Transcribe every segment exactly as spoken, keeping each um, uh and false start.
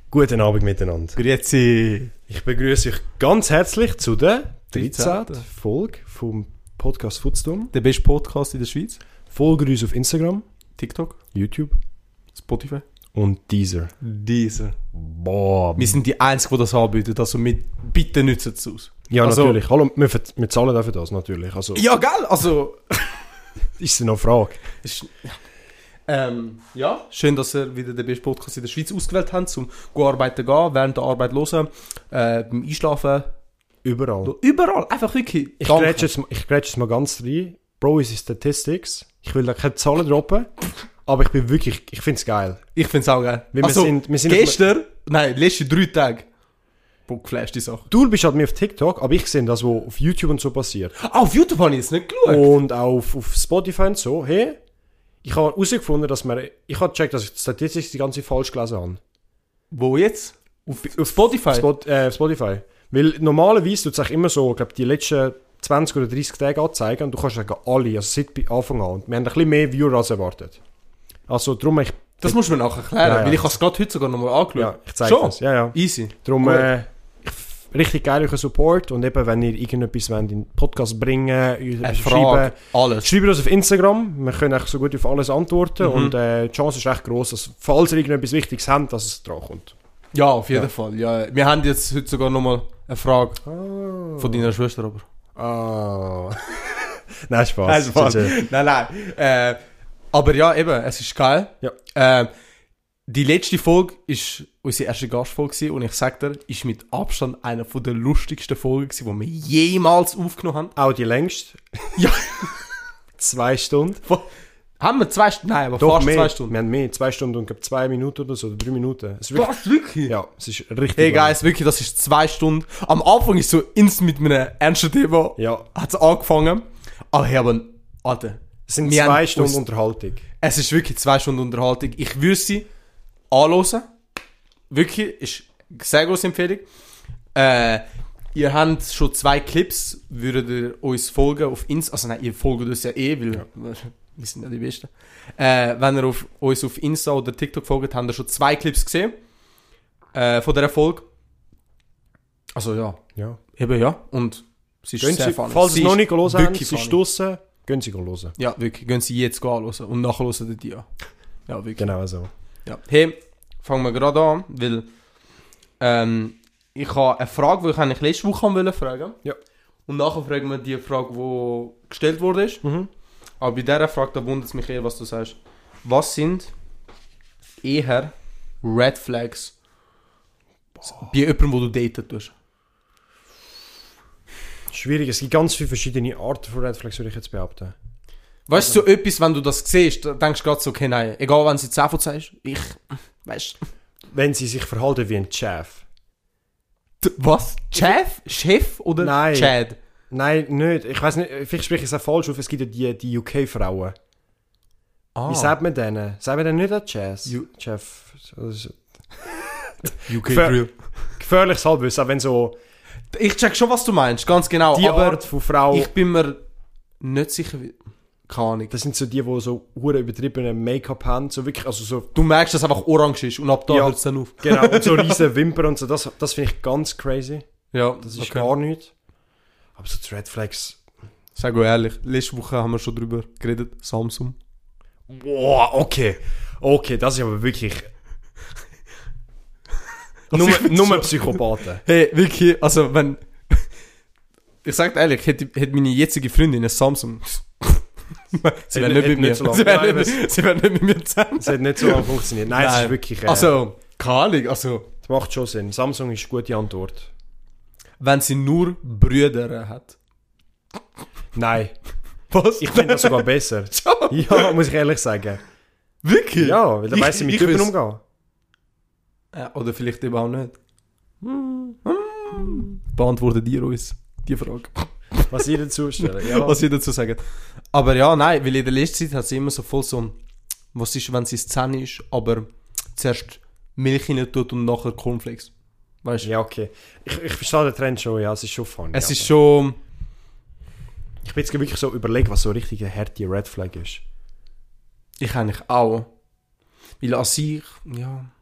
Guten Abend miteinander. Grüezi. Ich begrüße euch ganz herzlich zu der dreizehnten Folge vom Podcast Futzturm. Der beste Podcast in der Schweiz. Folgt uns auf Instagram, TikTok, YouTube Spotify und Deezer. Deezer. Boah. Wir sind die Einzigen, die das anbieten. Also mit, bitte nützt es aus. Ja, also, natürlich. Hallo, wir, wir zahlen dafür das natürlich. Also, ja, gell? Also... ist es noch eine Frage? Ist, ja. Ähm, ja, schön, dass ihr wieder den besten Podcast in der Schweiz ausgewählt habt, zum gut arbeiten gehen, während der Arbeit hören, äh, beim Einschlafen. Überall. Überall, einfach wirklich. Ich grätsche jetzt, ich jetzt mal ganz rein. Bro, unsere Statistics. Ich will da keine Zahlen droppen, aber ich bin wirklich, ich finde es geil. Ich finde es auch geil. Weil also, wir sind, wir sind gestern, nein, letzte drei Tage, boah, geflasht die Sache. Du bist halt mir auf TikTok, aber ich sehe das, was auf YouTube und so passiert. Ah, auf YouTube habe ich jetzt nicht geschaut. Und auch auf, auf Spotify und so. Hey, ich habe herausgefunden, dass man, ich habe gecheckt, dass ich die Statistik die ganze falsch gelesen habe. Wo jetzt? Auf, auf Spotify? Spot, äh, Spotify. Weil normalerweise tut es auch immer so, ich glaube, die letzten zwanzig oder dreißig Tage anzeigen und du kannst sagen, alle, also seit Anfang an. Und wir haben ein bisschen mehr Viewer als erwartet. Also darum, ich... Das musst du mir nachher erklären, ja, ja. weil ich habe es gerade heute sogar nochmal angeschaut. Ja, ich zeige es. Ja, ja. Easy. Darum, äh, richtig geil euren Support und eben, wenn ihr irgendetwas wollt, in den Podcast bringen, eine schreiben, alles. Schreibt uns auf Instagram, wir können eigentlich so gut auf alles antworten Mhm. und äh, die Chance ist echt gross, dass, falls ihr irgendetwas Wichtiges habt, dass es dran kommt. Ja, auf jeden Ja. Fall. Ja, wir haben jetzt heute sogar nochmal eine Frage Oh. von deiner Schwester, aber. Ah. Nein, Spaß. Nein, Spaß. nein, nein. Äh, aber ja, eben, es ist geil. Ja. Äh, die letzte Folge war unsere erste Gastfolge gewesen, und ich sag dir, ist mit Abstand eine der lustigsten Folgen gewesen, die wir jemals aufgenommen haben. Auch die längste. Ja. Zwei Stunden. Haben wir zwei Stunden? Nein, aber Doch, fast mehr. zwei Stunden. Wir haben mehr, zwei Stunden und glaube zwei Minuten oder so, oder drei Minuten. Es ist wirklich, Was, wirklich? ja, es ist richtig Hey lang. guys, wirklich, das ist zwei Stunden. Am Anfang ist so instant mit einem ernsten Thema Ja. hat es angefangen. Aber hey, aber, Alter. Es sind wir zwei haben Stunden uns- Unterhaltung. Es ist wirklich zwei Stunden Unterhaltung. Ich würde sie anhören. Wirklich, ist eine sehr grosse Empfehlung. Äh, ihr habt schon zwei Clips, würdet ihr uns folgen auf Insta. Also nein, ihr folgt uns ja eh, weil wir sind ja die Besten. Äh, wenn ihr auf, uns auf Insta oder TikTok folgt, habt ihr schon zwei Clips gesehen äh, von dieser Folge. Also ja, Ja. eben ja. Und es ist Gehen sehr Sie, funny. falls Sie Sie es noch ist nicht hören haben, wirklich sie ist funny. draussen, gehen Sie hören. Ja, wirklich. Gehen Sie jetzt anhören und nachher hören die an. Ja, wirklich. Genau so. Ja. Hey, fangen wir gerade an, weil ähm, ich habe eine Frage, die ich eigentlich letzte Woche haben wollte fragen. Ja. Und nachher fragen wir die Frage, die gestellt wurde. Mhm. Aber bei dieser Frage, da wundert es mich eher, was du sagst. Was sind eher Red Flags Boah. bei jemandem, wo du daten tust? Schwierig, es gibt ganz viele verschiedene Arten von Red Flags, würde ich jetzt behaupten. Weißt du, so etwas, wenn du das siehst, da denkst du gerade so, okay, nein, egal wenn sie zehn von zehn ist, ich, weißt du. Wenn sie sich verhalten wie ein Chef. Was? Chef? Chef oder Nein. Chad? Nein, nicht. Ich weiß nicht, vielleicht spreche ich es auch falsch auf. Es gibt ja die, die U K-Frauen. Ah. Wie sagt man denen? Sagt man denen nicht an Chef? U- Chef. Also, U K Gefähr- Drill. gefährliches Halbwissen, auch wenn so Ich check schon, was du meinst, ganz genau. die aber Art von Frau, ich bin mir nicht sicher, wie... Keine Ahnung. das sind so die, die so hure übertriebene Make-up haben. So wirklich, also so, Du merkst, dass es einfach orange ist und ab da Ja. hört es dann auf. genau, und so riesen Wimpern und so. Das, das finde ich ganz crazy. Ja, Das ist okay. gar nichts. Aber so die Red Flags. Sag euch ehrlich, letzte Woche haben wir schon drüber geredet. Samsung. Boah, okay. Okay, das ist aber wirklich... Also nur ich find's nur schon- Psychopathen. Hey, wirklich, also wenn... Ich sag dir ehrlich, hätte, hätte meine jetzige Freundin ein Samsung... sie wäre nicht Hätte mit mir. nicht so lange- Sie wäre Nein, nicht, sie wär nicht mit mir zusammen. Das hat nicht so lange funktioniert. Nein, es ist wirklich... Äh, Also, keine Ahnung, also... das macht schon Sinn. Samsung ist eine gute Antwort. Wenn sie nur Brüder hat. Nein. Was? Ich finde das sogar besser. Ja, muss ich ehrlich sagen. Wirklich? Ja, weil dann Ich- weiss sie mit ich Typen weiss- umgehen. Ja, oder vielleicht eben auch nicht. Beantwortet ihr uns die Frage. Was ihr dazu stellen. Ja. Was ihr dazu sagt. Aber ja, nein, weil in der letzten Zeit hat sie immer so voll so, was ist, wenn sie Szene ist, aber zuerst Milch rein tut und nachher Cornflakes. Weißt du? Ja, okay. Ich, ich verstehe den Trend schon, ja, es ist schon funny. Es aber ist schon... Ich bin jetzt wirklich so überlegen, was so richtig eine harte Red Flag ist. Ich eigentlich auch. Weil an sich, ja...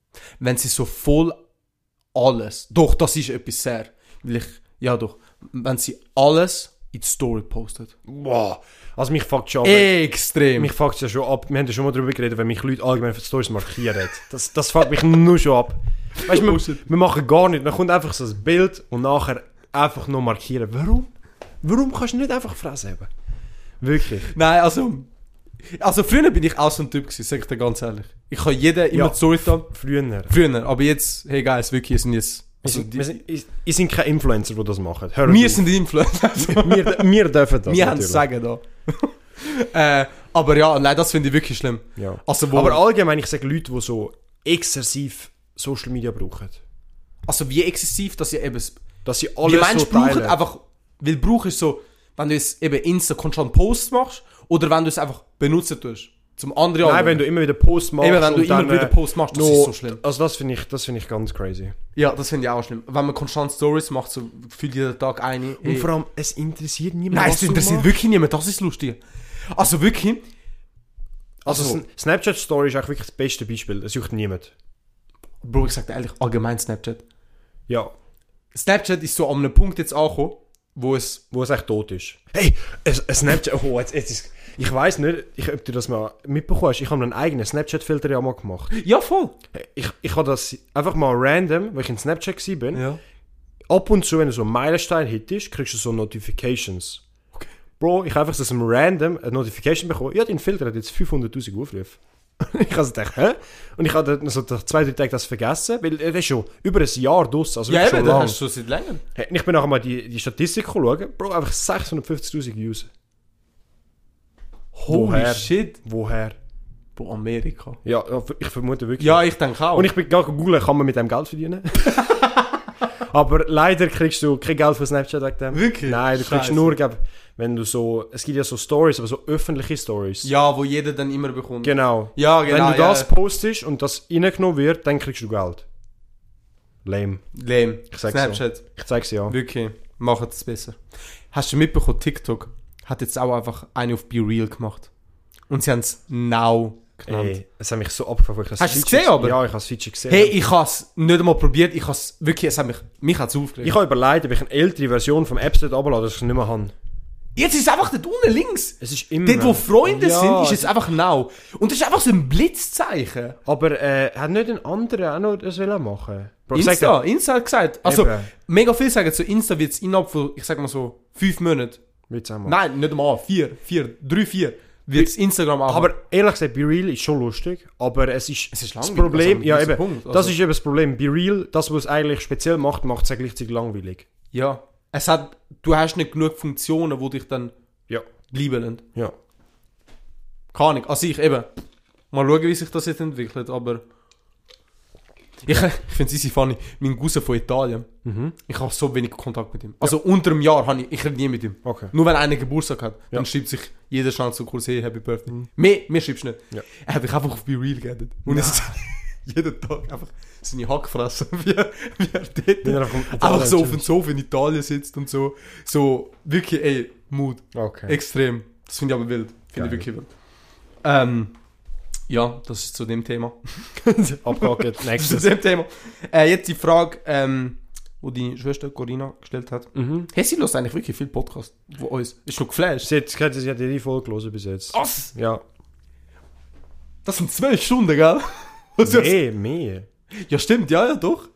Wenn sie so voll alles, doch, das ist etwas sehr, weil ich, ja doch, wenn sie alles in die Story postet. Boah. Also mich fuckt schon ab. Extrem. Mich fuckt ja schon ab. Wir haben ja schon mal darüber geredet, wenn mich Leute allgemein für Stories markieren. Das, das fuckt mich nur schon ab. Weißt du, wir, wir machen gar nichts. Dann kommt einfach so ein Bild und nachher einfach noch markieren. Warum? Warum kannst du nicht einfach Fresse haben? Wirklich. Nein, also, also früher bin ich auch so ein Typ gewesen, sag ich dir ganz ehrlich. Ich habe jeden immer Ja, die Story da. Früher. Früher, aber jetzt, hey guys, wirklich, wir sind jetzt... Also, wir, sind, wir, sind, wir sind keine Influencer, die das machen. Hör wir auf. sind die Influencer. wir, wir dürfen das. Wir haben es sagen da. äh, aber ja, nein, das finde ich wirklich schlimm. Ja. Also, wo, aber allgemein, ich sage Leute, die so exzessiv Social Media brauchen. also wie exzessiv, dass ihr eben... Dass sie Wie alles meinst so du, brauchen teilen. einfach... Weil Brauch ist so, wenn du es eben Insta konstant Posts machst oder wenn du es einfach benutzen tust. Zum anderen Nein, wenn du immer wieder Posts machst. Eben, wenn du und immer dann, wieder äh, Posts machst, das noch- ist so schlimm. Also das finde ich, das finde ich ganz crazy. Ja, das finde ich auch schlimm. Wenn man konstant Stories macht, so gefühlt jeden Tag eine... Und vor allem, es interessiert niemand, Nein, was es du interessiert machst. wirklich niemand, das ist lustig. Also wirklich... Also, Also, Sn- Snapchat Story ist eigentlich wirklich das beste Beispiel. Es juckt niemand. Bro, ich sag dir ehrlich, allgemein Snapchat. Ja, Snapchat ist so an einem Punkt jetzt angekommen, wo es... wo es echt tot ist. Hey, ein, ein Snapchat... Oh, jetzt, jetzt ist... Ich weiss nicht, ich, ob du das mal mitbekommen hast. Ich habe einen eigenen Snapchat-Filter ja mal gemacht. Ja, voll. Ich, ich habe das einfach mal random, weil ich in Snapchat war. Ja. Ab und zu, wenn du so einen Meilenstein hittest, kriegst du so Notifications. Okay. Bro, ich habe einfach so aus einem random eine Notification bekommen. Ja, dein Filter hat jetzt fünfhunderttausend Aufrufe. Ich habe so gedacht, hä? Und ich habe dann so nach zwei, drei Tagen das vergessen, weil er ist schon über ein Jahr draus, also Ja, wirklich eben, schon das lang. hast du seit länger. Hey, und ich bin nachher mal die, die Statistik schauen. Bro, einfach sechshundertfünfzigtausend Views. Holy Woher? shit. Woher? Bro, Amerika. Ja, ja, ich vermute wirklich. Ja, ich denke auch. Und ich bin gerade googeln, kann man mit dem Geld verdienen? Aber leider kriegst du kein Geld von Snapchat wegen dem. Wirklich? Nein, du kriegst Scheisse. nur, glaub, wenn du so, es gibt ja so Stories, aber so öffentliche Stories. Ja, wo jeder dann immer bekommt. Genau. Ja, genau. wenn du das ja. postest und das reingenommen wird, dann kriegst du Geld. Lame. Lame. Ich sag's Snapchat. Ich zeig's ja. Wirklich. Macht es besser. Hast du mitbekommen, TikTok hat jetzt auch einfach eine auf Be Real gemacht. Und sie haben es Now genannt. Ey, es hat mich so abgefuckt. Hast du es gesehen, aber? Ja, ich habe das Feature gesehen. Hey, ich habe es nicht einmal probiert. Ich habe es wirklich, es hat mich, mich hat's aufgeregt. ich habe überlegt, ob ich eine ältere Version vom App Store runterladen, dass ich es nicht mehr habe. Jetzt ist es einfach dort unten links. Es ist immer... Dort, wo Freunde Ja, sind, ist es einfach Now. Und das ist einfach so ein Blitzzeichen. Aber äh, hat nicht ein anderer auch noch das wollen machen? Bro, ich sag Insta, Insta hat gesagt. Also, Eben. mega viel sagen so, Insta wird es innerhalb von, ich sag mal so, fünf Monaten. dir, will's auch machen. Nein, nicht mal, vier, vier, drei, vier. Wird es Instagram auch. Aber ehrlich gesagt, Be Real ist schon lustig, aber es ist, Es ist das langweilig, Problem, also, ja das ist eben, der Punkt, das also. ist eben das Problem. Be Real, das, was es eigentlich speziell macht, macht es ja gleichzeitig langweilig. Ja. Es hat, du hast nicht genug Funktionen, die dich dann Ja. bleiben lassen. Ja. Keine Ahnung. Also ich eben. Mal schauen, wie sich das jetzt entwickelt, aber... Ich, ich finde es easy funny. Mein Cousin von Italien, Mhm. ich habe so wenig Kontakt mit ihm. Also unter einem Jahr habe ich, ich rede nie mit ihm. Okay. Nur wenn einer Geburtstag hat, dann Ja. schreibt sich jeder schnell so kurz, hey, Happy Birthday. Mehr, mehr schreibst du nicht. Ja. Er hat mich einfach auf Be Real geaddet. Und es ist jeden Tag einfach seine Hackfresse, wie er, wie er dort Wenn er auf dem einfach so Italien auf dem Sofa in Italien sitzt und so. So, wirklich, ey, Mut. Okay. Extrem. Das finde ich aber wild. Finde ich Geil. wirklich wild. Ähm, ja, das ist zu dem Thema. Abgehakt, Das ist zu nächstes. dem Thema. Äh, jetzt die Frage, ähm, wo die Schwester Corinna gestellt hat. Mhm. Hey, sie hört eigentlich wirklich viel Podcast von uns. Ist schon geflasht. Sie hat, sie hat sie hat jede Folge gelesen bis jetzt. Was? Ja. Das sind zwölf Stunden, gell? Was ist Nee, mehr. das? Ja, stimmt, ja, ja, doch.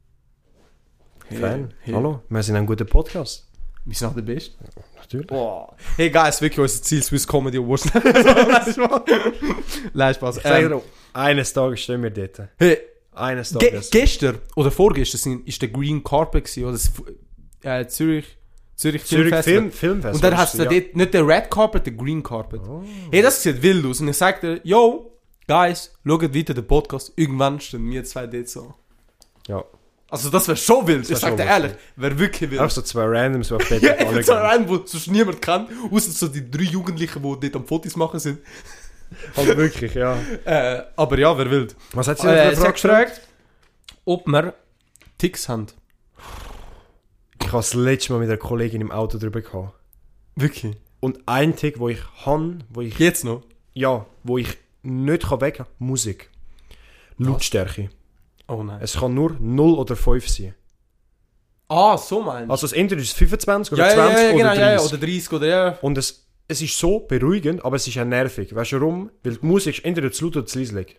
Fan. hey. Hallo, wir sind ein guter Podcast. Wir sind auch der Beste. Natürlich. Boah. Hey, guys, wirklich unser Ziel, Swiss Comedy Awards. Nein, Spaß. Nein, Spaß. Ich sage Ähm, dir, eines Tages stehen wir dort. hey, Eines ge Tages. gestern oder vorgestern sind, ist der Green Carpet gewesen, oder das Fu- äh, Zürich, Zürich, Zürich Filmfestival. Film, Filmfest. Und dann hast du ja. dort nicht den Red Carpet, den Green Carpet. Oh. Hey, das sieht wild aus. Und ich sagte, yo, guys, schaut weiter den Podcast. Irgendwann stehen wir zwei dort so. Ja. Also das wäre schon wild. Ich wär sag dir schon ehrlich, wäre wirklich wild. Auch so zwei Randoms, die auf dort Ja, alle eben so gehen. einen, wo sonst niemand kennt, außer so die drei Jugendlichen, die dort am Fotos machen sind. Halt wirklich, ja. Äh, aber ja, wäre wild. Was hat sie Äh, äh, sie für hat eine Frage gefragt, ob wir Ticks haben. Ich habe das letzte Mal mit einer Kollegin im Auto drüber gehabt. Wirklich? Und ein Tick, wo ich habe, wo ich, Jetzt noch? ja, wo ich nicht kann weg Musik. Lautstärke. Oh nein. Es kann nur null oder fünf sein. Ah, so meinst du? Also das entweder ist fünfundzwanzig oder ja, zwanzig ja, ja, genau, oder dreißig. ja, ja, oder dreißig oder ja. Und es, es ist so beruhigend, aber es ist auch nervig. Weißt du warum? Weil die Musik ist entweder zu laut oder zu leise.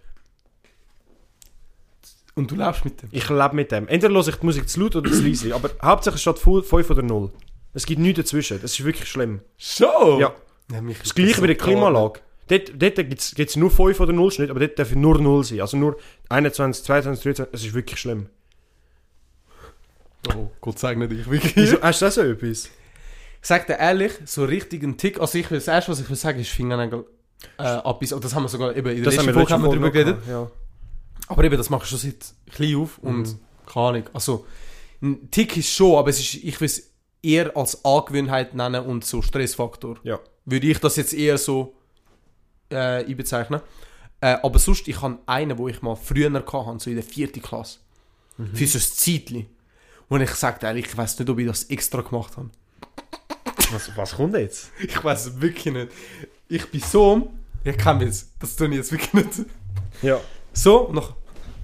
Und du lebst mit dem? Ich lebe mit dem. Entweder höre ich die Musik zu laut oder zu leise. Aber hauptsächlich steht fünf oder null. Es gibt nichts dazwischen. Das ist wirklich schlimm. Schon? Ja. ja Das gleiche wie die Klimaanlage. Dort, dort gibt es nur fünf oder null Schnitt, aber dort darf nur null sein. Also nur einundzwanzig, zweiundzwanzig, dreiundzwanzig. Das ist wirklich schlimm. Oh, Gott segne dich, wirklich. Wieso, hast du das so etwas? Ich sag dir ehrlich, so richtig einen Tick, also ich will, das erste, was ich will sagen, ist Fingernägel äh, abbissen. Oh, das haben wir sogar eben in der Das letzten haben wir Folge haben wir drüber geredet. Ja. Aber eben, das mache ich schon seit klein auf und Mhm. keine Ahnung. Also, ein Tick ist schon, aber es ist, ich will es eher als Angewohnheit nennen und so Stressfaktor. Ja. Würde ich das jetzt eher so äh, einbezeichnen. Äh, aber sonst, ich habe einen, wo ich mal früher hatte, so in der vierten Klasse. Mhm. Für so ein Zeitchen. Und ich sage ehrlich, ich weiß nicht, ob ich das extra gemacht habe. Was, was kommt jetzt? Ich weiß es wirklich nicht. Ich bin so... Ich kann jetzt. Das tue ich jetzt wirklich nicht. Ja. So, und noch...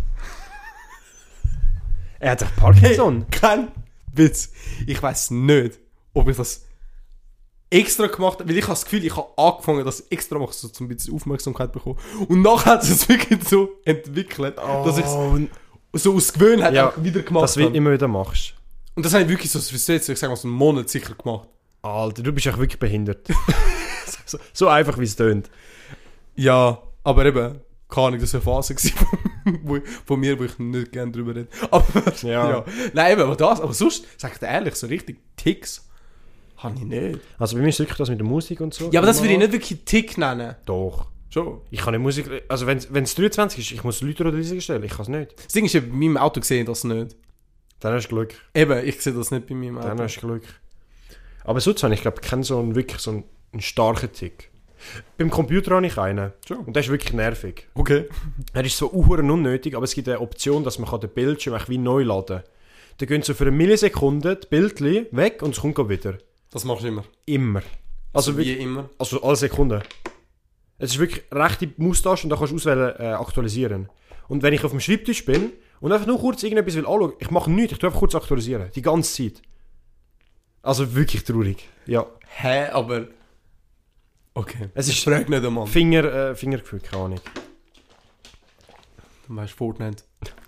Er hat doch Parkinson. Kein Witz. Ich weiß nicht, ob ich das extra gemacht habe. Weil ich habe das Gefühl, ich habe angefangen, das extra machen, so ein bisschen Aufmerksamkeit bekommen. Und nachher hat es sich wirklich so entwickelt, dass ich es so aus Gewöhnheit Ja, einfach wieder gemacht das du habe. immer wieder machst. Und das habe ich wirklich so, für jetzt, ich sage mal, so einen Monat sicher gemacht. Alter, du bist echt wirklich behindert. so, so einfach, wie es tönt. Ja, aber eben, keine Ahnung, das war eine Phase gewesen, wo, von mir, wo ich nicht gerne drüber rede. Aber, Ja. ja. Nein, eben, aber das, aber sonst, sag ich dir ehrlich, so richtig Ticks habe ich nicht. Also bei mir ist wirklich das mit der Musik und so. Ja, aber das würde ich nicht wirklich Tick nennen. Doch. Schon. Ich kann nicht Musik... Also wenn es dreiundzwanzig ist, ich muss Leute oder leise stellen. Ich kann es nicht. Das Ding ist, eben, bei meinem Auto sehe ich das nicht. Dann hast du Glück. Eben, ich sehe das nicht bei meinem Auto. Dann hast du Glück. Aber sonst habe ich, glaube ich, keinen so einen, wirklich so einen, einen starken Tick. Beim Computer habe ich einen. Schon. Und der ist wirklich nervig. Okay. Er ist so unhuren unnötig, aber es gibt eine Option, dass man den Bildschirm eigentlich wie neu laden kann. Dann gehen so für eine Millisekunde die Bildchen weg und es kommt gerade wieder. Das machst du immer. Immer. Also, Also wie wirklich, immer. also alle Sekunden. Es ist wirklich rechte Maustaste und da kannst du auswählen, äh, aktualisieren. Und wenn ich auf dem Schreibtisch bin und einfach nur kurz irgendetwas will anschauen, ich mache nichts, ich tue einfach kurz aktualisieren. Die ganze Zeit. Also wirklich traurig. Ja. Hä, aber... Okay. Es ist frag nicht einmal. Finger, äh, Fingergefühl, keine Ahnung. Du weißt Fortnite.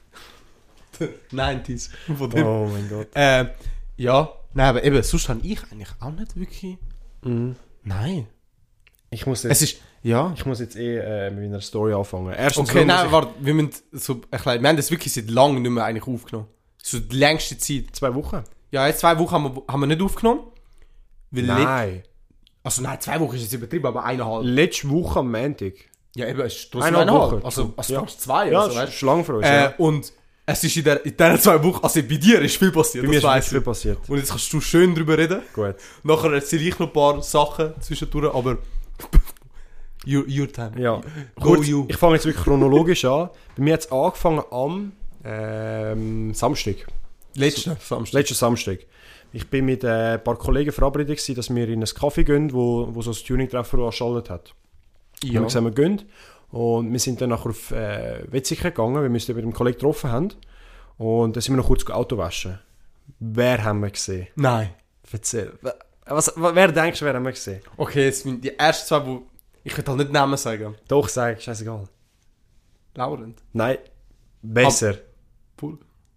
neunziger von dem. Oh mein Gott. Äh, ja. Nein, aber eben, sonst habe ich eigentlich auch nicht wirklich... Mhm. Nein. Ich muss jetzt, Es ist... Ja. ich muss jetzt eh äh, mit meiner Story anfangen. Erstens, Okay, warum muss nein, ich- warte, wir müssen so ein bisschen, wir haben das wirklich seit langem nicht mehr eigentlich aufgenommen. So die längste Zeit. Zwei Wochen? Ja, jetzt zwei Wochen haben wir, haben wir nicht aufgenommen. Weil let- Nein. also nein, zwei Wochen ist jetzt übertrieben, aber eineinhalb. Letzte Woche am Montag. Ja, eben, es ist trotzdem Eineinhalb eineinhalb. Wochen. Also, also Ja. fast zwei, Ja, also, das weißt ist lang für uns. äh, ja. Und es ist in, der, in diesen zwei Wochen, also bei dir ist viel passiert, Bei mir das ist weiss nicht viel ich. passiert. Und jetzt kannst du schön drüber reden. Gut. Nachher erzähle ich noch ein paar Sachen zwischendurch, aber... your, your time. Ja. Go Kurz, you. ich fange jetzt wirklich chronologisch an. Bei mir hat es angefangen am ähm, Samstag. Letzten Samstag. Letzten Samstag. Ich bin mit äh, ein paar Kollegen verabredet gewesen, dass wir in ein Café gehen, wo, wo so ein Tuning-Treffer angeschaltet hat. Ja. Ja. Und wir gesagt, wir gehen. Und wir sind dann nachher auf äh, Wetzikon gegangen, weil wir uns mit dem Kollegen getroffen haben. Und dann sind wir noch kurz Auto waschen. Wer haben wir gesehen? Nein. Erzähl. Was, was, wer denkst du, wer haben wir gesehen? Okay, jetzt sind die ersten zwei, wo... Ich will halt nicht Namen sagen. Doch, sag, scheißegal. Laurent. Nein, besser. Pul.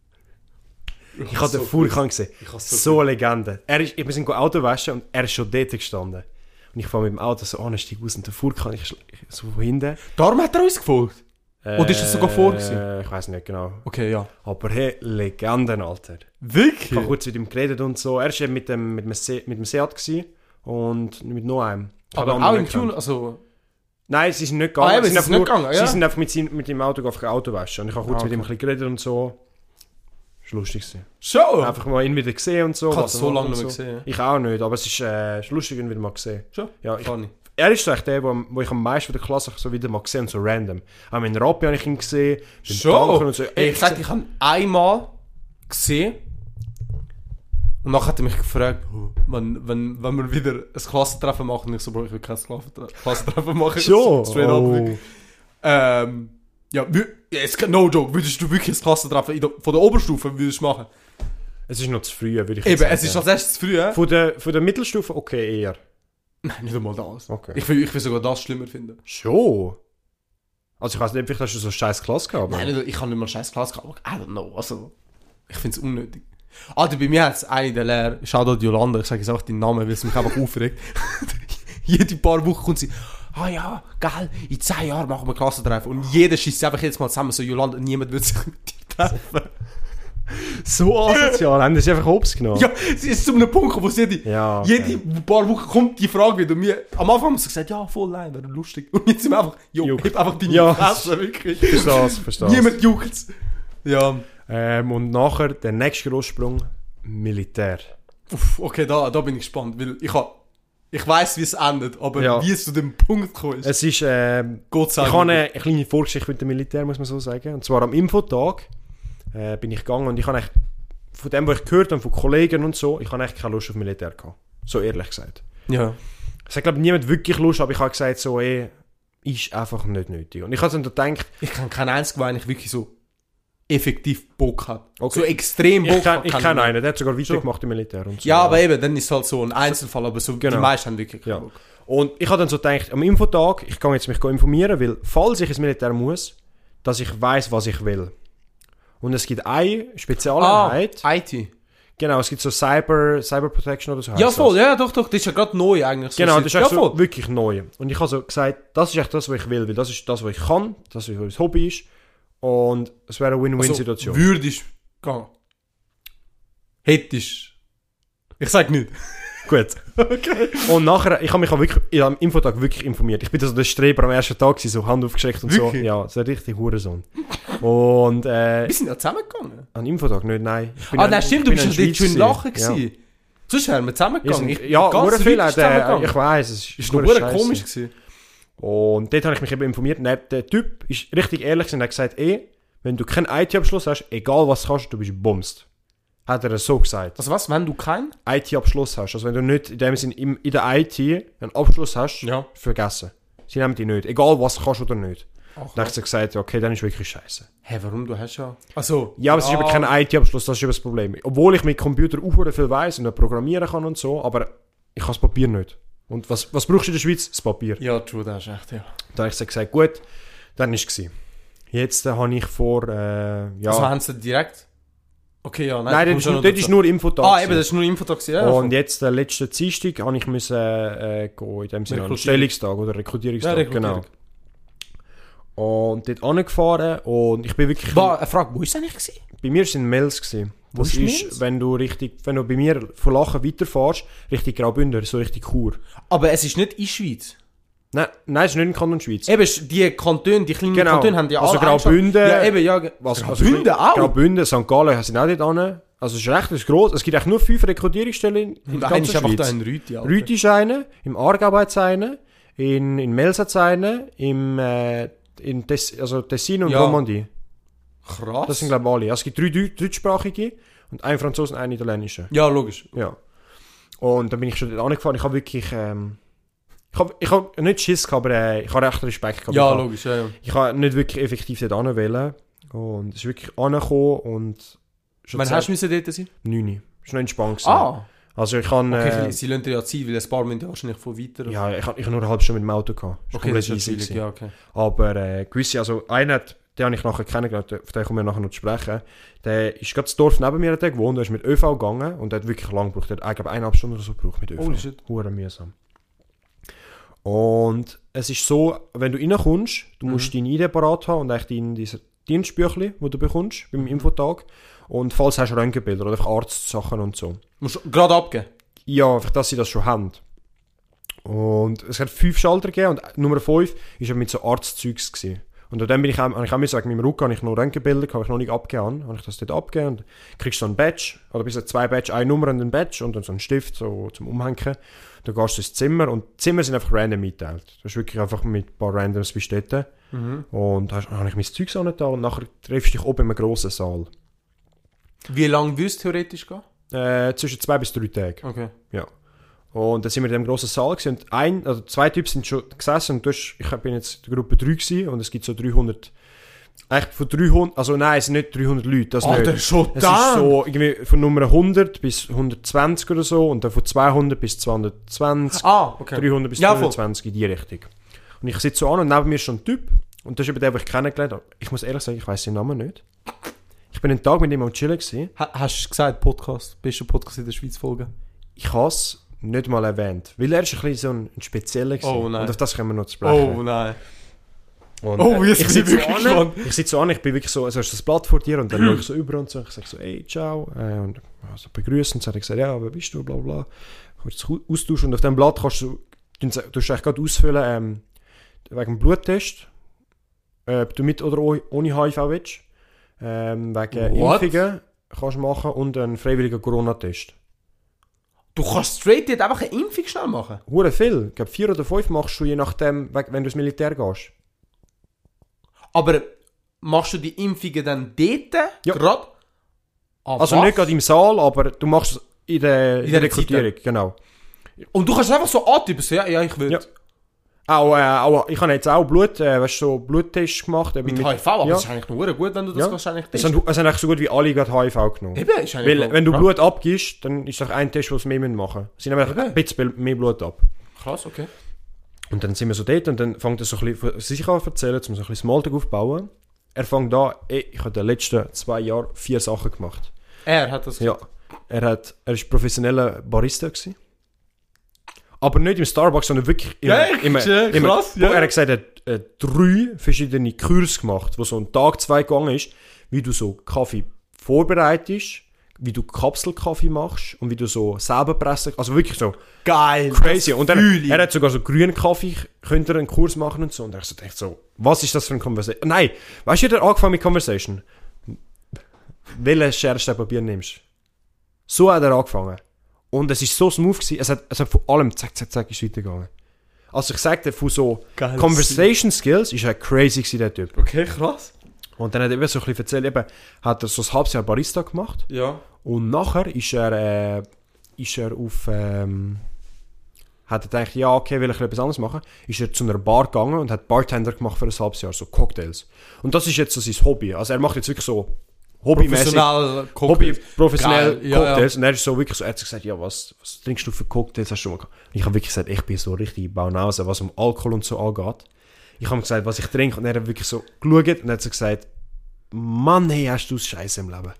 Ich habe den Furkan gesehen. Ich habe So, so eine Legende. Er ist, wir sind Auto waschen und er ist schon dort gestanden. Und ich fahre mit dem Auto so an, steige aus und der Furkan, ich, ich so von hinten. Darum hat er uns gefolgt? Oder ist das sogar vor gewesen? Äh, ich weiß nicht genau. Okay, ja. Aber hey, Legenden, Alter. Wirklich? Ich habe kurz mit ihm geredet und so. Er war mit dem, mit dem, Se mit dem Seat gewesen und mit noch einem. Ich habe Aber den auch anderen im Tune, gekannt. also... Nein, sie sind nicht gegangen. Ah, eben, sie, sind sie sind einfach nicht nur, gegangen, ja. sie sind einfach mit, sein, mit dem Auto auf Auto waschen. Und ich habe kurz Ah, mit ihm ein okay. bisschen geredet und so. Das war lustig. gewesen. Schon? Einfach mal ihn wieder gesehen und so. Ich habe was es er so macht lange und nicht mehr so. gesehen. Ich auch nicht, aber es ist, äh, ist lustig, ihn wieder mal gesehen. Schon? Ja, ich, Kann ich. er ist so echt der, wo, wo ich am meisten von der Klasse so wieder mal gesehen und so random. Auch in Rappi habe ich ihn gesehen. beim Tanken und so. Ey, ich sag, ich habe einmal gesehen und dann hat er mich gefragt, wenn, wenn, wenn wir wieder ein Klassentreffen machen. Und ich so, Bro, ich will kein Klassentreffen Klassentreffen machen. Schon? Straight up. Oh. wirklich. Ähm, Ja, wü- ja, es no joke, würdest du wirklich das Klassentreffen in der, von der Oberstufe würdest du machen? Es ist noch zu früh, würde ich Eben, sagen. es ist als erstes zu früh, äh? Von der, von der Mittelstufe okay eher. Nein, nicht einmal das. Okay. Ich will, ich will sogar das schlimmer finden. Schon? Also ich weiß nicht, vielleicht hast du so eine scheiß Klasse gehabt. Nein, nicht, ich habe nicht mal scheiß Klasse gehabt. I don't know, also... Ich finde es unnötig. Alter, bei mir hat es eine der Lehrer, Shoutout Jolanda, ich sage jetzt auch deinen Namen, weil es mich einfach aufregt. Jede paar Wochen kommt sie, ah ja, geil, in zehn Jahren machen wir Klassentreffen. Und jeder schießt einfach jetzt mal zusammen, so Jolanda, niemand würde sich mit dir treffen. So asozial, haben die sich einfach Obst genommen? Ja, sie ist zu einem Punkt, wo sie die, Ja, okay. jede paar Wochen kommt die Frage wieder. Und wir, am Anfang haben sie gesagt, ja, voll nein, wäre lustig. Und jetzt sind wir einfach, jo, Juckt. heb einfach deine Ja. Fresse, wirklich. Versteh's, versteh's. Niemand juckt's. Ja. Ähm, und nachher der nächste Grosssprung, Militär. Uff, okay, da, da bin ich gespannt, weil ich ha, ich weiss, wie es endet, aber Ja. wie es zu dem Punkt gekommen ist. Es ist, ähm, Gott sei ich Dank. habe eine, eine kleine Vorgeschichte mit dem Militär, muss man so sagen. Und zwar am Infotag äh, bin ich gegangen und ich habe eigentlich, von dem, was ich gehört habe, von Kollegen und so, ich habe eigentlich keine Lust auf Militär gehabt. So ehrlich gesagt. Ja. Es hat, glaube ich, niemand wirklich Lust, aber ich habe gesagt, so, ey, ist einfach nicht nötig. Und ich habe dann gedacht, Ich kann keinen einzigen, der eigentlich wirklich so effektiv Bock hat. Okay. So extrem Bock ich, kann, hat. ich kann kenne ich einen, der hat sogar weitergemacht im Militär und so. Ja, aber eben, dann ist es halt so ein Einzelfall, aber so Genau. die meisten haben wirklich keinen Ja. Bock. Und ich habe dann so gedacht, am Infotag, ich kann jetzt mich informieren, weil falls ich ins Militär muss, dass ich weiß, was ich will. Und es gibt eine Spezialeinheit. Ah, I T. Genau, es gibt so Cyber, Cyber Protection oder so. Ja, heisst voll, das. ja, doch, doch, das ist ja gerade neu eigentlich. So Genau, seit- das ist ja, echt so voll. wirklich neu. Und ich habe so gesagt, das ist echt das, was ich will, weil das ist das, was ich kann, das ist, was mein Hobby ist. Und es wäre eine Win-Win-Situation. Also, würdest gehen. Hättest. Ich sag nicht. Gut. Okay. Und nachher, ich habe mich auch wirklich, ich habe am Infotag wirklich informiert. Ich bin so der Streber am ersten Tag, gewesen, so Hand aufgestreckt und Wirklich? so. Ja, so ein richtig Hurensohn. Und, äh, Wir sind ja zusammengegangen. an Infotag nicht, nein. Ich bin Ah, ja- nein, ich stimmt, du bin bist ja schon in dort der schön Schweiz lachen gewesen. gewesen. Sonst wären wir Wir zusammengegangen. sind, Ich- ja, ganz nur viel, Leute ist äh, zusammengegangen. ich weiss, es ist, Ist noch hure verdammt scheisse. komisch gewesen. Und dort habe ich mich eben informiert. Und der, der Typ ist richtig ehrlich und hat gesagt, ey, wenn du keinen I T-Abschluss hast, egal was du kannst, du bist bumst. Hat er so gesagt. Also was, wenn du keinen? I T-Abschluss hast. Also wenn du nicht in dem Sinne im, in der I T einen Abschluss hast, Ja. vergessen. Sie nehmen dich nicht. Egal was du kannst oder nicht. Ach, Dann habe ich so gesagt, okay, dann ist wirklich scheiße. Hä, warum? Du hast ja... Also, Ja, aber es ist aber kein I T-Abschluss, das ist eben das Problem. Obwohl ich mit Computer auch sehr viel weiss und programmieren kann und so, aber ich habe das Papier nicht. Und was, was brauchst du in der Schweiz? Das Papier. Ja, true, das ist echt, ja. Da habe ich so gesagt, gut, dann ist es. Jetzt äh, habe ich vor, äh, ja... Also haben sie direkt... Okay, ja, nein. Nein, du dort kommst ist, schon nur- noch dort ist dazu. nur Infotag. Ah, eben, gewesen. das ist nur Infotag gewesen, ja. Und jetzt, den letzten Dienstag, habe ich müssen, äh, gehen, in dem Sinne, einen Rekrutierung. Stellungstag oder Rekrutierungstag, Ja, Rekrutierung. genau. Und dort angefahren und ich bin wirklich... War eine Frage, wo war es eigentlich gewesen? Bei mir war es in Mels. Gewesen. Wo Das ist ist, Mels? wenn du richtig, wenn du bei mir von Lachen weiterfährst, Richtung Graubünden, so richtig Chur. Aber es ist nicht in der Schweiz. Nein, nein, es ist nicht in Kanton Schweiz. Eben, die Kantone, die kleinen Genau. Kantone haben ja Also alle Graubünden- Eigenschaften- Ja, eben, ja. ge- Was, Graubünden auch? Graubünden, Sankt Gallen sind auch dort an. Also es ist recht es ist gross. Es gibt eigentlich nur fünf Rekrutierungsstellen in, in Und der einer ganzen ist einfach da Schweiz. in Rüti, Alter. Rüti ist eine, im Aargau hat es eine, in, in Mels hat es eine, im, äh, in Tess, also Tessin und Ja. Romandie. Krass. Das sind glaube ich alle. Also es gibt drei Deu- deutschsprachige und einen Franzosen und einen italienischen. Ja, logisch. Ja. Und dann bin ich schon dort angefahren. Ich habe wirklich... Ähm, ich habe ich hab nicht Schiss gehabt, aber äh, ich habe recht Respekt gehabt. Ja, Ich hab- logisch, ja, ja. Ich habe nicht wirklich effektiv dort anwählen. Und es ist wirklich angekommen und... Wann hast du müssen dort sein? neun. Es war noch entspannt. gewesen. Ah! Also ich kann... Okay, Äh, sie lassen dir ja Zeit, weil ein paar müssen ja wahrscheinlich von weiter. ja, ich habe ich hab nur eine halbe Stunde mit dem Auto gehabt. Das war okay, das komplett ist ja easy chillig, gewesen. ja, okay. Aber äh, gewisse, also einer, hat- den habe ich nachher kennengelernt, auf den kommen wir nachher noch zu sprechen. Der ist gerade das Dorf neben mir, der gewohnt, der ist mit ÖV gegangen und der hat wirklich lang gebraucht. Der hat, ich glaube, eineinhalb Stunden oder so gebraucht mit ÖV. Holy shit. Hure mühsam. Und es ist so, wenn du reinkommst, du musst deine I D parat haben und eigentlich dein, dein Dienstbüchlein, das du bekommst beim Infotag. Und falls hast du Röntgenbilder oder einfach Arztsachen und so. Musst du gerade abgeben? Ja, einfach, dass sie das schon haben. Und es hat fünf Schalter gegeben und Nummer fünf war mit so Arztzeugs gewesen. Und dann bin ich auch, habe ich auch müssen sagen, mit meinem Rücken habe ich noch Röntgenbilder, habe ich noch nicht abgegeben. Habe ich das dort abgegeben und kriegst du so ein Badge, oder bis zu zwei Badge, eine Nummer und ein Badge und dann so einen Stift so zum Umhängen. Dann gehst du ins Zimmer und die Zimmer sind einfach random mitgeteilt. Das ist wirklich einfach mit ein paar Randoms bestätigt. Mhm. Und dann habe ich mein Zeug angetan und nachher triffst du dich oben in einem grossen Saal. Wie lange wirst du theoretisch gehen? Äh, zwischen zwei bis drei Tage. Okay. Ja. Und dann sind wir in diesem grossen Saal gewesen, und ein, also zwei Typen sind schon gesessen und du hast, ich bin jetzt in der Gruppe drei gewesen, und es gibt so dreihundert Echt von dreihundert, also nein, es sind nicht dreihundert Leute, das Ah, nicht. das ist schon Es ist so irgendwie von Nummer hundert bis hundertzwanzig oder so und dann von zweihundert bis zweihundertzwanzig, Ah, okay. dreihundert bis Ja, voll. dreihundertzwanzig in die Richtung. Und ich sitze so an und neben mir ist schon ein Typ und das ist eben der, den ich kennengelernt habe. Ich muss ehrlich sagen, ich weiss seinen Namen nicht. Ich bin einen Tag mit ihm am Chillen gewesen. Ha, hast du gesagt, Podcast? Bist du Podcast in der Schweiz folgen? Ich habe es nicht mal erwähnt, weil er ist ein bisschen so ein, ein spezieller gewesen. Oh nein. Und auf das können wir noch zu sprechen. Oh nein. Und, Oh, äh, jetzt ich bin ich sitze wirklich so an, gespannt. ich sitze so an, ich bin wirklich so, also ist das Blatt vor dir und dann schaue ich so über und so, ich sage so, hey, ciao, äh, und also begrüßen, und dann hat er gesagt, ja, wer bist du, bla bla, kurz austauschen und auf dem Blatt kannst du, du hast eigentlich gerade ausfüllen, ähm, wegen dem Bluttest, äh, ob du mit oder oh- ohne H I V willst, ähm, wegen What? Impfungen kannst du machen und einen freiwilligen Corona-Test. Du kannst straight jetzt einfach eine Impfung schnell machen? Hure viel, ich glaube vier oder fünf machst du, je nachdem, weg- wenn du ins Militär gehst. Aber machst du die Impfungen dann dort? Ja. Gerade? Ah, Also was? nicht gerade im Saal, aber du machst es in der, in In der der Rekrutierung, genau. Und du kannst einfach so antippen, so, ja, ja, ich will. Ja. Auch, äh, auch, ich habe jetzt auch Blut, äh, weißt, so Bluttests gemacht. eben Mit H I V, aber ja. das ist eigentlich nur gut, wenn du das Ja. wahrscheinlich Es haben, es haben eigentlich so gut wie alle gerade H I V genommen. Eben, ist eigentlich Weil, noch- wenn du krass. Blut abgibst, dann ist es ein Test, was wir mehr machen müssen. Sie nehmen einfach Okay. ein bisschen mehr Blut ab. Krass, okay. Und dann sind wir so dort und dann fängt er so ein bisschen von sich an erzählen, um so ein bisschen Smalltalk aufzubauen. Er fängt an, ey, ich habe in den letzten zwei Jahren vier Sachen gemacht. Er hat das Ja, er hat, er ist professioneller Barista gewesen. Aber nicht im Starbucks, sondern wirklich im, Ja, im, ja, im, krass, im ja. Er hat gesagt, er hat äh, drei verschiedene Kurse gemacht, wo so ein Tag, zwei gegangen ist, wie du so Kaffee vorbereitest, wie du Kapselkaffee machst und wie du so selber pressen, also wirklich so geil. crazy. Und er, fühl ich. er hat sogar so grünen Kaffee, könnte er einen Kurs machen und so. Und er so denkt so, was ist das für ein Conversation? Nein, weißt du, wie er angefangen mit Conversation? Welchen Scherstab Papier nimmst du? So hat er angefangen. Und es war so smooth gewesen, es hat, es hat von allem zack, zack, zack ist weitergegangen. Also ich sagte, von so Geil. Conversation Skills ist er crazy gewesen, der Typ. Okay, krass. Und dann hat er eben so ein bisschen erzählt, eben, hat er so ein halbes Jahr Barista gemacht. Ja. Und nachher ist er, äh, ist er auf, ähm, hat er gedacht, ja, okay, will ich etwas anderes machen, ist er zu einer Bar gegangen und hat Bartender gemacht für ein halbes Jahr, so Cocktails. Und das ist jetzt so sein Hobby. Also er macht jetzt wirklich so hobbymäßig, Professionell Hobby, professionell Geil, ja, Cocktails. Und er ist so wirklich so, er hat so gesagt, ja, was, was trinkst du für Cocktails, hast du schon mal gehabt? Und ich habe wirklich gesagt, ich bin so richtig Baunause, was um Alkohol und so angeht. Ich habe ihm gesagt, was ich trinke, und er hat wirklich so geschaut und hat so gesagt, Mann, hey, hast du Scheiße im Leben.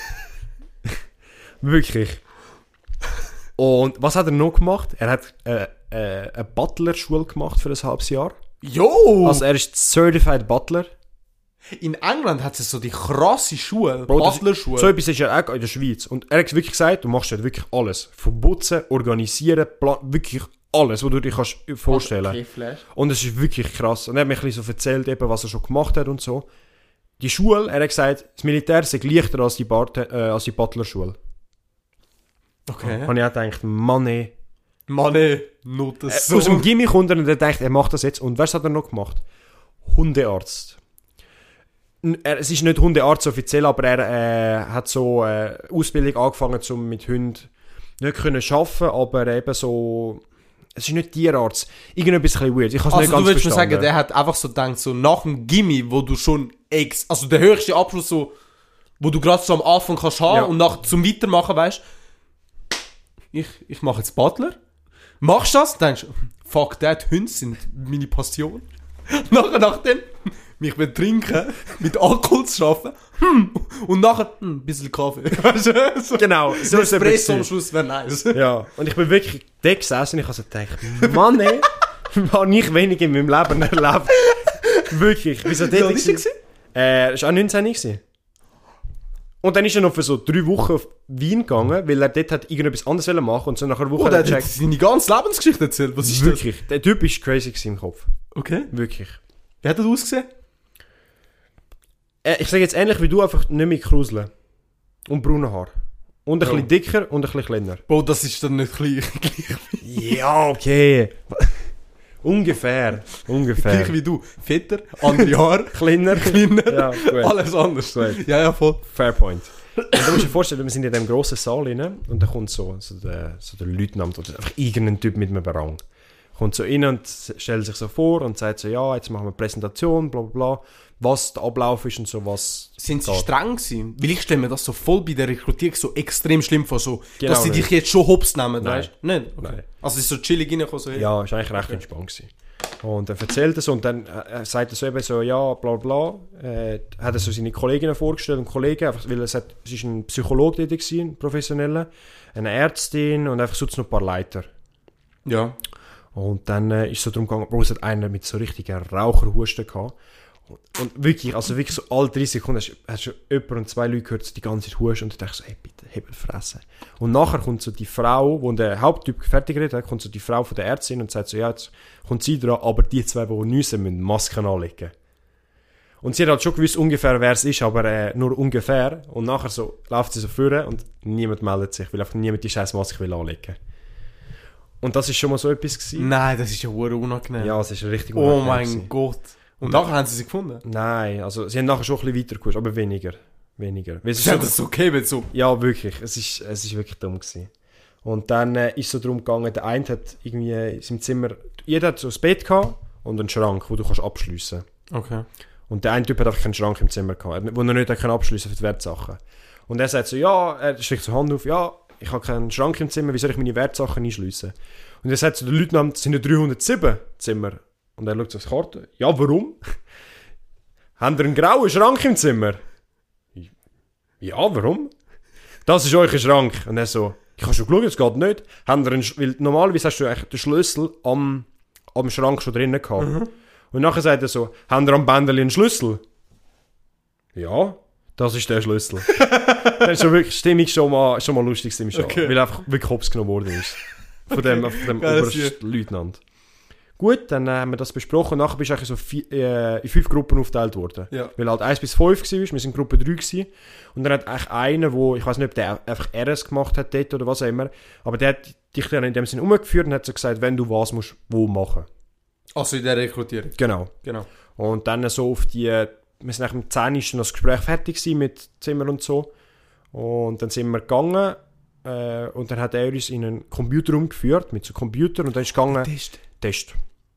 Wirklich. Und was hat er noch gemacht? Er hat äh, äh, eine Butler-Schule gemacht für ein halbes Jahr. Jo! Also er ist Certified Butler. in England hat es so die krasse Schule, Bro, das- Butler-Schule. So etwas ist ja auch in der Schweiz. Und er hat wirklich gesagt, du machst dort wirklich alles. Vom Putzen, Organisieren, Plan wirklich alles, was du dir kannst vorstellen. Okay, Flash. Und es ist wirklich krass. Und er hat mir ein bisschen so erzählt, eben, was er schon gemacht hat und so. Die Schule, er hat gesagt, das Militär sei leichter als die, Bar äh, als die Butler-Schule. Okay. Und ich habe gedacht, Mann, ey. Mann, ey, nur Äh, das Aus dem Gimmick kommt er und er denkt, er macht das jetzt. Und was hat er noch gemacht? Hundearzt. N- Er, es ist nicht Hundearzt offiziell, aber er äh, hat so äh, Ausbildung angefangen, um mit Hunden nicht können arbeiten, aber eben so... Es ist nicht Tierarzt. Irgendetwas ein bisschen weird. Ich habe es Also nicht du ganz willst mir verstanden. sagen, der hat einfach so gedacht, so nach dem Gimmi, wo du schon ex, also der höchste Abschluss so, wo du gerade so am Anfang kannst haben Ja. und nach zum Weitermachen weißt, ich, ich mache jetzt Butler. Machst das, denkst du, fuck that, Hunde sind meine Passion. nachher nach dem, mich betrinken, mit Alkohol zu arbeiten, hm, und nachher, hm, ein bisschen Kaffee. Weißt du, so. Genau, so ist es Espresso am eben. Schluss wäre nice. Ja, und ich bin wirklich da gesessen und ich habe so gedacht, Mann, ey, habe ich wenig in meinem Leben erlebt. Wirklich. Wieso Wie alt ist er gewesen? Äh, das war auch neunzehn. gewesen. Und dann ist er noch für so drei Wochen auf Wien gegangen, weil er dort hat irgendetwas anderes wollen machen und so nach einer Woche Oh, hat der er hat gecheckt. jetzt seine ganze Lebensgeschichte erzählt. Was ist Wirklich, der Typ ist crazy gewesen im Kopf. das? Okay. Wirklich. Wie hat das ausgesehen? Äh, ich sage jetzt ähnlich wie du, einfach nicht mehr kruseln. Und braune Haar. Und ein Ja. bisschen dicker und ein bisschen kleiner. Bro, das ist dann nicht gleich. Ja, okay. Ungefähr. Ungefähr. Gleich wie du. Fetter, andere Haare, Kleiner. kleiner, Ja, gut. alles anders. Gut. Ja, ja, voll. Fair point. Und du musst dir vorstellen, wir sind in diesem grossen Saal rein und da kommt so, so, der, so der Leutnant oder einfach irgendein Typ mit einem Rang. kommt so rein und stellt sich so vor und sagt so, ja, jetzt machen wir eine Präsentation, bla bla bla, was der Ablauf ist und so, was Sind sie geht. streng gewesen? Weil ich stelle mir das so voll bei der Rekrutierung so extrem schlimm vor, so, Genau dass sie nicht. dich jetzt schon hops nehmen, Nein. weißt du? Nicht? Okay. Nein. Also es ist so chillig reingekommen, so, hey. Ja, ist eigentlich recht Okay. entspannt gewesen. Und er erzählt es und dann äh, sagt er so eben so, ja, bla bla, äh, hat er so seine Kolleginnen vorgestellt und Kollegen, einfach, weil es, hat, es ist ein Psychologe dort gewesen, ein professioneller, eine Ärztin und einfach sonst noch ein paar Leiter. Ja. Und dann äh, ist es so darum gegangen, Bro, es hat einer mit so richtigen Raucherhusten gehabt. Und, und wirklich, also wirklich so alle dreißig Sekunden hast, hast du jemand und zwei Leute gehört, die ganze Zeit husten und du denkst so, hey, bitte, heb die Fresse. Und nachher kommt so die Frau, wo der Haupttyp fertig geredet hat, kommt so die Frau von der Ärztin und sagt so, ja, jetzt kommt sie dran, aber die zwei, die nüssen, müssen Masken anlegen. Und sie hat halt schon gewusst ungefähr, wer es ist, aber äh, nur ungefähr. Und nachher so läuft sie so vor und niemand meldet sich, weil einfach niemand die scheiß Maske will anlegen. Und das ist schon mal so etwas gewesen. Nein, das ist ja hure unangenehm. Ja, es ist richtig Oh unangenehm mein gewesen. Gott. Und nachher haben sie sie gefunden? Nein, also sie haben nachher schon ein bisschen weiter gehuscht, aber weniger. Weniger. Weil es Sie ist haben so, das so gegeben, so. ja, wirklich. Es ist, es ist wirklich dumm gewesen. Und dann äh, ist es so darum gegangen, der eine hat irgendwie in seinem Zimmer, jeder hat so ein Bett gehabt und einen Schrank, wo du kannst abschliessen. Okay. Und der eine Typ hat einfach keinen Schrank im Zimmer gehabt, wo er nicht hat können abschliessen für die Wertsachen. Und er sagt so, ja, er streckt so Hand auf, ja, ich habe keinen Schrank im Zimmer, wie soll ich meine Wertsachen einschliessen? Und er sagt zu den Leuten, es sind ja dreihundertsieben Zimmer. Und er schaut so auf die Karte, ja, warum? Habt ihr einen grauen Schrank im Zimmer? Ja, warum? Das ist euer Schrank. Und er so, ich habe schon geschaut, es geht nicht. Habt ihr einen, Sch- weil normalerweise hast du eigentlich den Schlüssel am, am Schrank schon drinnen gehabt. Mhm. Und nachher sagt er so, habt ihr am Bändeli einen Schlüssel? Ja, das ist der Schlüssel. Dann ist schon wirklich die Stimmung schon mal, schon mal lustig im Show, Okay. weil er einfach wirklich hops genommen worden ist. Von dem, von dem Geiles obersten Leutnant. Gut, dann äh, haben wir das besprochen. Nachher bist du eigentlich so vi- äh, in fünf Gruppen aufgeteilt worden. Ja. Weil halt eins bis fünf war, wir sind Gruppe drei gewesen. Und dann hat eigentlich einer, wo, ich weiß nicht, ob der einfach R S gemacht hat dort oder was auch immer, aber der hat dich dann in dem Sinne umgeführt und hat so gesagt, wenn du was musst, wo machen. Also in der Rekrutierung. Genau. Genau. Und dann so auf die, wir sind nach dem zehn ist dann das Gespräch fertig gewesen mit Zimmer und so. Und dann sind wir gegangen äh, und dann hat er uns in einen Computerraum geführt mit so Computer und dann ist gegangen Test. Test.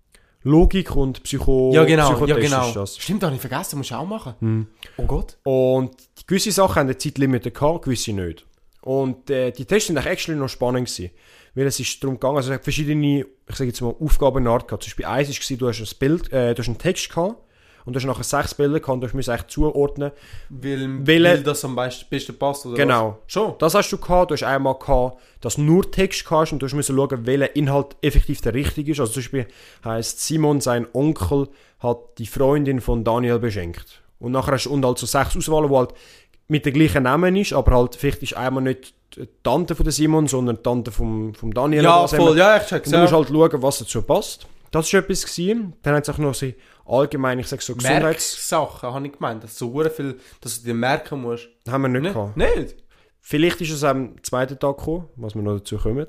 Logik und Psycho Ja, genau. Ja, Psychotest genau. ist das. Stimmt, habe ich vergessen, musst du auch machen. Hm. Oh Gott. Und die gewisse Sachen haben eine Zeitlimite gehabt, gewisse nicht. Und äh, die Tests sind eigentlich actually noch spannend gewesen. Weil es ist darum gegangen, also es hat verschiedene, ich sage jetzt mal, Aufgabenart gehabt. Zum Beispiel eins war, du hast ein Bild, äh, du hast einen Text gehabt und du hast nachher sechs Bilder gehabt und du musst eigentlich zuordnen. Weil, Weil- weil das am besten, besten passt, oder Genau. was? Schon? Das hast du gehabt. Du hast einmal gehabt, dass du nur Text hast und du musst schauen, welcher Inhalt effektiv der richtige ist. Also zum Beispiel heisst Simon, sein Onkel, hat die Freundin von Daniel beschenkt. Und nachher hast du und halt so sechs Auswahlen, die halt mit dem gleichen Namen ist, aber halt vielleicht ist einmal nicht die Tante von der Simon, sondern die Tante vom, vom Daniel. Ja, oder was voll. immer. Ja, ich check's. Und du Ja. musst halt schauen, was dazu passt. Das war etwas gewesen. Dann hat es auch noch so allgemein, ich sage so Gesundheits... Merksachen, habe ich gemeint. Dass, so hure viel, dass du dir merken musst. Haben wir nicht Nicht? gehabt. Nicht? Vielleicht ist es am zweiten Tag gekommen, was wir noch dazu kommen.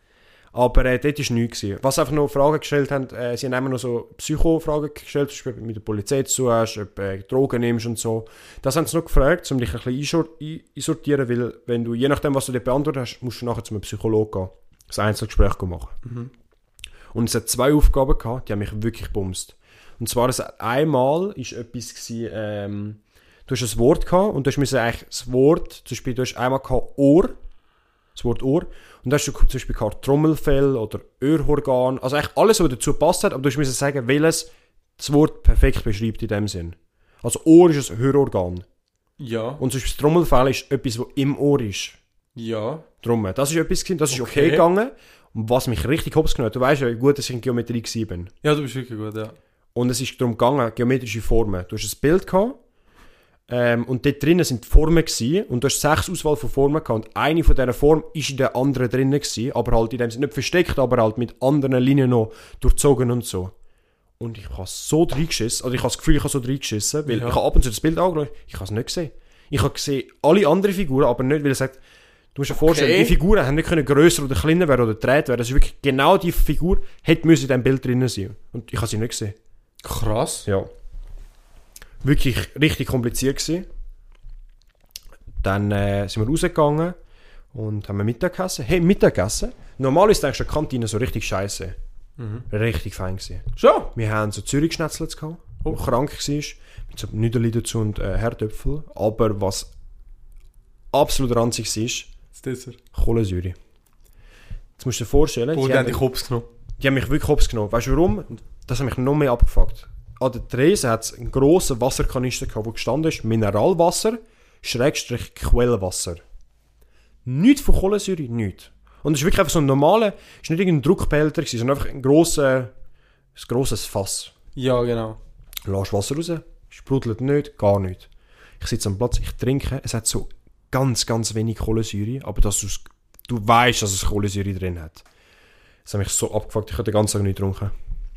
Aber äh, dort war nichts gewesen. Was einfach noch Fragen gestellt haben, äh, sie haben immer noch so Psycho-Fragen gestellt, zum Beispiel ob du mit der Polizei zu hast, ob du äh, Drogen nimmst und so. Das haben sie noch gefragt, um dich ein bisschen einschor- ein- einsortieren, weil wenn du, je nachdem, was du dir beantwortet hast, musst du nachher zu einem Psychologen gehen, das Einzelgespräch machen. Mhm. Und es hat zwei Aufgaben gehabt, die haben mich wirklich gebumst. Und zwar, es hat einmal ist etwas gewesen, ähm, du hast ein Wort gehabt und du musst eigentlich das Wort, zum Beispiel, du hast einmal gehabt Ohr, das Wort Ohr, und dann hast du zum Beispiel gehabt Trommelfell oder Öhrorgan, also eigentlich alles, was dazu passt hat, aber du musst sagen, welches das Wort perfekt beschreibt in dem Sinn. Also Ohr ist ein Hörorgan. Ja. Und zum Beispiel das Trommelfell ist etwas, was im Ohr ist. Ja. Drum. Das ist etwas gewesen, das ist okay, Okay. gegangen. Und was mich richtig hops genommen hat, du weißt ja, wie gut, dass ich in Geometrie war. Ja, du bist wirklich gut, ja. Und es ist darum gegangen, geometrische Formen. Du hast ein Bild gehabt, ähm, und dort drinnen sind die Formen gewesen, und du hast sechs Auswahl von Formen gehabt, und eine von dieser Formen ist in der anderen drinnen gewesen, aber halt in dem Sinne nicht versteckt, aber halt mit anderen Linien noch durchzogen und so. Und ich habe so reingeschissen, also ich habe das Gefühl, ich habe so reingeschissen, weil Ja. ich habe ab und zu das Bild angeschaut, ich habe es nicht gesehen. Ich habe gesehen, alle anderen Figuren, aber nicht, weil er sagt, du musst dir vorstellen, Okay. die Figuren haben nicht können grösser oder kleiner werden oder gedreht werden, das ist wirklich genau die Figur, hätte müssen in diesem Bild drinnen sein. Und ich habe sie nicht gesehen. Krass. Ja. Wirklich richtig kompliziert gewesen. Dann äh, sind wir rausgegangen und haben wir Mittag gegessen. Hey, Mittag gegessen? Normalerweise denkst du, die Kantine so richtig scheiße. Mhm. Richtig fein gewesen. Schon? Wir haben so Zürich-Schnetzlets gehabt, Oh. wo krank war, mit so Nüdeli dazu und äh, Herdöpfel. Aber was absolut ranzig war, Das Dessert. Kohlensäure. Jetzt musst du dir vorstellen, Oh, die, die haben, haben dich hops genommen. die haben mich wirklich hops genommen. Weißt du warum? Das hat mich noch mehr abgefuckt. An der Tresen hat es einen grossen Wasserkanister gehabt, wo gestanden ist, Mineralwasser, Schrägstrich Quellwasser. Nichts von Kohlensäure, nichts. Und es ist wirklich einfach so ein normaler, es war nicht irgendein Druckbehälter, sondern einfach ein grosser, ein grosses Fass. Ja, genau. Lass Wasser raus, sprudelt nicht, gar nicht. Ich sitze am Platz, ich trinke, es hat so ganz, ganz wenig Kohlensäure, aber dass du's, du weißt, dass es Kohlensäure drin hat. Das hat mich so abgefuckt, ich habe den ganzen Tag nicht getrunken.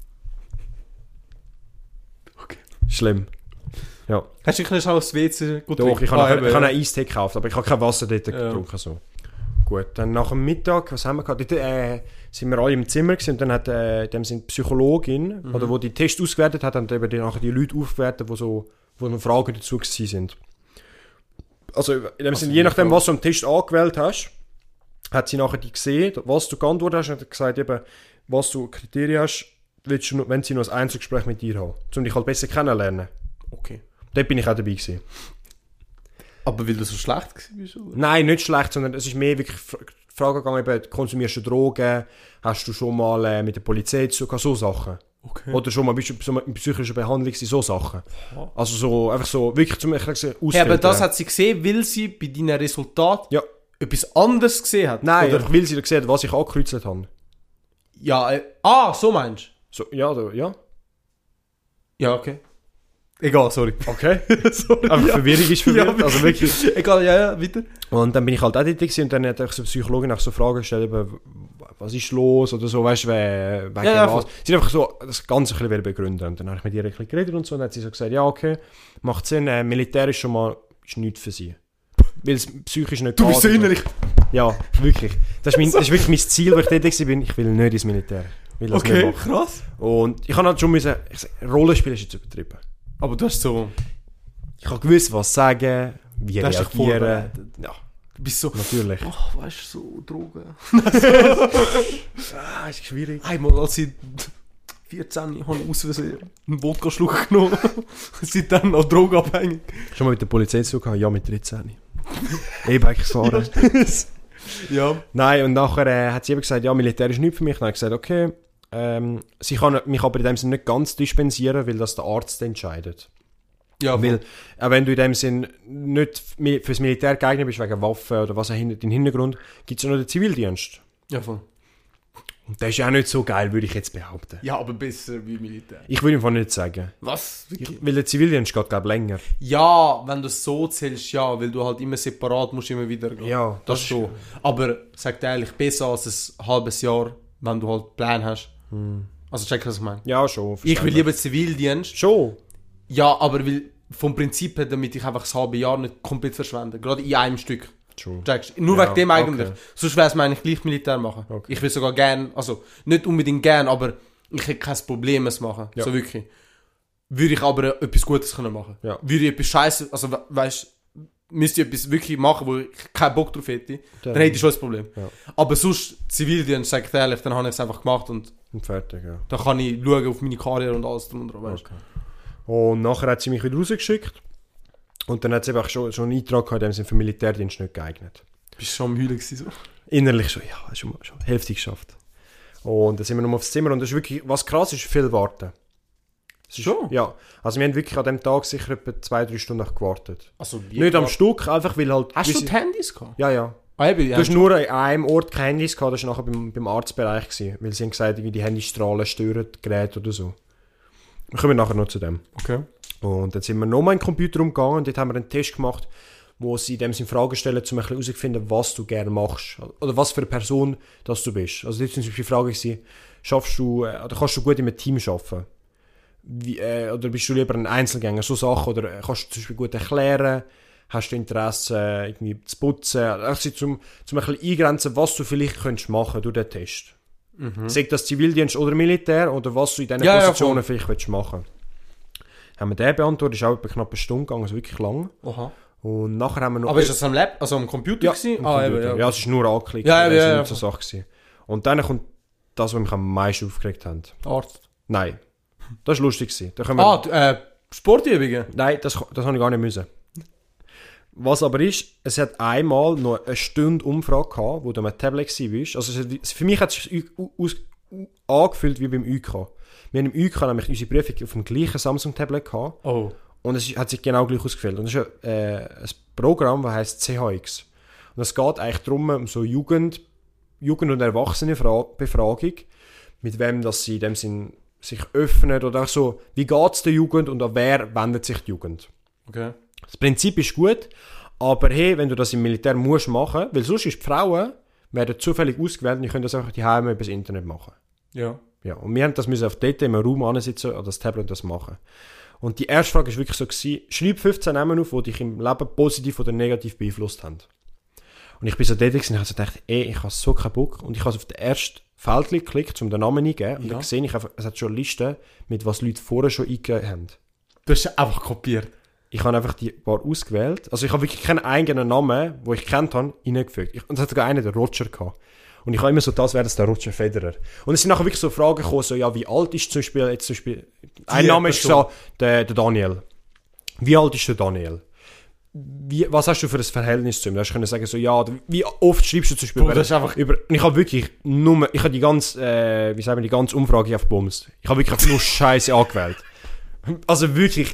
Okay. Schlimm. Ja. Hast du nicht auch das W C gut Doch, ich habe ah, nachher- eben, ich habe ja. einen Eistee gekauft, aber ich habe kein Wasser dort Ja. getrunken. So. Gut, dann nach dem Mittag, was haben wir gehabt? Dort äh, sind wir alle im Zimmer gewesen, und dann hat äh, dem sind die Psychologin, Mhm. oder wo die Tests ausgewertet hat, hat eben die, nachher die Leute aufgewertet, wo so, wo noch Fragen dazu gewesen sind. Also in dem Also Sinne, je nachdem, Frage. was du am Test angewählt hast, hat sie nachher die gesehen, was du geantwortet hast, und hat gesagt, eben, was du Kriterien hast, willst du, noch- wenn sie noch ein Einzelgespräch mit dir haben, um dich halt besser kennenlernen. Okay. Dort bin ich auch dabei gewesen. Aber weil du so schlecht warst, oder? Nein, nicht schlecht, sondern es ist mehr wirklich Fra- die Frage gegangen, eben, konsumierst du Drogen, hast du schon mal äh, mit der Polizei zu tun, so Sachen. Okay. Oder schon mal bist du so in psychischer Behandlung, so Sachen. Aha. Also so, einfach so, wirklich zum Beispiel ausfiltern. Ja, aber das hat sie gesehen, weil sie bei deinen Resultaten Ja. etwas anderes gesehen hat? Nein, Oder? einfach weil sie gesehen hat, was ich angekreuzt habe. Ja, äh, ah, so meinst So, ja, da, ja. du? Ja, okay. Egal, sorry. Okay. sorry. Einfach Verwirrung ist verwirrt, Ja, also wirklich. Egal, ja, ja, weiter. Und dann bin ich halt auch dort gewesen, und dann hat auch so eine Psychologin auch so Fragen gestellt, eben, was ist los oder so, weißt du, we- wegen Ja, ja, was. Sie hat einfach so das Ganze ein bisschen begründen. Und dann habe ich mit ihr ein bisschen geredet und so, und dann hat sie so gesagt, ja, okay, macht Sinn, äh, Militär ist schon mal ist nichts für sie. Weil es psychisch nicht Du bist so geht. innerlich. Ja, wirklich. Das ist, mein, das ist wirklich mein Ziel, wo ich dort war, bin, ich will nicht ins Militär. Ich will das Okay, nicht machen. krass. Und ich habe halt schon müssen, ich sag, Rollenspiel ist jetzt übertrieben. Aber du hast so... Ich habe gewusst, was sagen, wie Du hast dich reagieren. vorbereitet. Ja, Du bist so... natürlich. Oh, weißt du, so Drogen. Ah, ist schwierig. Einmal, als ich vierzehn habe ich aus Versehen einen Wodka-Schluck genommen. Seitdem noch drogenabhängig. Schon mal mit der Polizei zu gehabt? Ja, mit dreizehn. E-Bike fahren. Ja. Nein, und nachher äh, hat sie eben gesagt, ja, Militär ist nichts für mich. Dann habe ich gesagt, okay, ähm, sie kann mich aber in dem Sinne nicht ganz dispensieren, weil das der Arzt entscheidet. Ja, Weil, auch wenn du in dem Sinn nicht mi- fürs Militär geeignet bist, wegen Waffen oder was auch hinter den Hintergrund, gibt es ja noch den Zivildienst. ja, voll. Und der ist ja auch nicht so geil, würde ich jetzt behaupten. Ja, aber besser wie Militär. Ich würde einfach nicht sagen. Was? Ich, weil der Zivildienst geht, glaube ich, länger. Ja, wenn du es so zählst, ja, weil du halt immer separat musst immer wieder gehen. Ja, das schon. Aber sag dir ehrlich, besser als ein halbes Jahr, wenn du halt Plan hast. Also check, was ich meine. Ja, schon. Ich will verständlich. lieber Zivildienst. Schon. Ja, aber weil vom Prinzip her, damit ich einfach das halbe Jahr nicht komplett verschwende. Gerade in einem Stück. True. Checkst? Nur Ja, wegen dem eigentlich. okay. Sonst wäre es mir eigentlich gleich Militär machen. Okay. Ich will sogar gern, also nicht unbedingt gern, aber ich hätte kein Problem es machen. Ja. So wirklich. Würde ich aber etwas Gutes können machen. Ja. Würde ich etwas Scheiße, also we weißt, müsste ich etwas wirklich machen, wo ich keinen Bock drauf hätte, dann, Dann- hätte ich schon das Problem. Ja. Aber sonst Zivildienst, sag ich dir ehrlich, dann habe ich es einfach gemacht und Und fertig, ja. dann kann ich schauen auf meine Karriere und alles drum und dran, weißt. Okay. Und nachher hat sie mich wieder rausgeschickt. Und dann hat sie einfach schon, schon einen Eintrag gehabt, in dem sie für den Militärdienst nicht geeignet. Bist du schon am Heulen gewesen, so? Innerlich schon, ja, schon, schon Hälfte geschafft. Und dann sind wir nochmal aufs Zimmer und das ist wirklich, was krass ist, viel warten. Es ist, Schon? Ja, also wir haben wirklich an dem Tag sicher etwa zwei, drei Stunden gewartet. Also, Nicht am Stück, einfach weil halt... Hast du gewisse- die Handys gehabt? Ja, ja. Ah, eben, Du hast nur an einem Ort keine Handys gehabt, das war nachher beim, beim Arztbereich gewesen, weil sie haben gesagt, irgendwie die Handystrahlen stören die Geräte oder so. Wir kommen nachher noch zu dem. Okay. Und dann sind wir nochmal in den Computer umgegangen und dort haben wir einen Test gemacht, wo sie dem in Frage stellen, um ein bisschen herauszufinden, was du gerne machst. Oder was für eine Person das du bist. Also dort war zum Beispiel die Frage, gewesen, schaffst du, äh, oder kannst du gut in einem Team arbeiten? Wie, äh, oder bist du lieber ein Einzelgänger? So Sachen. Oder äh, kannst du zum Beispiel gut erklären? Hast du Interesse, äh, irgendwie zu putzen? Also zum, zum ein bisschen eingrenzen, was du vielleicht könntest machen durch den Test. Mhm. Sei das Zivildienst oder Militär oder was du in diesen Ja, ja, Positionen voll. vielleicht willst machen. Haben wir den beantwortet, ist auch etwa knapp eine Stunde gegangen, also wirklich lang. Aha. Und nachher haben wir noch... Aber ist das am Lab, also am Computer ja, gewesen? am Ah, Computer. eben, ja. ja, es ist nur angeklickt. Ja, das ja, war ja, nicht so Sache gewesen. Und dann kommt das, was mich am meisten aufgeregt hat. Arzt. Nein. Das war lustig. Da können wir Ah, d- äh, Sportübungen? Nein, das, das habe ich gar nicht müssen. Was aber ist, es hat einmal noch eine Stunde Umfrage gehabt, wo du am Tablet warst. Also es hat, für mich hat es sich aus, angefühlt wie beim U K. Wir haben im U K nämlich unsere Prüfung auf dem gleichen Samsung-Tablet gehabt. Oh. Und es hat sich genau gleich ausgefüllt. Und das ist ein, äh, ein Programm, das heisst C H X. Und es geht eigentlich darum, um so Jugend, Jugend- und Erwachsenenbefragung, mit wem dass sie in dem Sinn sich öffnen oder auch so, wie geht es der Jugend und an wer wendet sich die Jugend. Okay. Das Prinzip ist gut, aber hey, wenn du das im Militär musst machen, weil sonst ist die Frauen, werden zufällig ausgewählt und die können das einfach die Heime über das Internet machen. Ja. Ja, und wir haben das müssen auf dort im Raum ansitzen und das Tablet das machen. Und die erste Frage war wirklich so gewesen, schreib fünfzehn Namen auf, die dich im Leben positiv oder negativ beeinflusst haben. Und ich bin so dort gewesen, und habe so gedacht, ey, ich habe so keinen Bock. Und ich habe auf das erste Feld geklickt, um den Namen eingeben. Und Ja. dann sehe ich einfach, es hat schon Listen, mit was Leute vorher schon eingegeben haben. Du hast einfach kopiert. Ich habe einfach die paar ausgewählt. Also ich habe wirklich keinen eigenen Namen, den ich kennt habe, reingefügt. Ich, und es hat sogar einen, der Roger gehabt. Und ich habe immer so, das wäre das der Roger Federer. Und es sind nachher wirklich so Fragen gekommen, so, ja, wie alt ist zum Beispiel, jetzt zum Beispiel, ein Name ist Person. so, der, der Daniel. Wie alt ist der Daniel? Wie, was hast du für ein Verhältnis zu ihm? Da hast du können sagen, so, ja, wie oft schreibst du zum Beispiel Bro, das ist einfach- über, und ich habe wirklich nur, ich habe die ganze, äh, wie sagen wir, die ganze Umfrage aufgebumst. Ich habe wirklich einfach nur Scheiße angewählt. Also wirklich,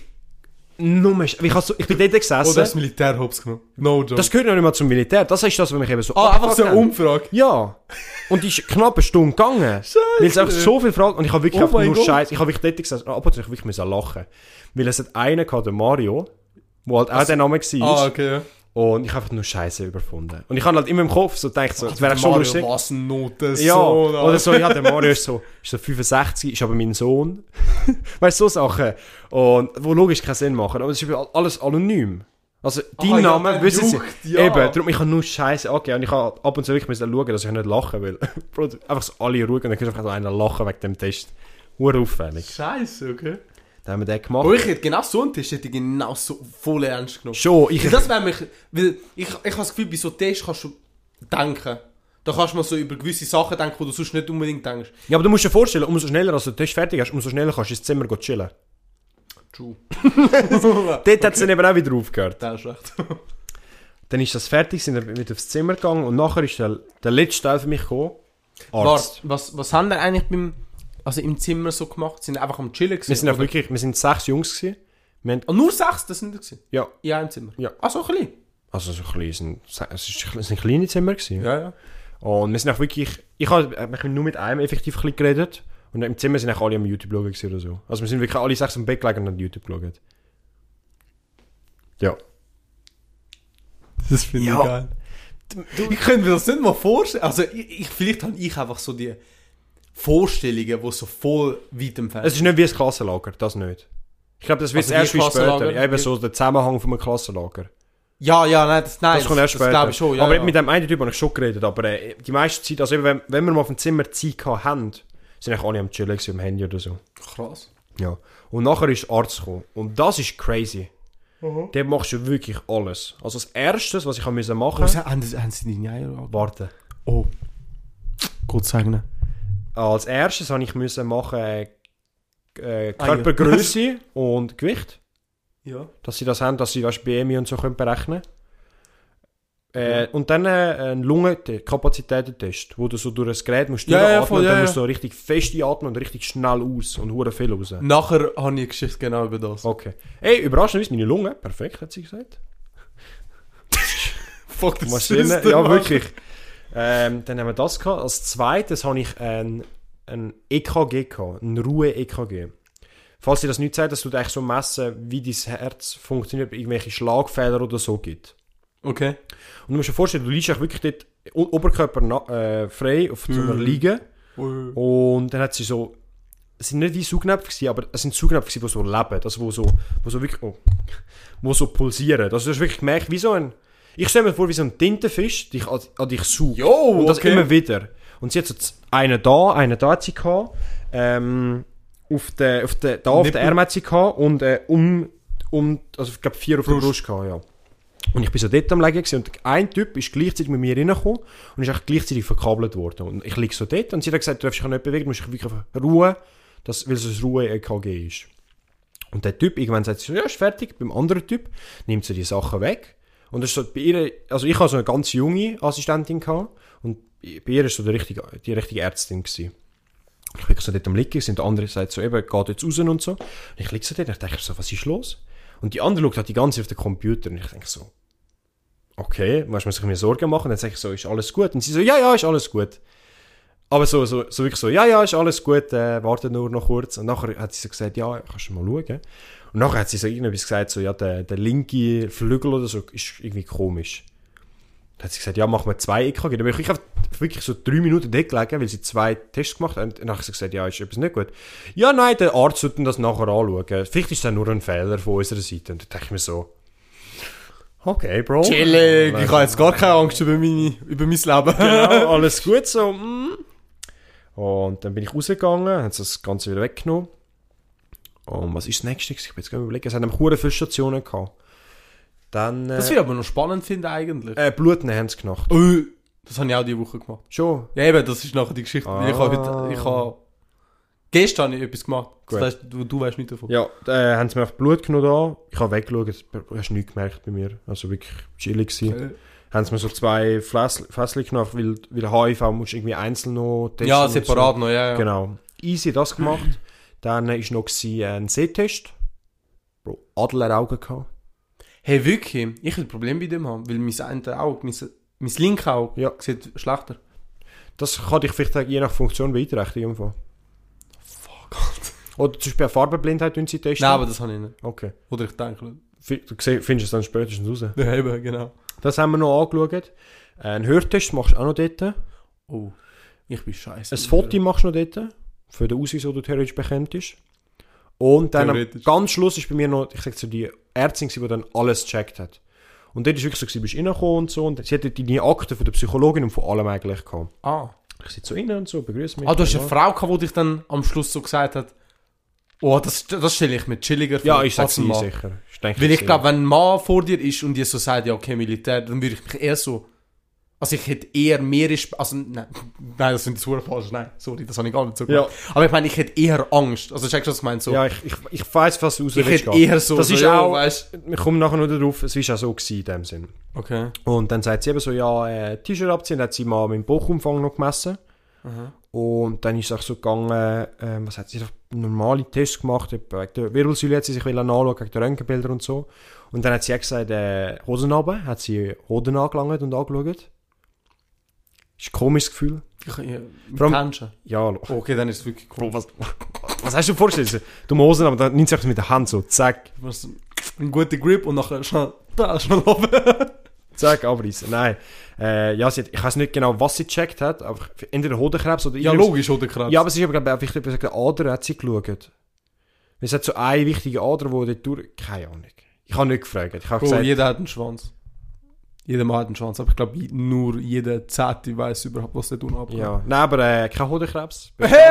nur, ich, habe so, ich bin dort gesessen. Oder das Militär hops genommen. No joke. Das gehört noch nicht mal zum Militär. Das ist das, was mich eben so ah, einfach so eine abgefuckt hat. Umfrage. Ja. Und die ist knapp eine Stunde gegangen. Weil es einfach so viele Fragen... Und ich habe wirklich Oh einfach mein nur Gott. Scheiße. Ich habe wirklich dort gesessen. Ab und zu wirklich müssen lachen. Weil es hat einen gehabt, der Mario, wo halt auch der Name war. Ah, okay, ja. Und ich habe einfach nur Scheiße überfunden. Und ich habe halt immer im Kopf so gedacht, so, das wäre schon Mario, lustig. was ein Noten. Ja, so, oder so, ja, der Mario ist so, ist so fünfundsechzig, ist aber mein Sohn. Weißt du, so Sachen. Und, wo logisch keinen Sinn machen. Aber es ist alles anonym. Also, dein Ah, ja, Name, der wissen sie. juckt, ja. Eben, darum, ich habe nur Scheiße angegeben. Und ich habe ab und zu wirklich müssen schauen, dass ich nicht lachen will. Bro, einfach so alle ruhig und dann kannst du einfach so einer lachen wegen dem Test. Hure auffällig. Scheiße, okay. Dann haben wir den gemacht. Aber ich hätte genau so einen Test hätte ich genau so voll ernst genommen. Schon, ich... Weil das wäre mich... Weil ich, ich habe das Gefühl, bei so Tests kannst du denken. Da kannst du mal so über gewisse Sachen denken, die du sonst nicht unbedingt denkst. Ja, aber du musst dir vorstellen, umso schneller als du den Test fertig hast, umso schneller kannst du ins Zimmer gehen chillen. True. Dort hat es dann eben auch wieder aufgehört. Das ist recht. Dann ist das fertig, sind wir wieder aufs Zimmer gegangen und nachher ist der, der letzte Teil für mich gekommen. Arzt. Warte, was, was haben wir eigentlich beim... Also im Zimmer so gemacht? Sind wir einfach am Chillen gewesen? Wir sind auch oder? wirklich, wir sind sechs Jungs gewesen. Wir haben, Ah, nur sechs, das sind wir gewesen? ja, In einem Zimmer? Ja. Ah, so klein? also so ein bisschen, es ist- es sind kleine Zimmer gewesen. Ja, ja. Und wir sind auch wirklich, ich habe ich hab nur mit einem effektiv ein bisschen geredet und im Zimmer sind auch alle am YouTube schauen gewesen oder so. Also wir sind wirklich alle sechs am Bett gelegen und haben YouTube geschaut. Ja. Das finde Ja. ich geil. Ich könnte mir das nicht mal vorstellen. Also ich, ich, vielleicht habe ich einfach so die Vorstellungen, die so voll weit entfernt Es ist nicht wie ein Klassenlager, das nicht. Ich glaube, das wird Also erst wie viel später. Klassenlager? Ja, eben Wie- so der Zusammenhang von einem Klassenlager. Ja, ja, nein, das, nein, Das kommt erst später. glaube ich schon, ja, aber ja. mit dem einen Typ habe ich schon geredet. Aber äh, die meiste Zeit, also eben, wenn, wenn wir mal auf dem Zimmer Zeit gehabt haben, sind eigentlich alle am Chillen gewesen, am Handy oder so. Krass. Ja. Und nachher ist der Arzt gekommen. Und das ist crazy. Dort machst du wirklich alles. Also das Erste, was ich machen musste, Was, haben, Sie- haben Sie deine Eier angegeben? warten. Oh. Gott segnen. Als erstes habe ich müssen machen äh, äh, Eier. Körpergröße und Gewicht. Ja. Dass sie das haben, dass sie weißt, B M I und so können berechnen äh, Und dann äh, ein Lungenkapazitätentest, wo du so durch das Gerät musst Ja, ja, durchatmen voll, und dann ja, musst du ja. so richtig fest einatmen und richtig schnell aus und hure viel raus. Nachher habe ich eine Geschichte genau über das. Okay. Ey, überraschend meine Lunge, perfekt, hat sie gesagt. Fuck, das Maschine, der ja Mann. wirklich. Ähm, dann haben wir das gehabt. Als zweites habe ich ein, ein E K G gehabt, ein Ruhe-E K G. Falls ihr das nicht sagt, dass du eigentlich so messen, wie dein Herz funktioniert, ob es irgendwelche Schlagfehler oder so gibt. Okay. Und du musst dir vorstellen, du liegst auch wirklich dort o- Oberkörper na- äh, frei auf so einer Mhm. Liege. Ui. Und dann hat sie so, es sind nicht wie Saugnäpfe gewesen, aber es sind Saugnäpfe gewesen, die so leben, also wo so, wo so wirklich, oh, wo so pulsieren. Also du hast wirklich gemerkt, wie so ein, ich stelle mir vor, wie so ein Tintenfisch dich an, an dich saugt. Jo, Und das okay. immer wieder. Und sie hat so z- einen da, einen da hat sie gehabt, ähm, auf der, auf der, da auf Nippel. der Arm hat sie gehabt und äh, um, um, also ich glaube vier auf der Brust. Brust gehabt, ja. Und ich bin so dort am Legen gewesen, und ein Typ ist gleichzeitig mit mir reingekommen und ist echt gleichzeitig verkabelt worden. Und ich liege so dort und sie hat gesagt, du darfst dich nicht bewegen, du musst dich wirklich einfach ruhen, das, weil es ein Ruhe-E K G ist. Und der Typ, irgendwann sagt sie so, ja, ist fertig. Beim anderen Typ nimmt sie die Sachen weg. Und das ist so bei ihr, also ich hatte so eine ganz junge Assistentin gehabt, und bei ihr war so die richtige, die richtige Ärztin gewesen. Ich bin so dort am Liegen, und der andere sagt so, eben, geht jetzt raus und so. Und ich liege so dort und ich denke so, was ist los? Und die andere schaut halt die ganze Zeit auf den Computer und ich denke so, okay, muss man sich mir Sorgen machen? Und dann sage ich so, ist alles gut? Und sie so, ja, ja, ist alles gut. Aber so, so, so wirklich so, ja, ja, ist alles gut, äh, warte nur noch kurz. Und nachher hat sie so gesagt, ja, kannst du mal schauen. Und nachher hat sie so irgendwas gesagt, so, ja, der, der linke Flügel oder so ist irgendwie komisch. Dann hat sie gesagt, ja, machen wir zwei E K G. Dann bin ich wirklich so drei Minuten dort gelegen, weil sie zwei Tests gemacht haben. Und dann habe ich gesagt, ja, ist etwas nicht gut. Ja, nein, der Arzt sollte das nachher anschauen. Vielleicht ist das nur ein Fehler von unserer Seite. Und dann dachte ich mir so, okay, Bro. Chillig, ich habe jetzt gar keine Angst über, meine, über mein Leben. Genau, alles gut so. Mm. Und dann bin ich rausgegangen, haben sie das Ganze wieder weggenommen. Und was ist das Nächste? Ich bin jetzt gar nicht überlegen. Es haben nämlich viele Stationen gehabt. Dann, äh, das will ich aber noch spannend finden eigentlich. Äh, Blutnehmen haben sie gemacht. Oh, das habe ich auch diese Woche gemacht. Schon? Ja eben, das ist nachher die Geschichte. Ah. Ich habe heute, ich habe, gestern habe ich etwas gemacht. Gut. Das heißt, du, du weißt nicht davon. Ja, äh, haben sie mir einfach Blut genommen da. Ich habe weggeschaut, du hast nichts gemerkt bei mir. Also wirklich chillig gewesen. Okay. Haben sie mir so zwei Fläschchen genommen, weil, weil H I V musst du irgendwie einzeln noch testen. Ja, separat so. Noch, ja, ja. Genau. Easy das gemacht. Dann war noch ein Sehtest. Bro, Adleraugen gehabt. Hey, wirklich? Ich will ein Problem bei dem haben, weil mein eine Auge, mein, mein linke Auge, ja, sieht schlechter. Das kann dich vielleicht je nach Funktion beeinträchtigen. Fuck, Gott. Oder zum Beispiel eine Farbenblindheit tun sie testen? Nein, aber das habe ich nicht. Okay. Oder ich denke... Du findest es dann spätestens raus. Ja, eben, genau. Das haben wir noch angeschaut. Ein Hörtest machst du auch noch dort. Oh, ich bin scheiße. Ein Foto machst du noch dort. Für den Ausweis, den du theoretisch bekannt bist. Und dann am ganz Schluss ist bei mir noch, ich sag so, die Ärztin, die dann alles gecheckt hat. Und dort war wirklich so, du bist reingekommen und so. Und sie hatte die Akten von der Psychologin und von allem eigentlich gehabt. Ah. Ich sitze so rein und so, begrüße mich. Ah, du hast eine Frau gehabt, die dich dann am Schluss so gesagt hat, oh, das, das stelle ich mir chilliger vor. Ja, ich sage sie sicher. Ich denke, Weil ich glaube, wenn ein Mann vor dir ist und dir so sagt, ja, okay, Militär, dann würde ich mich eher so... Also ich hätte eher mehr... Respe- also, nein, nein, das sind die falsch. Nein, sorry, das habe ich gar nicht so gemacht. Ja. Aber ich meine, ich hätte eher Angst. Also checkst du, was ich meine? So. Ja, ich, ich, ich weiss, was du raus Ich hätte eher so... Das so, ist ja, auch... Weißt, wir kommen nachher noch darauf, es war auch so gewesen, in dem Sinn. Okay. Und dann sagt sie eben so, ja, äh, T-Shirt abziehen, dann hat sie mal meinen Bauchumfang noch gemessen. Aha. Und dann ist es auch so gegangen, äh, was hat sie, normale Tests gemacht, wegen der Wirbelsäule hat sie sich anschauen, wegen der Röntgenbilder und so. Und dann hat sie auch gesagt, äh, Hosen runter, hat sie Hoden angelangt und angeschaut. Ist ein komisches Gefühl. Ich, ja, Vor allem, ja, okay, dann ist es wirklich cool. Was, was hast du dir vorgestellt? Du musst Hosen, aber dann nimmt sie mit der Hand so, zack. Ein guter Grip und nachher schnell, da, schnell runter. Zack, abreißen. Nein. Äh, ja, sie hat, ich weiß nicht genau, was sie gecheckt hat, aber entweder Hodenkrebs oder... Ja, logisch Hodenkrebs. Ja, aber sie ist aber, glaube ich, wichtig, eine Ader hat sie geschaut. Es hat so eine wichtige Ader, die dort durch... Keine Ahnung. Ich habe nicht gefragt. Ich habe oh, gesagt... jeder hat einen Schwanz. Jeder Mann hat einen Schwanz, aber ich glaube, nur jeder Zehnte weiss überhaupt, was der tun abgeht. Ja, nein, aber äh, kein Hodenkrebs.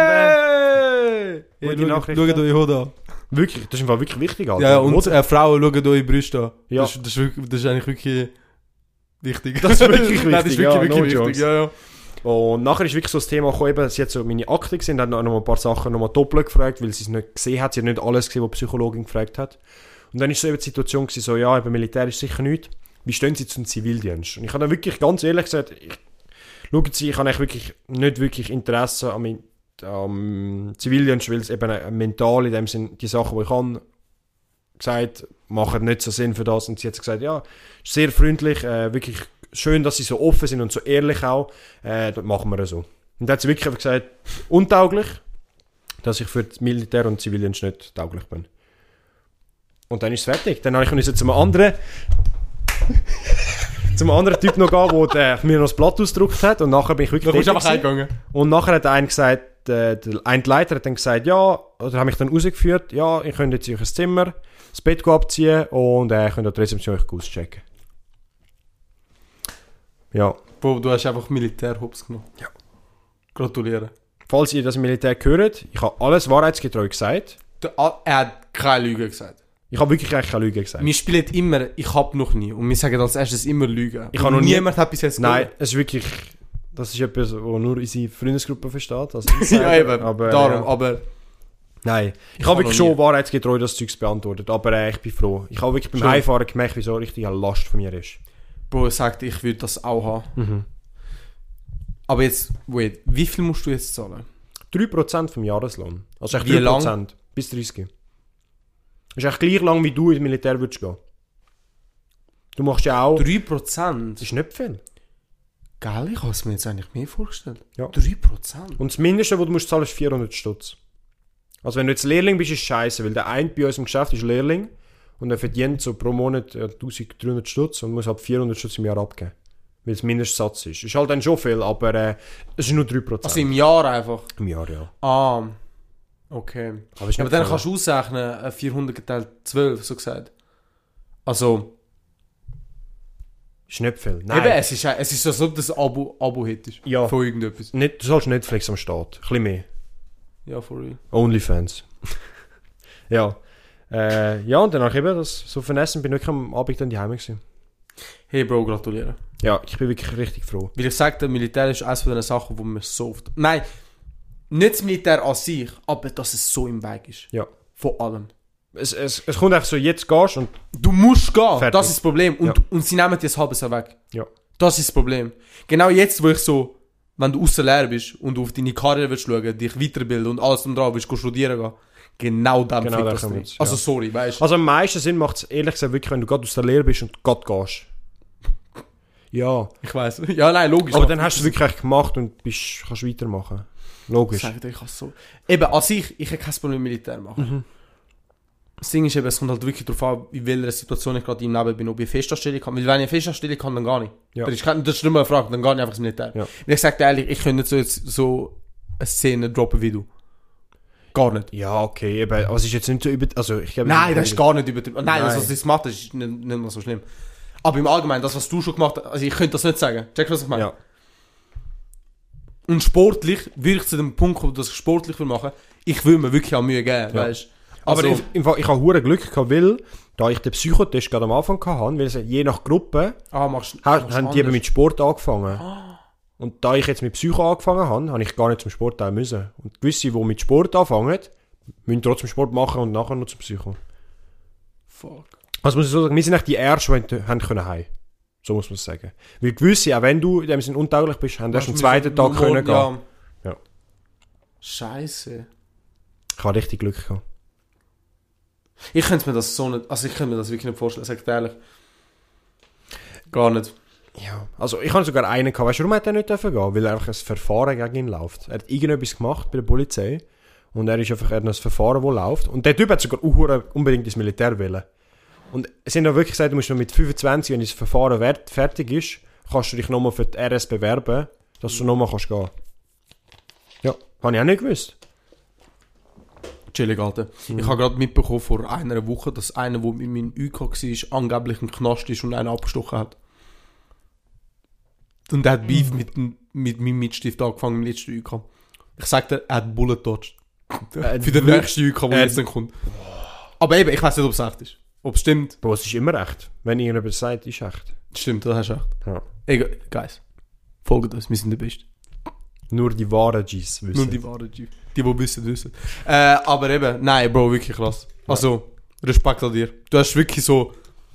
Hey! Gute Nachricht. Schaut eure Hoden an. Wirklich, das ist im Fall wirklich wichtig, Alter. Ja, und äh, Frauen schauen eure Brüste an. Ja. Das, das, ist wirklich, das ist eigentlich wirklich... Wichtig. Das ist wirklich wichtig. Nein, das ist wirklich, ja, wirklich no wichtig. Ja, ja. Und nachher ist wirklich so das Thema gekommen, eben, sie hat so meine Akte gesehen, hat noch ein paar Sachen nochmal doppelt gefragt, weil sie es nicht gesehen hat. Sie hat nicht alles gesehen, was die Psychologin gefragt hat. Und dann ist so eben die Situation gewesen, so, ja, eben Militär ist sicher nichts. Wie stehen sie zum Zivildienst? Und ich habe dann wirklich ganz ehrlich gesagt, ich, schauen Sie, ich habe eigentlich wirklich nicht wirklich Interesse am, am Zivildienst, weil es eben mental in dem Sinn, die Sachen, die ich kann, gesagt, machen nicht so Sinn für das. Und sie hat gesagt, ja, sehr freundlich, äh, wirklich schön, dass sie so offen sind und so ehrlich auch. Äh, das machen wir so. Und dann hat sie wirklich einfach gesagt, untauglich, dass ich für das Militär und Zivildienst nicht tauglich bin. Und dann ist es fertig. Dann habe ich uns zum anderen zum anderen Typ noch gehen, der mir noch das Blatt ausgedruckt hat. Und nachher bin ich wirklich... Du bist einfach eingegangen. Und nachher hat einer gesagt, äh, der ein Leiter hat dann gesagt, ja, oder hat mich dann rausgeführt, ja, ihr könnt jetzt in euer Zimmer das Bett abziehen und äh, könnt an der Rezeption euch auschecken. Ja. Bro, du hast einfach Militärhops genommen. Ja. Gratuliere. Falls ihr das Militär hört, ich habe alles wahrheitsgetreu gesagt. Der, er hat keine Lüge gesagt. Ich habe wirklich eigentlich keine Lüge gesagt. Wir spielen immer, ich hab noch nie. Und wir sagen als erstes immer Lügen. Ich habe noch nie... Niemand hat bis jetzt Nein, es ist wirklich... Das ist etwas, was nur unsere Freundesgruppe versteht. Also ja, eben. Aber, Darum, ja. aber... Nein. Ich, Ich habe habe wirklich noch schon nie. wahrheitsgetreu das Zeugs beantwortet. Aber äh, ich bin froh. Ich habe wirklich beim Schon. Heimfahren gemerkt, wie so richtig eine Last von mir ist. Bro sagt, ich würde das auch haben. Mhm. Aber jetzt, wait, wie viel musst du jetzt zahlen? drei Prozent vom Jahreslohn. Also echt Wie drei lang? Prozent. Bis dreißig. Das ist echt gleich lang, wie du ins Militär würdest gehen. Du machst ja auch... drei Prozent? Das ist nicht viel. Geil, ich habe es mir jetzt eigentlich mehr vorgestellt. Ja. drei Prozent? Und das Mindeste, was du musst zahlen, ist vierhundert Stutz. Also wenn du jetzt Lehrling bist, ist es scheiße, weil der eine bei uns im Geschäft ist Lehrling und er verdient so pro Monat ja, dreizehnhundert Stutz und muss halt vierhundert Stutz im Jahr abgeben. Weil es Mindestsatz ist. Ist halt dann schon viel, aber äh, es ist nur drei Prozent. Also im Jahr einfach? Im Jahr, ja. Ah, okay. Aber, ist Aber nicht dann viel. kannst du ausrechnen, äh, vierhundert geteilt zwölf, so gesagt. Also, Ist nicht viel. Nein. eben, es ist, es ist so, als ob du ein Abo, Abo hättest. Ja. Von irgendetwas. Nicht, du sollst Netflix am Start. Ein bisschen mehr. Ja, for real. Onlyfans. ja. Äh, ja, und danach eben, das so vernessen, bin ich wirklich am Abend dann daheim gewesen. Hey Bro, gratuliere. Ja, ich bin wirklich richtig froh. Weil ich sage, das Militär ist eines von den Sachen, wo man so oft... Nein, nicht das Militär an sich, aber dass es so im Weg ist. Ja. Von allem. Es, es, es kommt einfach so, jetzt gehst und... Du musst gehen, Fertig. das ist das Problem. Und, Ja. und sie nehmen dir das halbe Jahr weg. Ja. Das ist das Problem. Genau jetzt, wo ich so, wenn du aussen leer bist und du auf deine Karriere willst schauen, dich weiterbilden und alles drum dran willst, gehen studieren gehen, genau dann Genau, fickt da das kommen drin. wir's, ja. Also sorry, weißt du. Also am meisten Sinn macht es ehrlich gesagt wirklich, wenn du gerade aus der Lehre bist und gerade gehst. Ja. Ich weiss. Ja, nein, logisch. Aber dann hast du es wirklich echt gemacht und bist, kannst weitermachen. Logisch. Sag dir, ich kann so. Eben, als ich, ich habe kein Problem mit Militär machen. Mhm. Das Ding ist eben, es kommt halt wirklich darauf an, in welcher Situation ich gerade im Leben bin, ob ich eine Festanstellung kann. Weil wenn ich eine Festanstellung kann, dann gar nicht. Ja. Das, ist kein, das ist nicht mal eine Frage, dann gar nicht einfach ins Militär. Ja. Weil ich sage dir ehrlich, ich könnte nicht so, jetzt so eine Szene droppen wie du. Gar nicht. Ja, okay, eben, aber es ist jetzt nicht so über... Also, ich glaube, Nein, das ist gar nicht übertrieben. Nein, Nein. also, was das macht, das ist nicht, nicht mal so schlimm. Aber im Allgemeinen, das, was du schon gemacht hast, also ich könnte das nicht sagen. Check, was ich meine? Ja. Und sportlich, würde ich zu dem Punkt kommen, dass ich sportlich will machen, ich will mir wirklich auch Mühe geben, Ja. weißt du? Aber Also, im, im Fall, ich habe hure Glück gehabt, weil, da ich den Psychotest gerade am Anfang hatte, weil es je nach Gruppe, ah, machst, ha, machst haben die eben anders. mit Sport angefangen. Und da ich jetzt mit Psycho angefangen habe, habe ich gar nicht zum Sport auch müssen. Und gewisse, die mit Sport anfangen, müssen trotzdem Sport machen und nachher noch zum Psycho. Fuck. Also muss ich so sagen, wir sind echt die Ersten, die haben können heim. So muss man es sagen. Weil gewisse, auch wenn du in dem Sinne untauglich bist, haben erst am zweiten Tag können gehen. Ja. Ja. Scheiße. Ich habe richtig Glück gehabt. Ich könnte mir das so nicht, also ich könnte mir das wirklich nicht vorstellen, sag ich dir ehrlich. Gar nicht. Ja. Also ich habe sogar einen gehabt. Weißt du, warum hat er nicht dürfen gehen? Weil einfach ein Verfahren gegen ihn läuft. Er hat irgendetwas gemacht bei der Polizei. Und er ist einfach er hat noch ein Verfahren, das läuft. Und der Typ hat sogar auch unbedingt ins Militär wollen. Und es haben ja wirklich gesagt, du musst noch mit fünfundzwanzig, wenn das Verfahren wert, fertig ist, kannst du dich nochmal für die R S bewerben, dass du nochmal kannst gehen. Ja, habe ich auch nicht gewusst. Chillig, Alter. Mhm. Ich habe gerade mitbekommen vor einer Woche, dass einer, der in meinem U K war, angeblich ein Knast ist und einen abgestochen hat. Und er hat Beef Mhm. mit, dem- mit meinem Mitstift angefangen im letzten U K. Ich sag dir, er hat Bullet dodged. Äh, Für den nächsten U K, der äh, jetzt dann kommt. Aber eben, ich weiß nicht, ob es echt ist. Ob es stimmt. Bro, es ist immer echt. Wenn irgendjemand sagt, ist echt. Stimmt, das hast du recht. Ja. Egal, Guys, folgt uns, wir sind die Besten. Nur die wahren Gs wissen. Nur die wahren G. Die, die wissen, wissen. Äh, aber eben, nein, Bro, wirklich krass. Also, Respekt an dir. Du hast wirklich so...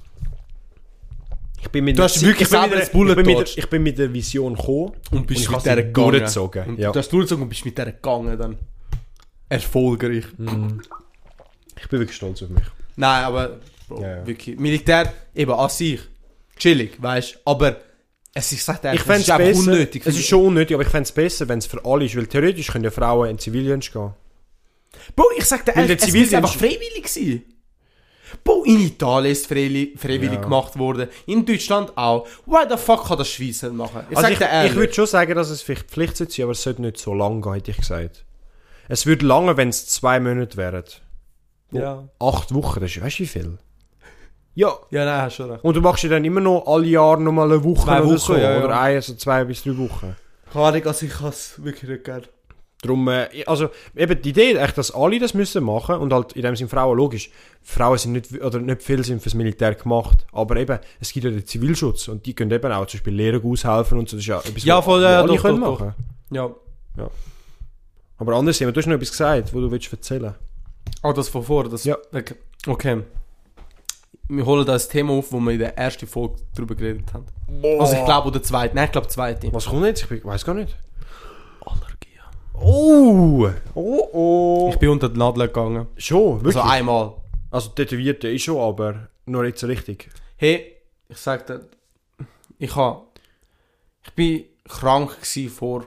Ich bin mit Du hast der- wirklich ich bin selber mit das der- Bullet ich bin mit der- dodged. Ich bin mit der Vision gekommen Und bist ich mit habe der sie gegangen. durchgezogen. Und Ja. du hast durchgezogen und bist mit der gegangen dann. Erfolgreich. Ich bin wirklich stolz auf mich. Nein, aber Bro, Ja, ja. wirklich. Militär, eben an sich, chillig, weißt du. Aber es ist, sagt Ich fände es einfach besser, unnötig. es ist schon unnötig, aber ich fände es besser, wenn es für alle ist, weil theoretisch können ja Frauen in Zivildienst gehen. Bro, ich sag dir Weil ehrlich, der es muss Zivildienst- einfach freiwillig sein. Bro, in Italien ist es freiwillig, freiwillig Ja. gemacht worden. In Deutschland auch. Why the fuck kann das Schweiz nicht machen? Ich Also sag ich, dir ehrlich. ich würde schon sagen, dass es vielleicht Pflicht sein sollte, aber es sollte nicht so lang gehen, hätte ich gesagt. Es würde lange, wenn es zwei Monate wären. Ja. Acht Wochen, das ist, weißt du wie viel? Ja. Ja, nein, hast schon recht. Und du machst ja dann immer noch alle Jahre noch mal eine Woche Zwei oder Wochen, so. ja, ja. Oder ein, also zwei bis drei Wochen. Keine Ahnung, also ich kann es wirklich nicht gerne. Darum, äh, also eben die Idee, echt, dass alle das müssen machen und halt in dem Sinne Frauen, logisch, Frauen sind nicht, oder nicht viel sind fürs Militär gemacht, aber eben, es gibt ja den Zivilschutz und die können eben auch zum Beispiel Lehren aushelfen und so, das ist ja etwas, Ja, was voll, wo ja, alle doch, können doch, machen. Ja. Ja. Aber anders, du hast noch etwas gesagt, wo du willst erzählen. Ah, das von vor, das... Ja. Okay. Wir holen da ein Thema auf, wo wir in der ersten Folge drüber geredet haben. Boah. Also ich glaube, oder zweite. Nein, ich glaube zweite. Was kommt jetzt? Ich weiß gar nicht. Allergie. Oh! Oh oh! Ich bin unter die Nadel gegangen. Schon, wirklich? Also einmal. Also tätowierte ist schon, aber nur nicht so richtig. Hey, ich sag dir, ich ha, ich bin krank gsi vor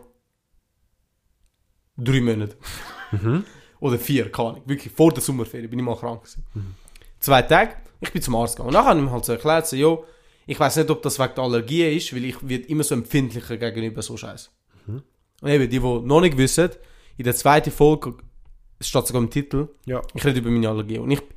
drei Monaten. Mhm. Oder vier, keine Ahnung. Wirklich, vor der Sommerferien bin ich mal krank gewesen. Mhm. Zwei Tage, ich bin zum Arzt gegangen. Und dann habe ich ihm halt so erklärt, so, jo, ich weiss nicht, ob das wegen der Allergie ist, weil ich wird immer so empfindlicher gegenüber so Scheiß. Mhm. Und eben, die, die noch nicht wissen, in der zweiten Folge, es steht sogar im Titel, Ja. ich rede über meine Allergie. Und ich...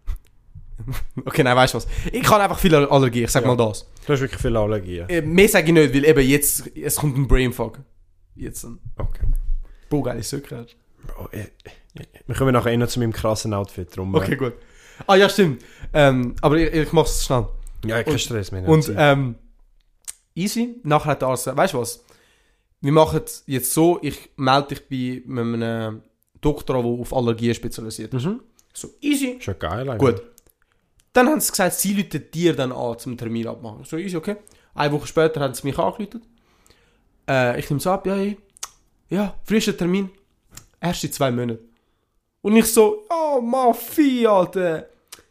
okay, nein, weißt du was? Ich habe einfach viele Allergie, ich sag Ja. mal das. Du hast wirklich viele Allergien. Äh, mehr sage ich nicht, weil eben jetzt, es kommt ein Brainfuck. Jetzt ein... Okay. Boah, geile Söcke. Oh, ich, ich, wir kommen nachher eh noch zu meinem krassen Outfit drum. Okay, gut. Ah ja, stimmt. Ähm, aber ich, ich mach's schnell. Ja, kein und, Stress mehr. Und ähm, easy, nachher hat der Arzt gesagt, weißt du was? Wir machen es jetzt so, ich melde dich bei einem Doktor an, der auf Allergien spezialisiert ist. Mhm. So, easy. Ist ja geil eigentlich. Gut. Dann haben sie gesagt, sie rufen dir dann an, zum Termin abmachen. So, easy, okay. Eine Woche später haben sie mich angerufen. Äh, ich nehme es ab, ja, hey. Ja, frischer Termin. Erst in zwei Monaten. Und ich so, oh, Mafia, Alter.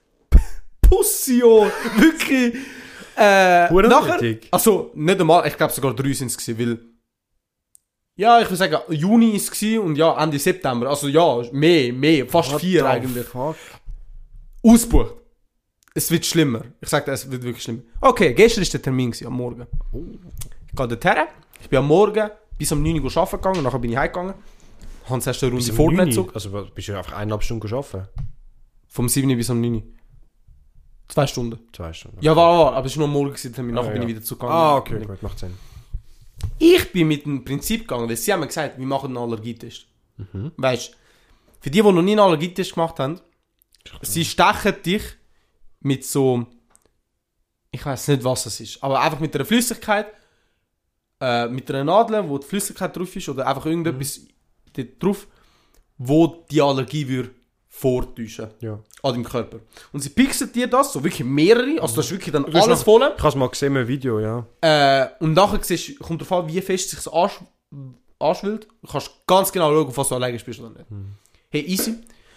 Pussio. Wirklich. Äh, nachher, also, nicht einmal, ich glaube sogar drei sind es gewesen, weil, ja, ich würde sagen, Juni ist es gewesen und ja, Ende September. Also ja, mehr, mehr, fast What vier the eigentlich. Fuck? Ausgebucht. Es wird schlimmer. Ich sage dir, es wird wirklich schlimmer. Okay, gestern war der Termin gewesen, am Morgen. Oh. Ich gehe dorthin. Ich bin am Morgen bis um neun Uhr arbeiten gegangen, nachher bin ich heimgegangen. Habe zuerst eine Runde Fortnite gezogen. Also was, bist du einfach eineinhalb Stunden gearbeitet? Vom sieben Uhr bis um neun Uhr. Zwei Stunden. Zwei Stunden. Ja, war, war, aber es war nur am Morgen gewesen, Termin. Nachher Ah, bin ja. ich wieder zugegangen. Ah, okay, gut, macht Sinn. Ich bin mit dem Prinzip gegangen, weil sie haben mir gesagt, wir machen einen Allergietest. Mhm. Weißt du, für die, die noch nie einen Allergietest gemacht haben, sie stechen dich mit so, ich weiß nicht, was es ist, aber einfach mit einer Flüssigkeit, äh, mit einer Nadel, wo die Flüssigkeit drauf ist, oder einfach irgendetwas mhm. dort drauf, wo die Allergie würde vortäuschen Ja. an deinem Körper. Und sie pixeln dir das, so wirklich mehrere, also das ist wirklich dann Du hast alles noch- voll. Ich habe es mal gesehen im Video, ja. Äh, und nachher siehst, kommt darauf an, wie fest sich ansch anschwillt. Du kannst ganz genau schauen, auf was du allergisch bist oder nicht. Hm. Hey, easy.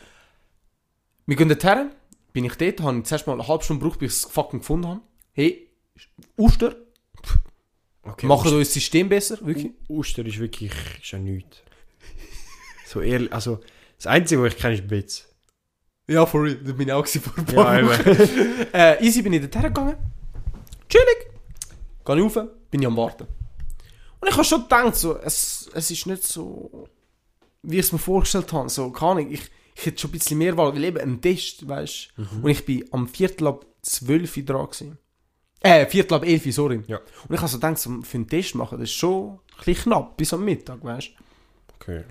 Wir gehen dorthin, bin ich dort, habe ich zuerst mal eine halbe Stunde gebraucht, bis ich es fucking gefunden habe. Hey, Oster, Okay, machen Oster, unser System besser, wirklich. Oster ist wirklich ist ja nichts. So ehrlich, also das Einzige, was ich kenne, ist Witz. Ja, for real, da bin ich auch vor ein Ja, paar Wochen. eben. äh, easy bin ich dorthin gegangen. Chillig. Gehe ich rauf, bin ich am Warten. Und ich habe schon gedacht, so, es, es ist nicht so, wie ich es mir vorgestellt habe. So, keine Ahnung, ich, ich hätte schon ein bisschen mehr Wahl, weil eben ein Test, weißt du. Mhm. Und ich bin am Viertel ab zwölf dran gewesen. Äh, Viertel ab elf, sorry. Ja. Und ich habe so gedacht, so, für einen Test machen, das ist schon ein bisschen knapp, bis am Mittag, weißt du. Okay.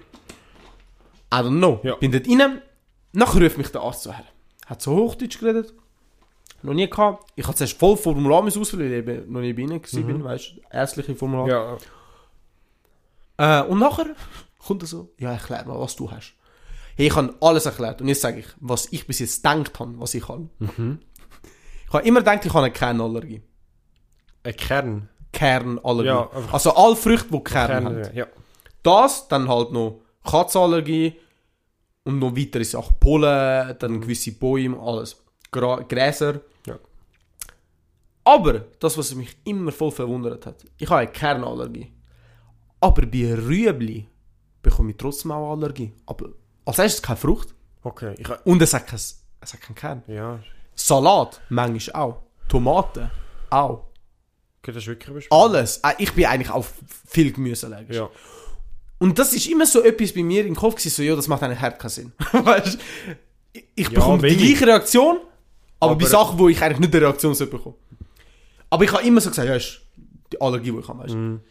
I don't know. Ja. Bin dort rein, nachher ruft mich der Arzt so her. Hat so Hochdeutsch geredet. Noch nie gehabt. Ich hatte zuerst voll Formular ausfüllen, weil ich eben noch nie bei ihnen gewesen bin, weißt du, ärztliche Formular. Ja. Äh, und nachher kommt er so, ja, erklär mal, was du hast. Hey, ich habe alles erklärt. Und jetzt sage ich, was ich bis jetzt gedacht habe, was ich habe. Mhm. Ich habe immer gedacht, ich habe eine Kernallergie. Ein Kern. Kernallergie. Ja, einfach- also alle Früchte, die Kerne haben. Kern, ja. Das, dann halt noch Katzenallergie und noch weitere Sachen. Pollen, dann gewisse Bäume, alles. Gra Gräser. Ja. Aber, das, was mich immer voll verwundert hat, ich habe eine Kernallergie. Aber bei Rüebli bekomme ich trotzdem auch Allergie. Aber als erstes keine Frucht. Okay. Ich, Und es hat, kein, es hat keinen Kern. ja. Salat, manchmal auch. Tomaten, auch. Okay, das ist wirklich bestimmt. Alles. Äh, Ich bin eigentlich auf viel Gemüse allergisch. Ja. Und das ist immer so etwas bei mir im Kopf gewesen, so, ja, das macht eigentlich hart keinen Sinn. Weißt du? Ich, ich Ja, bekomme die wenig. gleiche Reaktion, aber, Aber- bei Sachen, wo ich eigentlich nicht eine Reaktion sollte bekommen. Aber ich habe immer so gesagt, ja, ist die Allergie, die ich habe, weißt du. Mhm.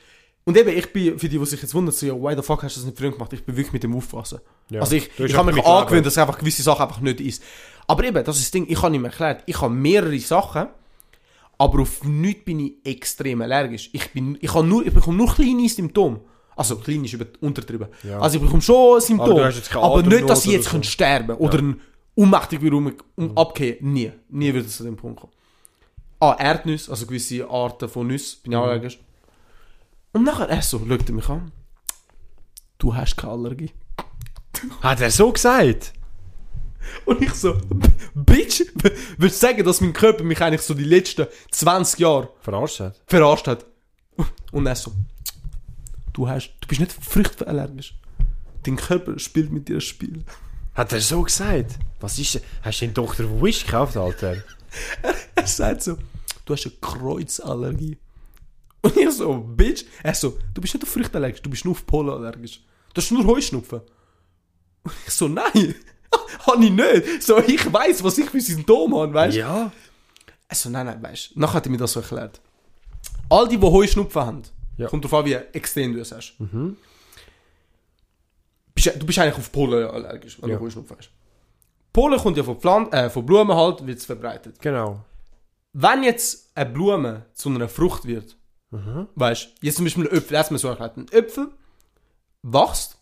Und eben, ich bin, für die, die sich jetzt wundern, so, ja, why the fuck hast du das nicht früher gemacht? Ich bin wirklich mit dem aufpassen. Ja. Also ich, Du hast ich habe mich einfach angewöhnt, mitgelernt. dass einfach gewisse Sachen einfach nicht ist. Aber eben, das ist das Ding, ich habe ihm erklärt, ich habe mehrere Sachen, aber auf nichts bin ich extrem allergisch. Ich, bin, ich, habe nur, ich bekomme nur kleine Symptome. Also klein ist über, untertrieben. Ja. Also ich bekomme schon Aber Symptome, du hast jetzt keine aber, nicht, dass Atemnot ich jetzt oder könnte so. sterben oder ein ohnmächtig wieder um, um Mhm. abgehen. Nie. Nie würde es zu dem Punkt kommen. Ah, Erdnüsse, also gewisse Arten von Nüssen, bin ich Mhm. allergisch. Und nachher, er so, schaut er mich an. Du hast keine Allergie. Hat er so gesagt? Und ich so, Bitch, würdest du sagen, dass mein Körper mich eigentlich so die letzten zwanzig Jahre Verarscht hat? verarscht hat? Und er so, du hast, du bist nicht fruchtallergisch. Dein Körper spielt mit dir ein Spiel. Hat er so gesagt? Was ist denn? Hast du den Doktor von Wish gekauft, Alter? Er sagt so, du hast eine Kreuzallergie. Und ich so, Bitch. Er so, du bist nicht auf Früchte allergisch, du bist nur auf Pollen allergisch. Du hast nur Heuschnupfen. Und ich so, nein, habe ich nicht. So, ich weiss, was ich für Symptome habe, weißt du? Ja. Er so, nein, nein, weißt du. Nachher hat er mir das so erklärt. All die, die Heuschnupfen haben, Ja. kommt darauf an, wie extrem du es hast. Mhm. Bist, du bist eigentlich auf Pollen allergisch, wenn Ja. du Heuschnupfen hast. Pollen kommt ja von, Pflanzen, äh, von Blumen halt, wird es verbreitet. Genau. Wenn jetzt eine Blume zu einer Frucht wird, Mhm. weißt du, jetzt zum Beispiel ein Äpfel, lass mir so erklärt, ein Äpfel wächst,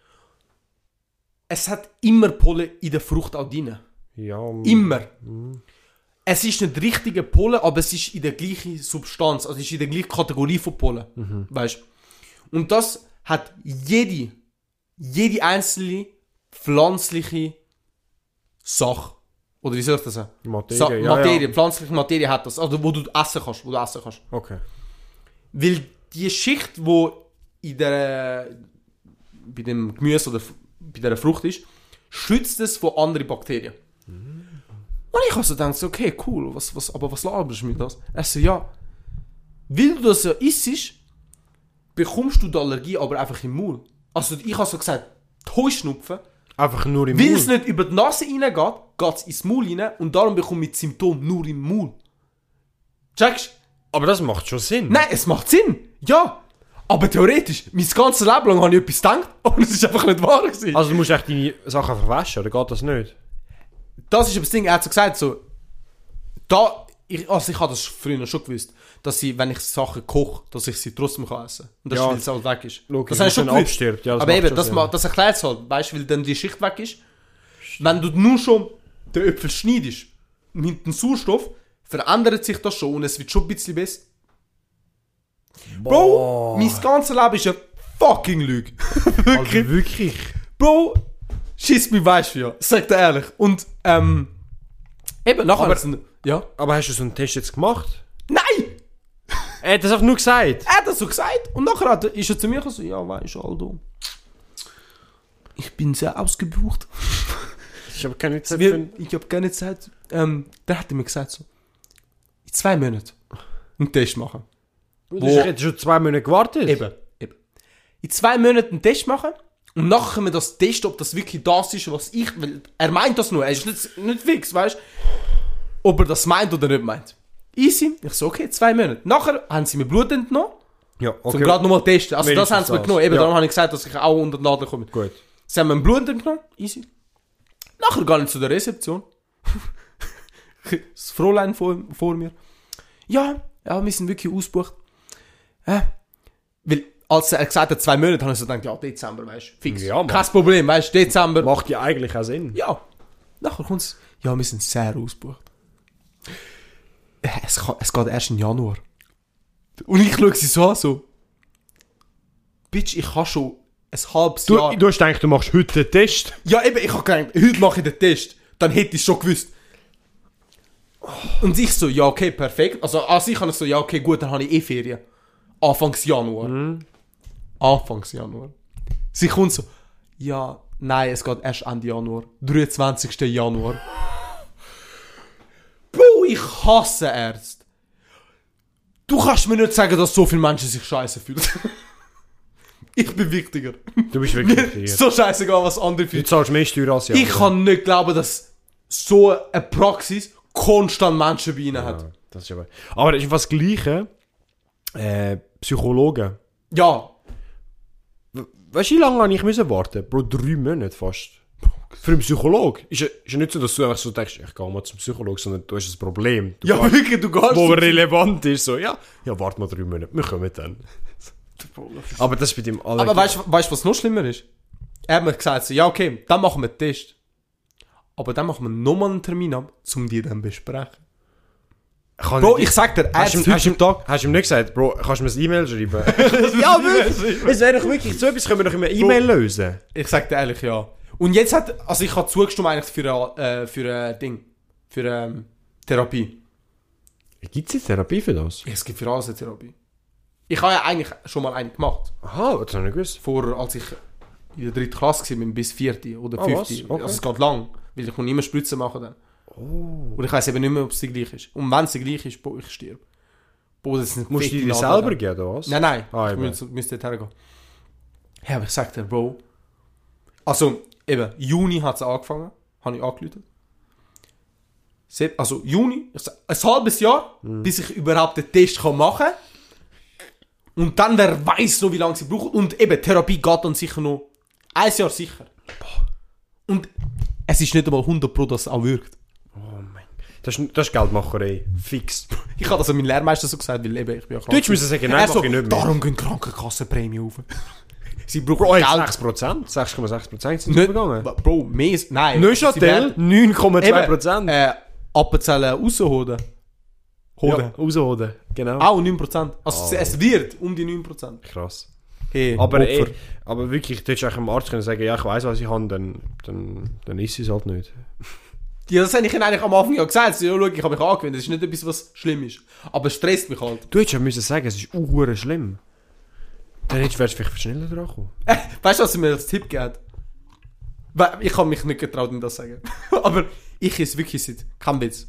es hat immer Pollen in der Frucht auch drin. Ja. m- Immer. Es ist nicht richtige Pollen, aber es ist in der gleichen Substanz, also es ist in der gleichen Kategorie von Pollen. Mhm. Weißt du? Und das hat jede, jede einzelne pflanzliche Sache. Oder wie soll ich das sagen? Materie. Sa ja, Materie, Ja. pflanzliche Materie hat das. Also wo du essen kannst, wo du essen kannst. Okay. Weil die Schicht, wo in der, bei dem Gemüse oder f- bei dieser Frucht ist, schützt es vor anderen Bakterien. Und ich habe so gedacht, so, okay, cool, was, was, aber was laberst du mit das? Er so, ja, weil du das ja isst, bekommst du die Allergie aber einfach im Maul. Also ich habe so gesagt, die Heuschnupfen, Einfach nur im weil Mund. es nicht über die Nase reingeht, geht es ins Maul rein und darum bekomme ich die Symptome nur im Maul. Checkst? Aber das macht schon Sinn. Nein, es macht Sinn. Ja. Aber theoretisch, mein ganzes Leben lang habe ich etwas gedacht und es ist einfach nicht wahr gewesen. Also du musst echt deine Sachen verwaschen, oder geht das nicht? Das ist aber das Ding, er hat so gesagt, so, da, ich, also ich habe das früher schon gewusst, dass ich, wenn ich Sachen koche, dass ich sie trotzdem kann essen kann. Und das Ja. ist, weil es halt weg ist. Logisch, das habe ich schon wenn es gewusst. abstirbt. Ja, das aber macht eben, schon das, Sinn. ma- das erklärt es halt, weißt du, weil dann die Schicht weg ist. Wenn du nur schon den Äpfel schneidest, mit dem Sauerstoff, verändert sich das schon und es wird schon ein bisschen besser. Bro, mein ganzes Leben ist eine fucking Lüge. Also wirklich? Bro, schiss mich, weißt du ja. Sag dir ehrlich. Und, ähm, eben, nachher... Aber- hat's ein- ja? Aber hast du so einen Test jetzt gemacht? Nein! Er hat das einfach nur gesagt. Er hat das so gesagt. Und nachher hat er, ist er zu mir gekommen, so, ja, weißt du, Aldo, ich bin sehr ausgebucht. Ich habe keine Zeit Wir, für... ich habe keine Zeit. Ähm, dann hat er mir gesagt, so, in zwei Monaten einen Test machen. Du hast jetzt schon zwei Monate gewartet. Eben, eben. In zwei Monaten einen Test machen und nachher können wir das testen, ob das wirklich das ist, was ich... Weil er meint das nur, er ist nicht, nicht fix, weißt du? Ob er das meint oder nicht meint. Easy. Ich so, okay, zwei Monate. Nachher haben sie mir Blut entnommen, Ja, um okay. gerade nochmal testen. Also das Wenigstens haben sie mir das. genommen. Eben, Ja. darum habe ich gesagt, dass ich auch unter die Nadel komme. Gut. Sie haben mir ein Blut entnommen. Easy. Nachher gehe ich zu der Rezeption. Das Fräulein vor, vor mir. Ja, ja, wir sind wirklich ausgebucht. Äh, weil, als er gesagt hat, zwei Monate, habe ich so gedacht, ja, Dezember, weißt du, fix. Ja, Mann. Kein Problem, weißt du, Dezember. Macht ja eigentlich auch Sinn. Ja. Nachher kommt es, ja, wir sind sehr ausgebucht. Äh, Es, kann, es geht erst im Januar. Und ich schaue sie so an, so, Bitch, ich habe schon ein halbes Du, Jahr... du hast gedacht, du machst heute den Test. Ja, eben, ich habe gedacht, heute mache ich den Test. Dann hätte ich es schon gewusst. Und ich so, ja, okay, perfekt. Also, als ich habe ich so, ja, okay, gut, dann habe ich eh Ferien. Anfangs Januar. Mhm. Anfangs Januar. Sie kommt so, ja, nein, es geht erst Ende Januar. dreiundzwanzigsten Januar. Bro, ich hasse Ärzte. Du kannst mir nicht sagen, dass so viele Menschen sich scheiße fühlen. Ich bin wichtiger. Du bist wirklich hier. So scheißegal, was andere Du fühlen. zahlst mehr Steuern als ja. Ich kann nicht glauben, dass so eine Praxis konstant Menschen bei ihnen hat. Ja, das ist aber... Aber das ist fast das Gleiche. Äh, Psychologen. Ja. Weißt du, wie lange habe ich müssen warten? Bro, drei Monate fast. Für einen Psychologen. Ist ja, ist ja nicht so, dass du einfach so denkst, ich gehe mal zum Psychologen, sondern du hast ein Problem. Du Ja, gehst, wirklich, du gehst... wo relevant ist. So, ja, ja, warte mal drei Monate, wir kommen dann. Aber das ist bei dem alle... Aber weißt du, was noch schlimmer ist? Er hat mir gesagt, so, ja okay, dann machen wir einen Test. Aber dann machen wir nochmal einen Termin ab, um die dann zu besprechen. Kann Bro, nicht- ich sag dir, er Hast hat du ihm- heute hast du ihm- Tag... hast du ihm nicht gesagt, Bro, kannst du mir ein E-Mail schreiben? Ja, wirklich. Es wäre doch wirklich, so etwas können wir doch in einer E-Mail lösen. Ich sag dir ehrlich, ja. Und jetzt hat... Also ich habe zugestimmt eigentlich für ein, äh, für ein Ding. Für ähm, Therapie. Gibt es Therapie für das? Ja, es gibt für alles eine Therapie. Ich habe ja eigentlich schon mal eine gemacht. Aha, das habe ich nicht gewusst. Vor, als ich in der dritten Klasse war, bis vierte oder Ah, was? fünfte. Okay. Also es geht lang, weil ich muss immer Spritzen machen dann. Oh. Und ich weiss eben nicht mehr, ob es die gleich ist. Und wenn es die gleich ist, boah, ich sterbe. Boah, das sind Musst du fette dir Nadeln. selber geben, oder was? Nein, nein. Ah, ich eben. müsste, müsste dort hergehen. Ja, aber ich sag dir, Bro. Also, eben, Juni hat es angefangen. Habe ich angerufen. Se- Also, Juni, ich sag, ein halbes Jahr, Mhm. bis ich überhaupt den Test kann machen kann. Und dann, wer weiß noch, wie lange sie brauchen. Und eben, Therapie geht dann sicher noch ein Jahr sicher. Und es ist nicht einmal hundert Prozent, dass es auch wirkt. Oh mein. Das ist, das ist Geldmacherei. Fix. Ich habe das an meinen Lehrmeister so gesagt, weil eben, ich bin ja Du hättest müssen sagen, nein, Er mach so, ich nicht mehr. darum gehen Krankenkassenprämie auf. Sie brauchen Bro, jetzt Geld. sechs Prozent? sechs Komma sechs Prozent sind Nicht, übergegangen. Bro, mehr ist... Nein. Neuchâtel, neun Komma zwei Prozent. Äh, Appenzellen rausholen. Hoden. Ja, rausholen. Genau. Auch neun Prozent. Also Oh. es wird um die neun Prozent. Krass. Hey, Aber, Opfer. ey, aber wirklich, du hättest eigentlich dem Arzt können sagen, ja, ich weiss, was ich habe, dann, dann, dann ist es halt nicht. Ja, das habe ich ihnen eigentlich am Anfang ja gesagt. So, ja, schau, ich habe mich angewöhnt. Das ist nicht etwas, was schlimm ist. Aber es stresst mich halt. Du hättest ja müssen sagen, es ist uh, schlimm. Dann hättest du vielleicht schneller dran kommen. Äh, weißt du, was sie mir als Tipp gegeben? Weil ich habe mich nicht getraut, ihm das zu sagen. Aber ich esse wirklich seit, kein Witz,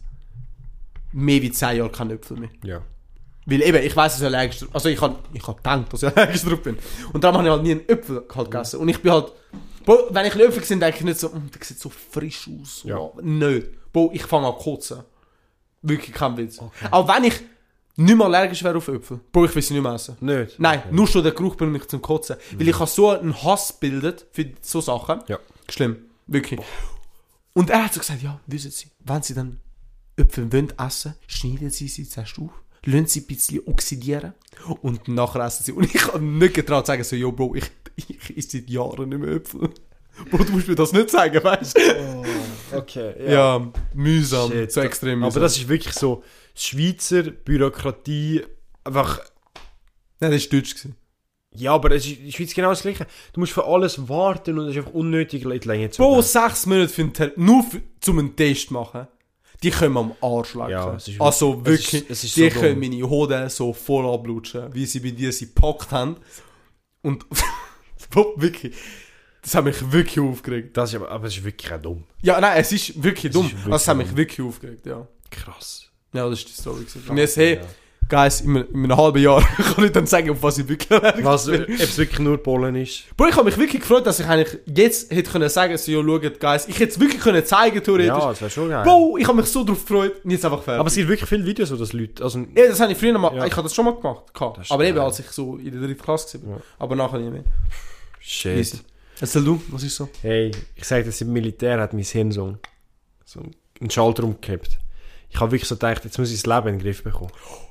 mehr wie zehn Jahre kein Äpfel mehr. Ja. Weil eben, ich weiss, dass ich allergisch drauf bin. Also ich habe ich hab gedacht, dass ich allergisch drauf bin. Und darum habe ich halt nie einen Äpfel halt gegessen. Und ich bin halt... Bro, wenn ich einen Äpfel sehe, denke ich nicht so, «Mm, der sieht so frisch aus.» Ja. Wow. Nicht. Bro, ich fange an zu kotzen. Wirklich kein Witz. Okay. Auch wenn ich nicht mehr allergisch wäre auf Äpfel. Bro, ich will sie nicht mehr essen. Nicht? Nein, Okay. nur schon der Geruch bringt mich zum Kotzen. Mhm. Weil ich habe so einen Hass bildet für so Sachen. Ja. Schlimm. Wirklich. Und er hat so gesagt, ja, wissen Sie, wenn Sie dann Äpfel wollen essen, schneiden Sie sie zuerst auf, lassen Sie ein bisschen oxidieren und nachher essen Sie. Und ich habe nicht getraut zu sagen, so, yo, Bro, ich, ich esse seit Jahren nicht mehr Äpfel. Bro, du musst mir das nicht sagen, weißt du? Oh, okay. Ja, mühsam. Shit. So extrem mühsam. Aber das ist wirklich so Schweizer Bürokratie. Einfach. Nein, das war Deutsch. Gewesen. Ja, aber es ist in der Schweiz genau das Gleiche. Du musst für alles warten und es ist einfach unnötig in die Länge zu Bro, gehen. sechs Monate für einen Ter- nur für, zum einen Test machen. Die können am Arsch lecken. Ja, es ist also wirklich- wirklich, es ist- es ist die so können dumm. meine Hoden so voll ablutschen, wie sie bei dir sie gepackt haben. Und Bro, wirklich, das hat mich wirklich aufgeregt. Das ist aber, aber es ist wirklich auch dumm. Ja, nein, es ist wirklich Es dumm. ist wirklich also, es hat mich dumm. wirklich aufgeregt, ja. Krass. Ja, das ist die Story gewesen. Und jetzt, hey, Ja. Guys, in, einem- in einem halben Jahr kann ich dann sagen, auf was ich wirklich allergisch Was, bin. ob es wirklich nur Pollen ist? Bro, ich habe mich wirklich gefreut, dass ich eigentlich jetzt hätte können sagen, so, ja, schaut, Guys, ich hätte es wirklich können zeigen, theoretisch. Ja, das wäre schon geil. Bro, ich habe mich so drauf gefreut und jetzt einfach fertig. Aber es gibt wirklich viele Videos, wo das Leute... Also, Ja, das habe ich früher mal, Ja. ich habe das schon mal gemacht. gehabt. Das ist Aber eben, geil. als ich so in der dritten Klasse war. Ja. Aber nachher nicht mehr. shit. Easy. Erzähl du, was ist so? Hey, ich sage das, im Militär hat mein Hirn so, so einen Schalter umgekippt. Ich habe wirklich so gedacht, jetzt muss ich das Leben in den Griff bekommen.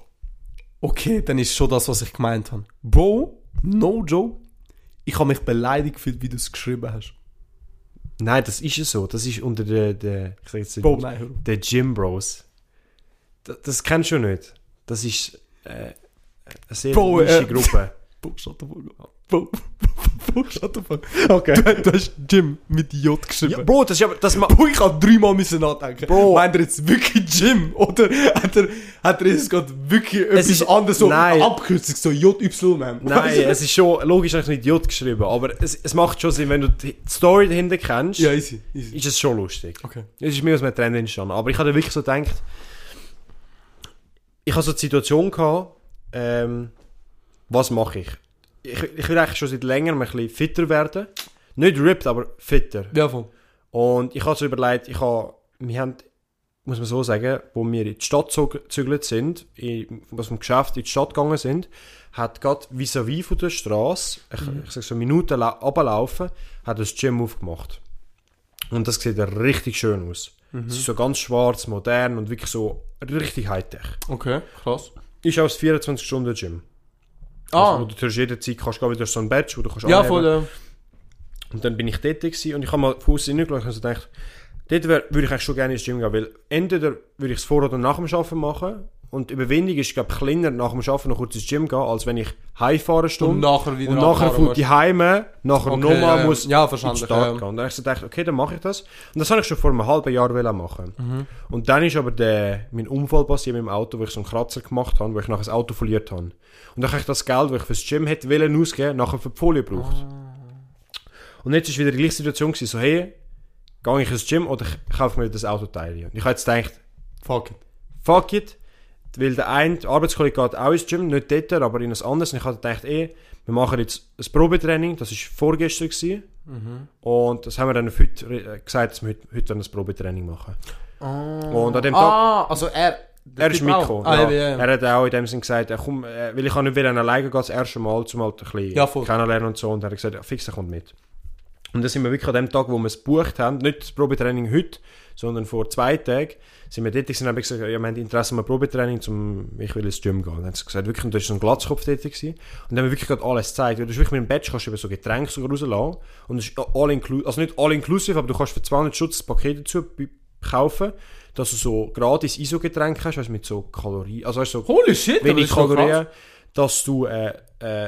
Okay, dann ist schon das, was ich gemeint habe. Bro, no joke. Ich habe mich beleidigt gefühlt, wie du es geschrieben hast. Nein, das ist ja so. Das ist unter den, den ich sag jetzt, Bro, nein, hör auf. den Gym Bros. Das, das kennst du nicht. Das ist äh, eine sehr Bro, nische äh, Gruppe. Bro, shut the fuck up. Bro, Bro, shut the fuck Okay. Du, du hast Jim mit J geschrieben. Ja, Bro, das ist aber... Das ma- Bro, ich habe dreimal müssen nachdenken. Bro. Meint er jetzt wirklich Jim? Oder hat er, hat er jetzt gerade wirklich etwas ist- anderes, so nein. eine Abkürzung, so J Y, man? Nein, es ist schon... Logisch habe ich nicht J geschrieben, aber es, es macht schon Sinn, wenn du die Story dahinter kennst, Ja, easy, easy. ist es schon lustig. Okay. Es ist mir aus einem Trend entstanden. Aber ich hatte wirklich so gedacht... Ich hatte so die Situation gehabt, ähm, was mache ich? ich? Ich will eigentlich schon seit längerem ein bisschen fitter werden. Nicht ripped, aber fitter. Ja, voll. Und ich habe so überlegt, ich habe, wir haben muss man so sagen, wo wir in die Stadt gezügelt sind, in, was vom Geschäft in die Stadt gegangen sind, hat gerade vis-à-vis von der Straße, ich, mhm. ich sage so Minuten la- runterlaufen, hat das Gym aufgemacht. Und das sieht richtig schön aus. Mhm. Es ist so ganz schwarz, modern und wirklich so richtig Hightech. Okay, krass. Ist auch ein vierundzwanzig-Stunden-Gym. Ah. Also, wo du durch jederzeit kannst, gehen, wieder so ein Badge, wo du kannst Ja, anheben. voll. Ja. Und dann bin ich dort gewesen, und ich habe mal von außen hingeschaut und also gedacht, dort wär, würde ich eigentlich schon gerne ins Gym gehen, weil entweder würde ich es vor oder nach dem Arbeiten machen, und die Überwindung ist, glaube ich, kleiner, nach dem Arbeiten noch kurz ins Gym gehen, als wenn ich heimfahre eine Stunde Und nachher wieder und nachher von die Heime, nachher Okay, nochmal ja, muss ja, in die verständlich, Stadt ja. gehen. Und dann habe ich so gedacht, okay, dann mache ich das. Und das habe ich schon vor einem halben Jahr machen. Mhm. Und dann ist aber der, mein Unfall passiert mit dem Auto, wo ich so einen Kratzer gemacht habe, wo ich nachher das Auto verliert habe. Und dann habe ich das Geld, das ich fürs Gym hätte wollen ausgeben, nachher für die Folie gebraucht. Ah. Und jetzt war wieder die gleiche Situation gewesen, so hey, gehe ich ins Gym oder ich kaufe mir das Autoteil. Und ich habe jetzt gedacht, Fuck it. fuck it, weil der eine der Arbeitskollege geht auch ins Gym, nicht dort, aber in ein anderes. Und ich habe gedacht, eh, wir machen jetzt ein Probetraining, das war vorgestern gewesen. Mhm. Und das haben wir dann auf heute gesagt, dass wir heute, heute ein Probetraining machen. Oh. Und an dem Tag... Ah, also er... Er ist mitgekommen. Ah, ja. ja, ja. Er hat auch in dem Sinn gesagt, ja, komm, äh, weil ich kann nicht wieder alleine gehen, das erste Mal, zum halt ein bisschen Ja, voll. kennenlernen und so. Und er hat gesagt, ja, fix, er kommt mit. Und dann sind wir wirklich an dem Tag, wo wir es gebucht haben, nicht das Probetraining heute, sondern vor zwei Tagen, sind wir dort gewesen und haben gesagt, ja, wir haben Interesse an einem Probetraining, zum, ich will ins Gym gehen. Und dann haben sie gesagt, wirklich, und da war so ein Glatzkopf dort gewesen. Und dann haben wir wirklich gerade alles gezeigt. Du hast wirklich mit dem Badge kannst du eben so Getränke sogar rauslassen. Und es ist all inclusive, also nicht all inclusive, aber du kannst für zweihundert Schutz das Paket dazu kaufen, dass du so gratis I S O-Getränke hast, weißt, mit so Kalorien, also weißt, so Holy shit, wenig das ist schon Kalorien, dass du, äh, äh,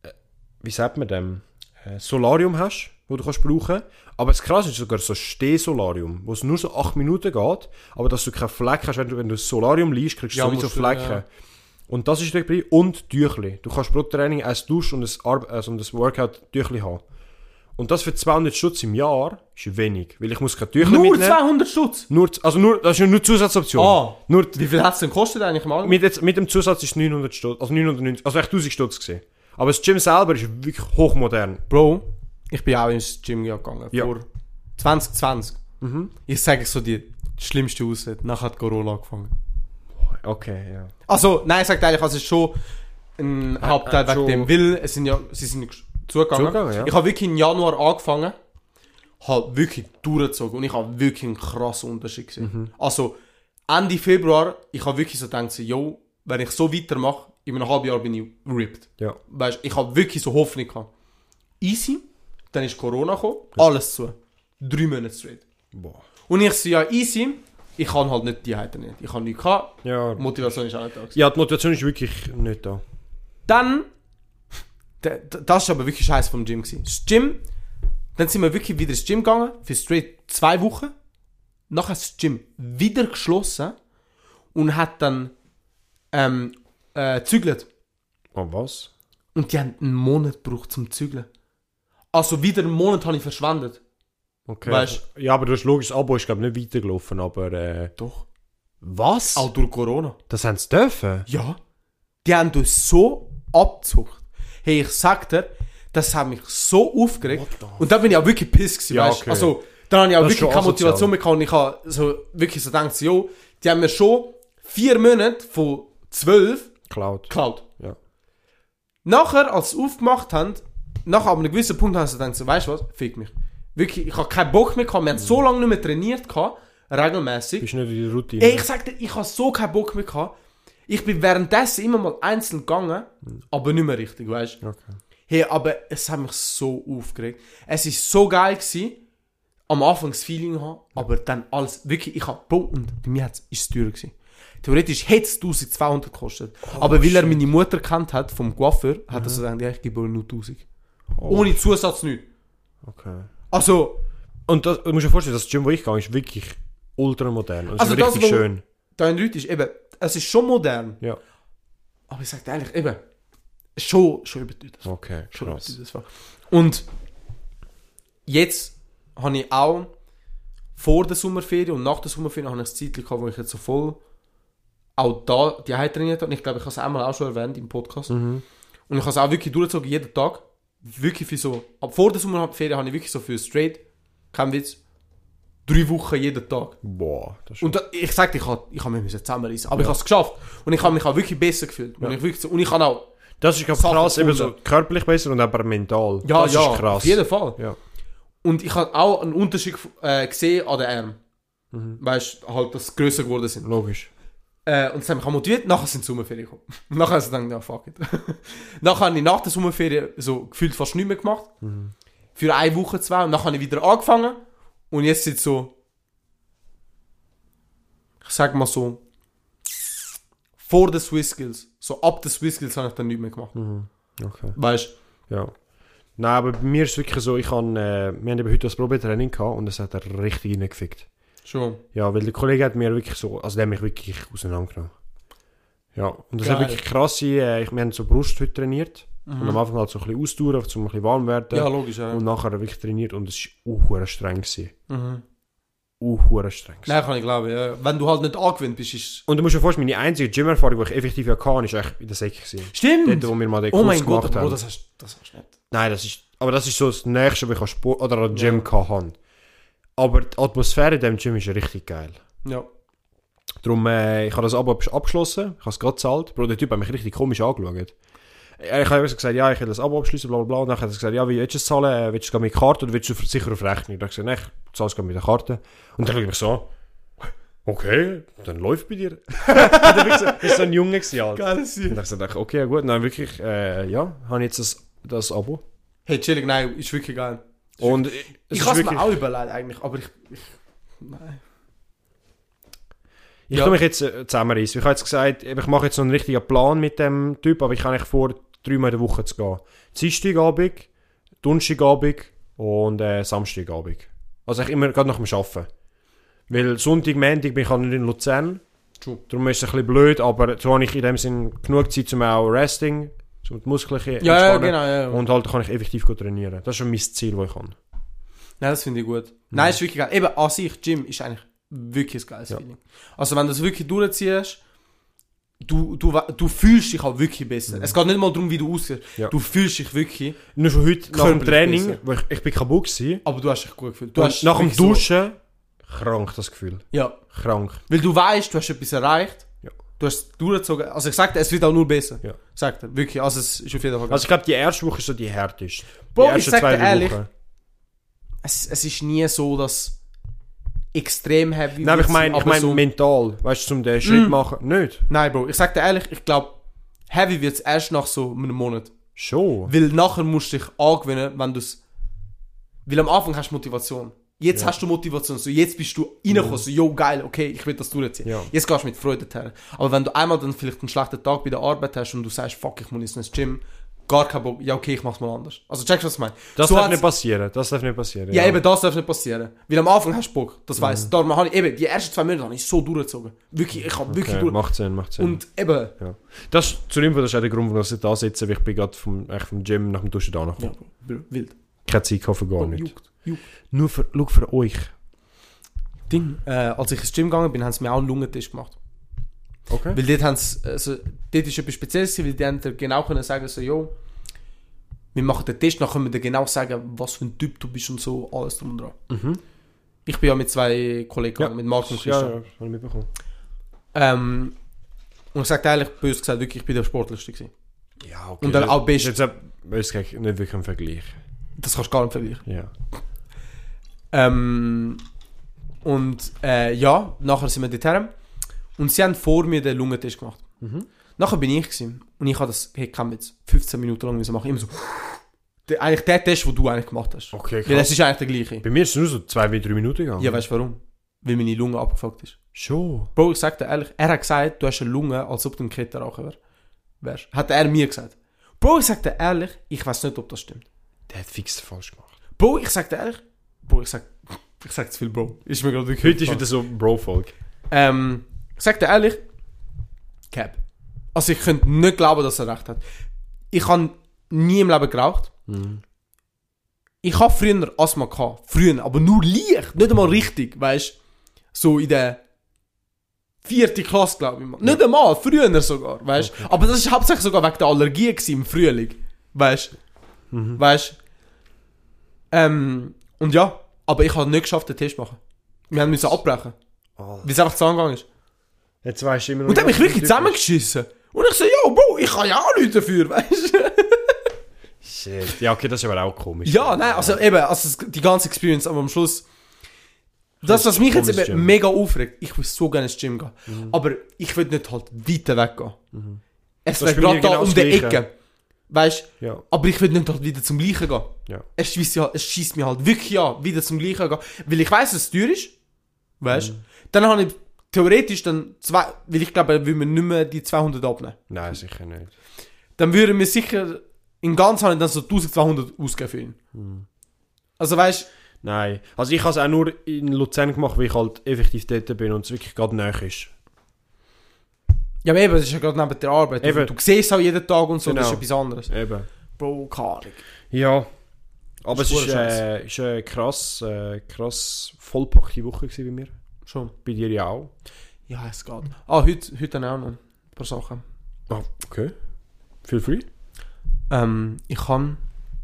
wie sagt man dem, äh, Solarium hast, wo du kannst brauchen. Aber das Krasse ist sogar so Steh-Solarium, wo es nur so acht Minuten geht, aber dass du keine Flecken hast, wenn du, wenn du das Solarium liest, kriegst du Ja, sowieso musst du, Flecken. ja. Und das ist dabei. Und Tüchli. Du kannst pro Training ein Dusch und ein, Ar- also ein Workout-Tüchli haben. Und das für zweihundert Stutz im Jahr ist wenig, weil ich muss kein Tüchli Nur mitnehmen. zweihundert Stutz? Nur, also nur, das ist ja nur Zusatzoption. Ah, Nur, wie viel hat es denn gekostet eigentlich mal? mit, jetzt, mit dem Zusatz ist neunhundert Stutz, also neunhundertneunzig, also echt tausend Stutz gesehen. Aber das Gym selber ist wirklich hochmodern. Bro, ich bin auch ins Gym gegangen, Ja. vor zwanzig zwanzig. Mhm. Ich sage so die schlimmste Aussicht, nachher hat Corona angefangen. Okay, ja. Also, nein, ich sage eigentlich, also es ist schon ein Hauptteil äh, wegen schon- dem, weil es sind ja, sie sind zugegangen. Zugegangen, ja. Ich habe wirklich im Januar angefangen, habe wirklich durchgezogen und ich habe wirklich einen krassen Unterschied gesehen. Mhm. Also, Ende Februar, ich habe wirklich so gedacht, so, yo, wenn ich so weitermache, in einem halben Jahr bin ich ripped. Ja. Weißt, ich habe wirklich so Hoffnung gehabt. Easy, dann ist Corona gekommen, alles zu. Drei Monate straight. Boah. Und ich so, ja, easy, ich kann halt nicht die Heiten nicht. Ich habe nichts gehabt, Ja. Motivation ist auch nicht da gewesen. Ja, die Motivation ist wirklich nicht da. Dann, d- d- das war aber wirklich scheiße vom Gym gewesen. Das Gym, dann sind wir wirklich wieder ins Gym gegangen, für straight zwei Wochen. Nachher ist das Gym wieder geschlossen und hat dann ähm, äh, zügelt. Oh, was? Und die haben einen Monat gebraucht zum Zügeln. Also wieder einen Monat habe ich verschwendet. Okay. Weißt- Ja, aber das logisch, das Abo ist glaube ich nicht weitergelaufen, aber äh, Doch. was? Auch durch Corona. Das haben sie dürfen? Ja. Die haben uns so abgezuckt. Hey, ich sag dir, das hat mich so aufgeregt. Und da bin ich auch wirklich pissed gewesen, Ja, weißt? okay. Also, da habe ich auch Das ist wirklich schon keine Motivation mehr gehabt. Und ich habe so, wirklich so gedacht, so, jo, die haben mir schon vier Monate von zwölf Cloud. geklaut. Ja. Nachher, als sie aufgemacht haben, nachher ab einem gewissen Punkt haben sie gedacht, so, weißt du was, fick mich. Wirklich, ich habe keinen Bock mehr gehabt. Wir haben so lange nicht mehr trainiert gehabt, regelmäßig. Bist nicht in die Routine. Ey, ich sag dir, ich habe so keinen Bock mehr gehabt. Ich bin währenddessen immer mal einzeln gegangen, aber nicht mehr richtig, weißt du? Okay. Hey, aber es hat mich so aufgeregt. Es war so geil gewesen, am Anfang das Feeling haben, aber dann alles, wirklich, ich hab, Bro, und bei mir hat's, ist es teuer gewesen. Theoretisch hätte es eintausendzweihundert gekostet. Oh, aber weil er shit. meine Mutter kennt hat, vom Coiffeur, hat er so gesagt, ja, ich gebe euch nur tausend. Oh, Ohne Zusatz nichts. okay. Also, Und das, du musst dir vorstellen, das Gym, wo ich gehe, ist wirklich ultramodern. Und es Also ist das, richtig wo- schön. da in Leute ist eben, es ist schon modern. Ja. Aber ich sag dir ehrlich, eben, schon, schon überteuert. Okay, Schon krass. überteuert, das war. Und jetzt habe ich auch vor der Sommerferien und nach der Sommerferien habe ich ein Zeitchen gehabt, wo ich jetzt so voll auch da die Heim trainiert habe. Und ich glaube, ich habe es einmal auch schon erwähnt im Podcast. Mhm. Und ich habe es auch wirklich durchgezogen, jeden Tag. Wirklich für so, ab vor der Sommerferien habe ich wirklich so für straight, kein Witz, Drei Wochen jeden Tag. Boah, das ist... Und da, ich sag dir, ich habe ich hab mich zusammenreißen, aber ja. ich habe es geschafft. Und ich habe mich auch wirklich besser gefühlt. Ja. Und, ich wirklich so, und ich kann auch... Das ist krass, eben so körperlich besser und aber mental. Ja, das ja, ist krass. auf jeden Fall. Ja. Und ich habe auch einen Unterschied äh, gesehen an den Armen. Mhm. Weißt du, halt, dass sie grösser geworden sind. Logisch. Äh, und das hat mich auch motiviert. Nachher sind die Sommerferien gekommen. Nachher habe ich gedacht, ja, fuck it. Nachher habe ich nach der Sommerferien so gefühlt fast nichts mehr gemacht. Mhm. Für eine Woche, zwei. Und dann habe ich wieder angefangen. Und jetzt sind so... Ich sag mal so... Vor den Swiss Skills. So ab den Swiss Skills habe ich dann nichts mehr gemacht. Mhm. Okay. Weißt du? Ja. Nein, aber bei mir ist es wirklich so, ich kann, äh, wir haben eben heute das Probetraining gehabt und es hat er richtig reingefickt. Schon? Ja, weil der Kollege hat mir wirklich so, also der hat mich wirklich auseinandergenommen. Ja, und das Geil. ist wirklich krass, äh, ich, wir haben so Brust heute trainiert. Mhm. Und am Anfang halt so ein bisschen ausdauern, um ein bisschen warm werden. Ja, logisch, ja. Und nachher wirklich trainiert und es war auch streng gewesen. Mhm. Auch streng. Nein, kann ich glauben, ja. Wenn du halt nicht angewöhnt bist, ist und du musst dir vorstellen, meine einzige Gym-Erfahrung, die ich effektiv hatte, war eigentlich in der Säcke gewesen. Stimmt! Dort, wo wir mal den oh Kurs mein gemacht Gott, haben. Bro, das hast, das hast du nicht. Nein, das ist, aber das ist so das Nächste, was ich an Sport oder an Gym ja. hatte. Aber die Atmosphäre in diesem Gym ist richtig geil. Ja. Darum, äh, ich habe das Abo abgeschlossen, ich habe es gerade gezahlt. Bro, der Typ hat mich richtig komisch angeschaut. Ich habe gesagt, ja, ich will das Abo abschließen, bla bla bla. Und dann hat er gesagt, ja, wie willst du es zahlen? Willst du es mit Karte oder willst du sicher auf Rechnung? Dann habe ich gesagt, nein, ich zahle es mit der Karte. Und dann schaue ich mich so, okay, dann läuft bei dir. Das war so ein Junge gewesen, Alter. Geil, sie. Und dann dachte ich, okay, gut, dann wirklich, äh, ja, habe ich jetzt das, das Abo. Hey, chillig, nein, ist wirklich geil. Ist und wirklich, ich kann es mir auch überlegen eigentlich, aber ich, ich nein. Ich ja. kann mich jetzt äh, zusammenreißen. Ich habe jetzt gesagt, ich mache jetzt so einen richtigen Plan mit dem Typ, aber ich habe eigentlich vor, dreimal in der Woche zu gehen. Dienstagabend, Donnerstagabend und äh, Samstagabend. Also ich immer gerade nach dem Arbeiten. Weil Sonntag, Montag bin ich halt nicht in Luzern. True. Darum ist es ein bisschen blöd, aber so habe ich in dem Sinn genug Zeit, um auch Resting, um die Muskeln zu entspannen. Ja, ja, genau, ja. Und halt kann ich effektiv trainieren. Das ist schon mein Ziel, das ich habe. Nein, das finde ich gut. Mhm. Nein, ist wirklich geil. Eben, an sich, Gym ist eigentlich wirklich ein geiles ja. Feeling. Also wenn du das wirklich durchziehst, du, du, du fühlst dich auch wirklich besser. Mhm. Es geht nicht mal darum, wie du aussiehst. Ja. Du fühlst dich wirklich... Nur schon heute nach dem Training, wo ich, ich bin kaputt gewesen. Aber du hast dich gut gefühlt. Du hast nach dem Duschen, so krank das Gefühl. Ja. Krank. Weil du weißt, du hast etwas erreicht. Ja. Du hast es durchgezogen. Also ich sag dir, es wird auch nur besser. Ja. Ich sag dir, wirklich. Also es ist auf jeden Fall... Also ich glaube, die erste Woche ist so die härteste. Boah, ich sag dir ehrlich, es, es ist nie so, dass... extrem heavy. Nein, ich meine ich mein so mental, weißt du, um den Schritt mm. machen, nicht? Nein, Bro, ich sag dir ehrlich, ich glaube, heavy wird es erst nach so einem Monat. Schon? Weil nachher musst du dich angewöhnen, wenn du es... Weil am Anfang hast du Motivation. Jetzt ja. hast du Motivation, so jetzt bist du reingekommen, mm. so, yo, geil, okay, ich will das durchziehen. Ja. Jetzt gehst du mit Freude her. Aber wenn du einmal dann vielleicht einen schlechten Tag bei der Arbeit hast und du sagst, fuck, ich muss jetzt ins Gym, gar kein Bock, ja okay, ich mach's mal anders. Also checkst du, was ich meine? Das so darf nicht passieren, das darf nicht passieren. Ja, ja, eben, das darf nicht passieren. Weil am Anfang hast du Bock, das weiss ich. Mhm. Darum habe ich eben, die ersten zwei Monate habe ich so durchgezogen. Wirklich, ich habe okay, wirklich durch... macht Sinn, macht Sinn. Und eben... Ja. Das, zu dem, das ist auch der Grund, warum ich da sitze, weil ich bin gerade vom, vom Gym nach dem Duschen da noch. Ja, wild. Keine Zeit kaufen, gar oh, nicht. Juckt, juckt. Nur für, schau für euch. Ding, äh, als ich ins Gym gegangen bin, haben sie mir auch einen Lungentest gemacht. Okay. Weil dort haben sie, also, dort ist etwas Spezielles, weil die haben genau können sagen, so, jo, wir machen den Test, dann können wir dir genau sagen, was für ein Typ du bist und so, alles drum und dran. Mhm. Ich bin ja mit zwei Kollegen gegangen, ja. mit Marc und Christian. Ja, ja, das habe ich mitbekommen. Ähm, und ich sage ehrlich, böse gesagt, wirklich, ich bin der Sportlichste gewesen. Ja, okay. Und dann auch best. Das ist nicht wirklich ein Vergleich. Das kannst du gar nicht vergleichen. Ja. Ähm, und äh, ja, nachher sind wir dorthin. Und sie haben vor mir den Lungentest gemacht. Mhm. Nachher bin ich gewesen. Und ich habe das, hey, kann jetzt fünfzehn Minuten lang machen. Immer so. Der, eigentlich der Test, den du eigentlich gemacht hast. Okay, krass. Weil das ist eigentlich der gleiche. Bei mir ist es nur so zwei bis drei Minuten gegangen. Ja, weißt du warum? Weil meine Lunge abgefuckt ist. Schon? Bro, ich sag dir ehrlich, er hat gesagt, du hast eine Lunge, als ob du ein Kettenraucher wärst. Hat er mir gesagt. Bro, ich sag dir ehrlich, ich weiß nicht, ob das stimmt. Der hat fix falsch gemacht. Bro, ich sag dir ehrlich, Bro, ich sag, ich sag zu viel Bro. Ist mir gerade Heute ist wieder so Bro-Volk. Ähm, ich sag dir ehrlich, Cap. Also ich könnte nicht glauben, dass er recht hat. Ich habe nie im Leben geraucht. Mhm. Ich habe früher Asthma gehabt. Früher, aber nur leicht. Nicht einmal richtig, weißt du? So in der vierten Klasse, glaube ich. Nicht einmal, früher sogar, weißt du? Okay. Aber das war hauptsächlich sogar wegen der Allergie gewesen, im Frühling. Weißt du? Mhm. Weißt du? Ähm, und ja, aber ich habe nicht geschafft, den Test zu machen. Wir haben müssen abbrechen. Oh. Weil es einfach zusammengegangen ist. Jetzt weißt du immer noch Und dann nicht, habe ich was wirklich du zusammengeschissen. Und ich so, ja, Bro, ich kann ja auch nichts dafür, weißt du? Shit. Ja, okay, das ist aber auch komisch. Ja, nein, also eben, also die ganze Experience, aber am Schluss... Das, was mich jetzt eben Gym. mega aufregt, ich will so gerne ins Gym gehen. Mhm. Aber ich will nicht halt weiter weggehen. Mhm. Es Das wäre ist bei gerade mir da genau um das die Gleiche. Ecke. Weißt du? Ja. Aber ich will nicht halt wieder zum Gleichen gehen. Ja. Es schießt ja, es schießt mir halt wirklich an, wieder zum Gleichen gehen. Weil ich weiss, dass es teuer ist. Weißt du? Mhm. Dann habe ich theoretisch dann zwei, weil ich glaube, dann würden wir nicht mehr die zweihundert abnehmen. Nein, sicher nicht. Dann würden wir sicher in ganz habe ich dann so eintausendzweihundert ausgeben für ihn. Mhm. Also weißt Nein. Also ich habe es auch nur in Luzern gemacht, weil ich halt effektiv dort bin und es wirklich gerade nahe ist. ja, aber eben, das ist ja gerade neben der Arbeit. Du, Eben. du siehst es auch jeden Tag und so, das ist Genau. etwas anderes. Eben. Bro, keine Ahnung. Ja. Aber Das es ist ist, verdammt äh, ist eine krass, äh, krass vollpackte Woche gewesen bei mir. Schon. Bei dir ja auch. Ja, es geht. Ah, heute, heute dann auch noch ein paar Sachen. Ah, okay. Feel free. Ähm, ich kann...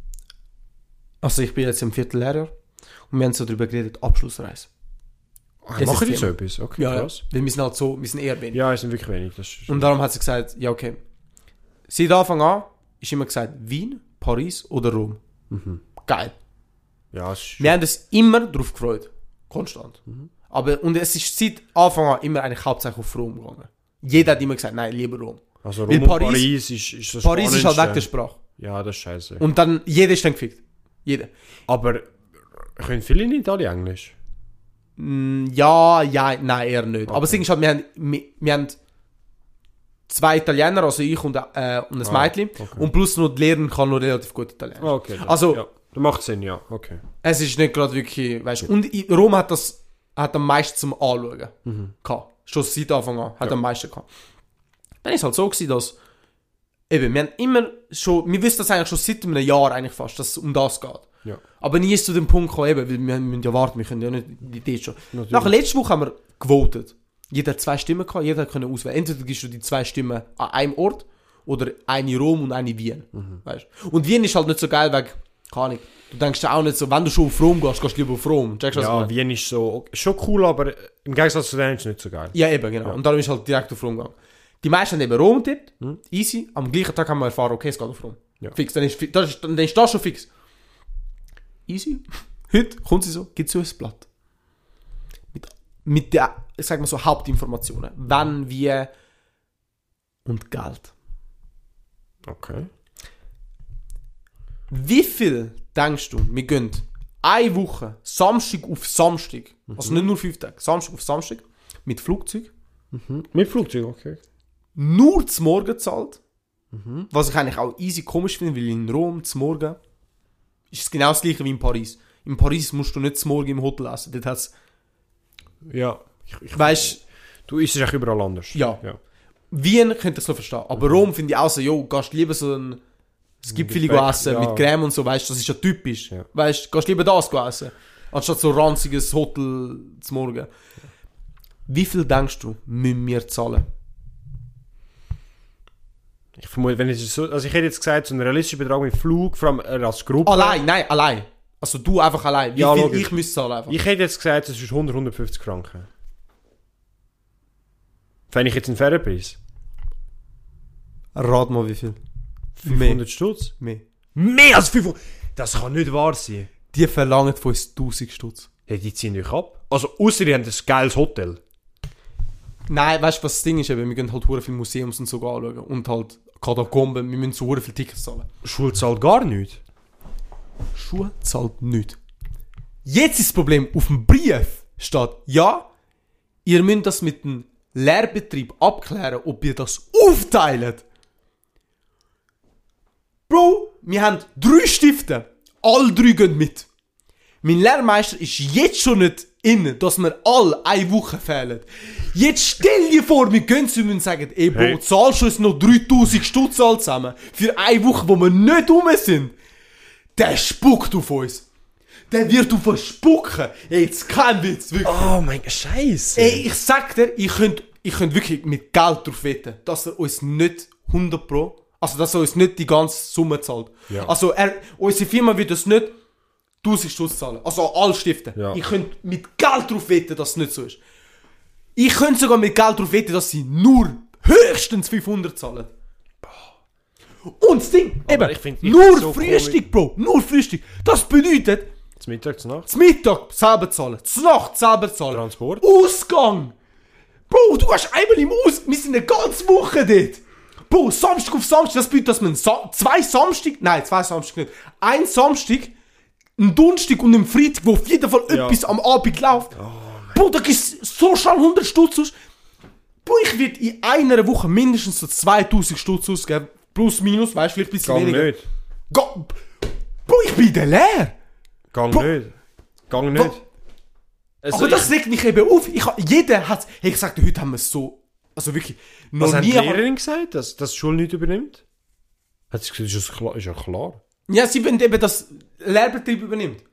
Also ich bin jetzt im Viertellehrjahr und wir haben so darüber geredet, Abschlussreise. Ah, Das machen ist die so Thema. etwas? Okay, Ja, ja. krass. Weil wir sind halt so, wir sind eher wenig. Ja, es sind wirklich wenig. Das ist Und darum hat sie gesagt, ja okay. Seit Anfang an ist immer gesagt, Wien, Paris oder Rom. mhm. Geil. Ja, es ist Wir haben uns immer darauf gefreut. Konstant. Aber, und es ist seit Anfang an immer eigentlich hauptsächlich auf Rom gegangen. Jeder hat immer gesagt, nein, lieber Rom. Also Weil Rom und Paris- Paris ist, ist das Paris ist halt weg der Spannendste. Sprache. Ja, das ist scheiße. Und dann, jeder ist dann gefickt. Jeder. Aber können viele in Italien Englisch? Mm, Ja, ja, nein, eher nicht. Okay. Aber das Ding ist halt, wir haben, wir, wir haben zwei Italiener, also ich und, äh, und ein Ah, Mädchen. okay. Und plus noch die Lehrerin kann noch relativ gut Italienisch. Ah, okay. dann- Also- ja. Das macht Sinn, ja. Okay. Es ist nicht gerade wirklich, weißt du. Und in Rom hat das, hat am meisten zum Anschauen Mhm. gehabt. Schon seit Anfang an. Hat Ja. am meisten gehabt. Dann ist es halt so gewesen, dass, eben, wir haben immer schon, wir wissen das eigentlich schon seit einem Jahr eigentlich fast, dass es um das geht. Ja. Aber nie ist zu dem Punkt gekommen, eben, weil wir müssen ja warten, wir können ja nicht die Idee schon. Natürlich. Nach letzter Woche haben wir gewotet. Jeder hat zwei Stimmen gehabt, jeder konnte auswählen. Entweder gibst du die zwei Stimmen an einem Ort oder eine Rom und eine Wien. Mhm. Weißt? Und Wien ist halt nicht so geil, weil, keine Ahnung, du denkst ja auch nicht so, wenn du schon auf Rom gehst, gehst du lieber auf Rom. Checkst du, was ich Ja, meine? Wien ist so, okay, schon cool, aber im Gegensatz zu denen ist es nicht so geil. Ja, eben, genau. Ja. Und darum ist halt direkt auf Rom gegangen. Die meisten haben eben Rom getippt, Mhm. easy. Am gleichen Tag haben wir erfahren, okay, es geht auf Rom. Ja. Fix, dann ist, fi- das ist, dann ist das schon fix. Easy. Heute kommt sie so, gibt es so ein Blatt. Mit, mit der, ich sag mal so, Hauptinformationen. Wann, wie und Geld. Okay. Wie viel denkst du, wir gehen eine Woche, Samstag auf Samstag, also nicht nur fünf Tage, Samstag auf Samstag, mit Flugzeug, Mhm. Mit Flugzeug, okay. nur zum Morgen zahlt, Mhm. was ich eigentlich auch easy komisch finde, weil in Rom zum Morgen ist es genau das gleiche wie in Paris. In Paris musst du nicht zum Morgen im Hotel essen, dort hat's, Ja. Ich, ich, weißt du isst es echt überall anders. Ja. ja. Wien könnte ich so verstehen, aber Rom finde ich auch so, jo, gehst lieber so ein es gibt viele Gebäck, essen ja. mit Creme und so, weißt du, das ist ja typisch. Ja. Weißt du, gehst lieber das essen, anstatt so ranziges Hotel zum Morgen. Wie viel denkst du, müssen wir zahlen? Ich vermute, wenn es so, also ich hätte jetzt gesagt, so ein realistischer Betrag mit Flug, vor allem äh, als Gruppe. Allein, nein, allein. Also du einfach allein. Wie Ja, viel logisch. ich müsste zahlen einfach? Ich hätte jetzt gesagt, es ist hundert, hundertfünfzig Franken. Fände ich jetzt einen fairen Preis? Rat mal wie viel. fünfhundert Stutz? Mehr. Mehr als fünfhundert? Das kann nicht wahr sein. Die verlangen von uns tausend Stutz. Ja, die ziehen euch ab. Also, außer die haben ein geiles Hotel. Nein, weißt du, was das Ding ist? Eben, wir gehen halt hure viele Museums und so anschauen. Und halt Katakomben, wir müssen so hure viele Tickets zahlen. Schule zahlt gar nichts. Schule zahlt nichts. Jetzt ist das Problem, auf dem Brief steht, ja, ihr müsst das mit dem Lehrbetrieb abklären, ob ihr das aufteilt. Bro, wir haben drei Stifte. Alle drei gehen mit. Mein Lehrmeister ist jetzt schon nicht in, dass wir alle eine Woche fehlen. Jetzt stell dir vor, wir gehen zu ihm und sagen, ey Bro, Hey. zahlst du uns noch dreitausend Stutz alle zusammen für eine Woche, wo wir nicht rum sind. Der spuckt auf uns. Der wird auf uns spucken. Ey, jetzt kein Witz, wirklich. Oh mein Scheiße. Ey, ich sag dir, ich könnte ich könnt wirklich mit Geld drauf wetten, dass er uns nicht hundert Pro, also dass er uns nicht die ganze Summe zahlt. Ja. Also er, unsere Firma wird uns nicht tausend Stutz zahlen. Also alle Stifte. Ja. Ich könnte mit Geld darauf wetten, dass es nicht so ist. Ich könnte sogar mit Geld darauf wetten, dass sie nur höchstens fünfhundert zahlen. Und das Ding, Aber eben, ich find- ich nur find's so Frühstück, Bro. Nur Frühstück. Das bedeutet, Zum Mittag, zur Nacht. zum Mittag selber zahlen, zur Nacht selber zahlen. Transport. Ausgang. Bro, du hast einmal im Ausgang. Wir sind eine ganze Woche dort. Bro, Samstag auf Samstag. Das bedeutet, dass man Sa- zwei Samstag, nein, zwei Samstag nicht. Ein Samstag, ein Donnerstag und ein Freitag, wo auf jeden Fall Ja. etwas am Abend läuft. Oh, Bro, da gibt's so schnell hundert Stutz aus. Bro, ich würde in einer Woche mindestens so zweitausend Stutz ausgeben. Plus, minus, weißt du, vielleicht ein bisschen Gang weniger. nicht. Ga- Bro, ich bin der leer. Gang Bro- nicht. Gang nicht. Also Aber das ich- regt mich eben auf. Ich, ha- jeder hat, hey, ich sagte, heute haben wir es so, also wirklich, noch Was hat die nie. Lehrerin gesagt, dass, dass die Schule nicht übernimmt? Hat sie gesagt, ist, das klar, ist ja klar. Ja, sie wollen eben, dass Lehrbetrieb übernimmt.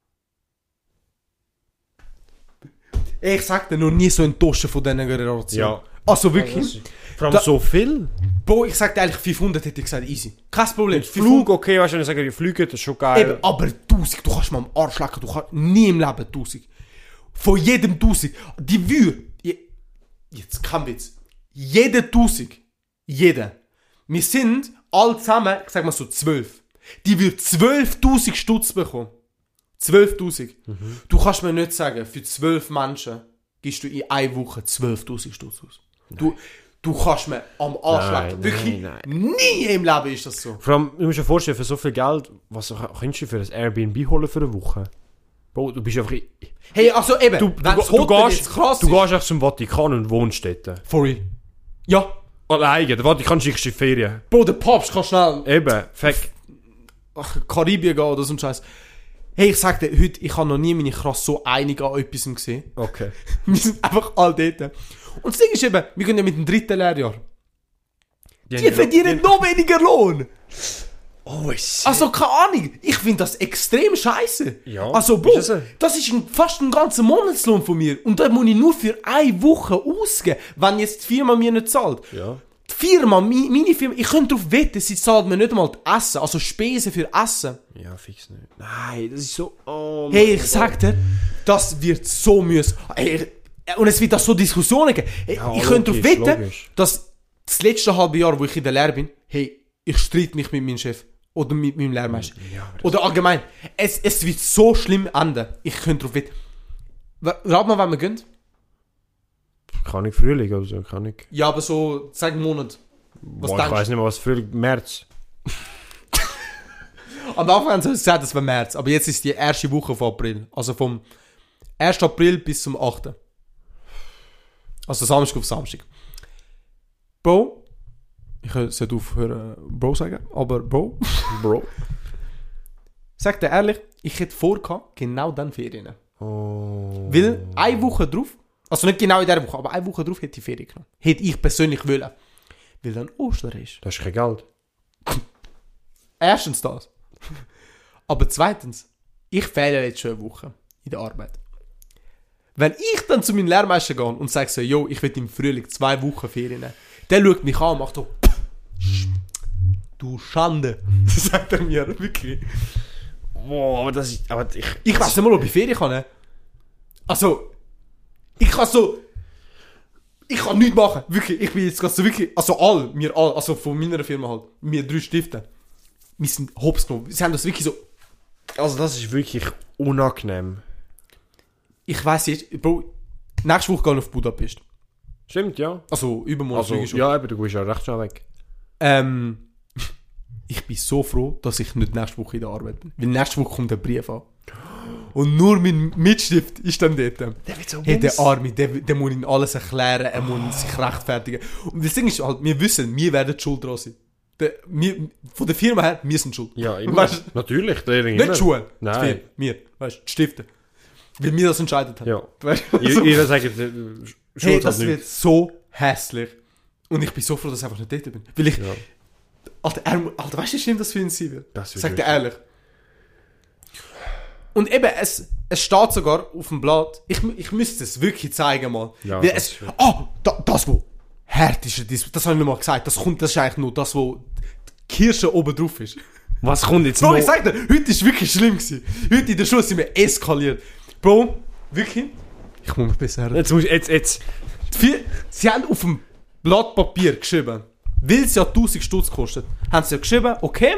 Ey, ich sagte, noch nie so enttäuscht von diesen Generationen. Ja. Also wirklich. Vor allem Da- so viel. Bro, ich sagte eigentlich fünfhundert, hätte ich gesagt, easy. Kein Problem. Mit Flug, okay, weißt du, wenn ich sage, die Flüge, das ist schon geil. Eben, aber tausend, du kannst mal am Arsch lecken, du kannst nie im Leben tausend. Von jedem tausend. Die würde, je- jetzt kein Witz, jeder tausend, jeder. Wir sind alle zusammen, ich sag mal so zwölf. Die würde zwölftausend Stutz bekommen. zwölftausend. Du kannst mir nicht sagen, für zwölf Menschen gibst du in einer Woche zwölftausend Stutz aus. Du, du kannst mir am Arsch Nein, lecken. Wirklich, nein, nie im Leben ist das so. Vor allem, du musst dir vorstellen, für so viel Geld, was kannst du für ein Airbnb holen für eine Woche? Bro, du bist einfach... Hey, also eben, Du, du, wenn das du, Hotel gehst, jetzt krass du ist. gehst echt zum Vatikan und wohnst dort. For real. Ja. Alleine, der Vatikan schickst du in die Ferien. Bro, der Papst kann schnell Eben, fuck. ach, Karibien gehen oder so ein Scheiß. Hey, ich sag dir, heute, ich habe noch nie meine krass so einig an etwas gesehen. Okay. Wir sind einfach all dort. Und das Ding ist eben, wir gehen ja mit dem dritten Lehrjahr. Die verdienen noch weniger Lohn. Oh, shit. Also, keine Ahnung. Ich finde das extrem scheiße. Ja, Also, Bro, ist es so? das ist ein, fast ein ganzer Monatslohn von mir. Und da muss ich nur für eine Woche ausgeben, wenn jetzt die Firma mir nicht zahlt. Ja. Die Firma, mi- meine Firma, ich könnte darauf wetten, sie zahlt mir nicht einmal das Essen, also Spesen für Essen. Ja, fix nicht. Nein, das ist so... Oh mein Hey, ich Gott. sag dir, das wird so mühsam. Hey, und es wird auch so Diskussionen geben. Hey, Ja, ich könnte darauf logisch, wetten, logisch. dass das letzte halbe Jahr, wo ich in der Lehre bin, hey, ich streite mich mit meinem Chef. Oder mit meinem Lehrmeister. Ja, aber das- Oder allgemein. Es, es wird so schlimm enden. Ich könnte darauf wetten. Wa- Rat mal, wann wir gehen. Kann ich Frühling oder so? Kann ich... Ja, aber so, sag einen Monat. Was Boah, ich denkst weiss nicht mehr, was Frühling... März. Am Anfang haben sie gesagt, es war März, aber jetzt ist die erste Woche von April. Also vom ersten April bis zum achten Also Samstag auf Samstag. Bro, ich sollte aufhören Bro sagen, aber Bro, Bro. sag dir ehrlich, ich hätte vorgehabt, genau dann Ferien. Oh. Weil eine Woche drauf, also nicht genau in dieser Woche, aber eine Woche drauf hätte ich Ferien genommen. Hätte ich persönlich wollen. Weil dann Ostern ist. Das ist kein Geld. Erstens das. Aber zweitens, ich fehle jetzt schon eine Woche in der Arbeit. Wenn ich dann zu meinem Lehrmeister gehe und sage so, yo, ich will im Frühling zwei Wochen Ferien nehmen, der schaut mich an und macht so, du Schande. Das sagt er mir, wirklich. Boah, aber das ist... Aber ich... Ich weiß nicht mal, ob ich Ferien kann. Ne? Also, ich kann so... Ich kann nichts machen. Wirklich, ich bin jetzt gerade so wirklich... Also all, wir all, also von meiner Firma halt, wir drei Stifte, wir sind hops genommen. Sie haben das wirklich so... Also das ist wirklich unangenehm. Ich weiss jetzt, Bro, nächste Woche gehe ich auf Budapest. Stimmt, ja. Also, übermorgen Also, fliege ich schon. ja, aber du gehst ja recht schnell weg. Ähm, ich bin so froh, dass ich nicht nächste Woche in der Arbeit bin. Weil nächste Woche kommt der Brief an. Und nur mein Mitstift ist dann dort. Der wird so Hey, der Arme, der, der muss ihm alles erklären, er muss sich rechtfertigen. Und das Ding ist halt, wir wissen, wir werden schuld dran sein. Der, wir, von der Firma her, wir sind schuld. Ja, immer. Weißt, Natürlich, der nicht die Schule, die Nein. Firma, wir, weißt du, die Stifte. Weil wir das entscheidet haben. Ja. Weißt du? Ihr- Ihr sagt, äh, Hey, Schuld das hat wird nichts. so hässlich. Und ich bin so froh, dass ich einfach nicht dort bin. Weil ich, Ja. Alter, er, Alter, weißt du, wie schlimm das für ihn sein wird? Das wird Sag dir wirklich- ehrlich. Und eben, es, es steht sogar auf dem Blatt, ich, ich müsste es wirklich zeigen mal. Ja, Weil das es, ist wirklich- ah, da, das, wo hart ist, das, das habe ich noch mal gesagt, das kommt, das ist eigentlich nur das, wo die Kirsche oben drauf ist. Was kommt jetzt Bro, noch? ich sag dir, heute ist wirklich schlimm gewesen. Heute in der Schule sind wir eskaliert. Bro, wirklich? Ich muss mich besser hören. Jetzt musst jetzt, jetzt. Vier, sie haben auf dem Blatt Papier geschrieben, weil es ja tausend Stutz kostet, haben sie ja geschrieben, okay,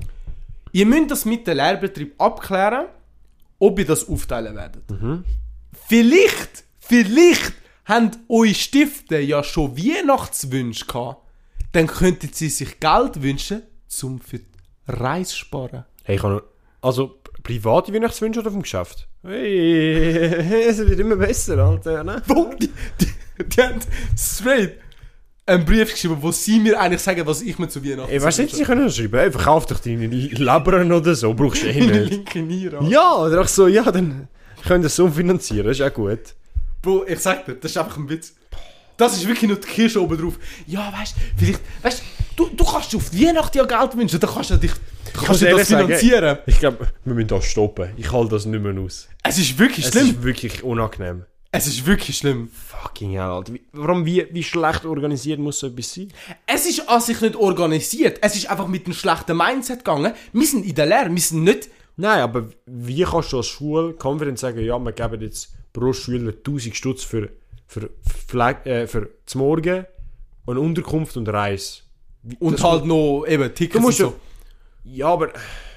ihr müsst das mit dem Lehrbetrieb abklären, ob ihr das aufteilen werdet. Mhm. Vielleicht, vielleicht haben eure Stifte ja schon Weihnachtswünsche gehabt. Dann könnten sie sich Geld wünschen, um für die Reise zu sparen. Hey, ich kann noch, also private Weihnachtswünsche oder vom Geschäft? Hey, es wird immer besser, Alter, ne? Bro, die, die, die haben straight einen Brief geschrieben, wo sie mir eigentlich sagen, was ich mir zu Weihnachten Ey, weißt du, sie können schreiben, hey, verkauf doch deine Lebern oder so, brauchst du eh in nicht. linke Niere. Ja, oder auch so, ja, dann können das so finanzieren, das ist auch gut. Bro, ich sag dir, das ist einfach ein Witz. Das ist wirklich nur die Kirsche oben drauf. Ja, weißt du, vielleicht, weißt du, du kannst auf die Weihnacht ja Geld wünschen, dann kannst du dich, kannst du ehrlich das sagen, finanzieren. Ich glaube, wir müssen das stoppen. Ich halte das nicht mehr aus. Es ist wirklich Es schlimm. ist wirklich unangenehm. Es ist wirklich schlimm. Fucking hell, Alter. Wie, warum, wie, wie schlecht organisiert muss so etwas sein? Es ist an sich nicht organisiert. Es ist einfach mit einem schlechten Mindset gegangen. Wir sind in der Lehre, wir sind nicht... Nein, aber wie kannst du als Schule Konferenz sagen, ja, wir geben jetzt pro Schüler tausend Stutz für, für, Pflege, äh, für zum Morgen, eine Unterkunft und eine Reise. Und Das halt noch eben Tickets Du musst und so. Ja, aber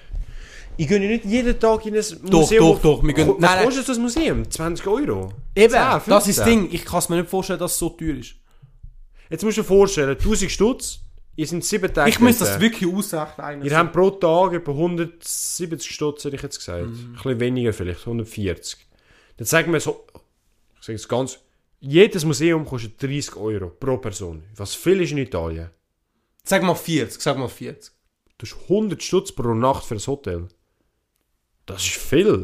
ich gehe nicht jeden Tag in ein Doch, Museum. doch, doch, wir gehen- Was nein, nein. kostet das Museum? zwanzig Euro? Eben, zehn, das ist das fünfzehn. Ding. Ich kann es mir nicht vorstellen, dass es so teuer ist. Jetzt musst du dir vorstellen, tausend Stutz, ihr sind sieben Tage Ich müsste das dort. wirklich ausrechnen. eigentlich. Ihr habt pro Tag etwa hundertsiebzig Stutz, hätte ich jetzt gesagt. Mhm. Ein bisschen weniger vielleicht, hundertvierzig. Dann sagen wir so, ich sage es ganz, jedes Museum kostet dreißig Euro pro Person. Was viel ist in Italien. Sag mal vierzig, sag mal vierzig. Du hast hundert Stutz pro Nacht für das Hotel. Das ist viel.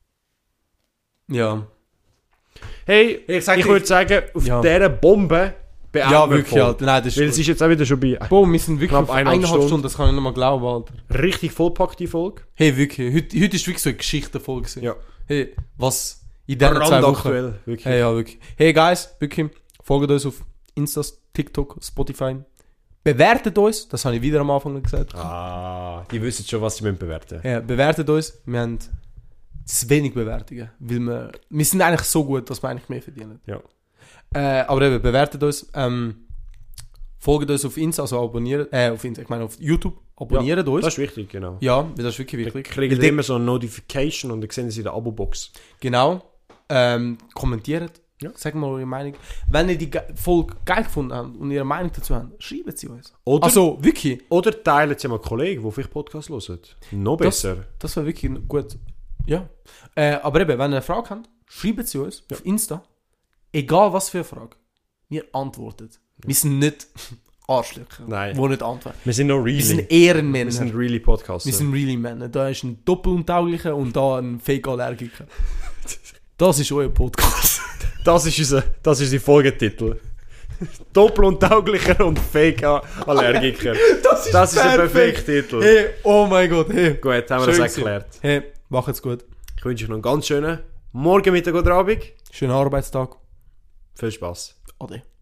Ja. Hey, Ich ich, sag dir- würde sagen, auf Ja. dieser Bombe beenden Ja, wir wirklich, voll. Alter. Nein, das ist Weil gut. es ist jetzt auch wieder schon bei Boah, wir sind wirklich Knapp auf eineinhalb eineinhalb Stunden. Stunden. Das kann ich nicht mal glauben, Alter. richtig vollpackt, die Folge. Hey, wirklich. Heute, heute ist wirklich so eine Geschichtenfolge gewesen. Ja. Hey, was in diesen zwei Wochen... Brandaktuell, wirklich. Hey, ja, wirklich. Hey, Guys, wirklich. Folgt uns auf Insta, TikTok, Spotify. Bewertet uns. Das habe ich wieder am Anfang gesagt. Ah, die wissen schon, was sie müssen bewerten müssen. Ja, bewertet uns. Wir haben zu wenig Bewertungen. Weil wir, wir sind eigentlich so gut, dass wir eigentlich mehr verdienen. Ja. Äh, aber eben, bewertet uns. Ähm, folgt uns auf Insta, also abonniert. Äh, auf Insta, ich meine auf YouTube. Abonniert uns. Das ist wichtig, genau. Ja, weil das ist wirklich Wir wichtig. kriegen Weil immer so eine Notification und dann sehen sie in der Abo-Box. Genau. Ähm, kommentiert. Ja. Sagt mal eure Meinung. Wenn ihr die Ge- Folge geil gefunden habt und ihre Meinung dazu habt, schreibt sie uns. Oder, Also, wirklich. oder teilen sie mal Kollegen, die vielleicht Podcast hören. Noch besser. Das wäre wirklich gut. Ja. Äh, aber eben, wenn ihr eine Frage habt, schreibt sie uns Ja. auf Insta. Egal was für eine Frage. Wir antworten. Wir sind nicht Arschlöcher, Nein. die nicht antworten. Wir sind noch really. Wir sind Ehrenmänner. wir sind really Podcaster. Wir sind really Männer. Da ist ein Doppeluntauglicher und da ein Fake-Allergiker. Das ist euer Podcast. das ist unser, das ist unser Folgetitel. Doppelunttauglicher und Fake-Allergiker. Das ist, Das ist der perfekt. perfekte Titel. Hey, oh mein Gott, hey. Gut, haben wir Schön das gewesen. erklärt. Hey, macht's gut. Ich wünsche euch noch einen ganz schönen Morgen, Mittag oder Abend. Schönen Arbeitstag. Viel Spaß. Ade.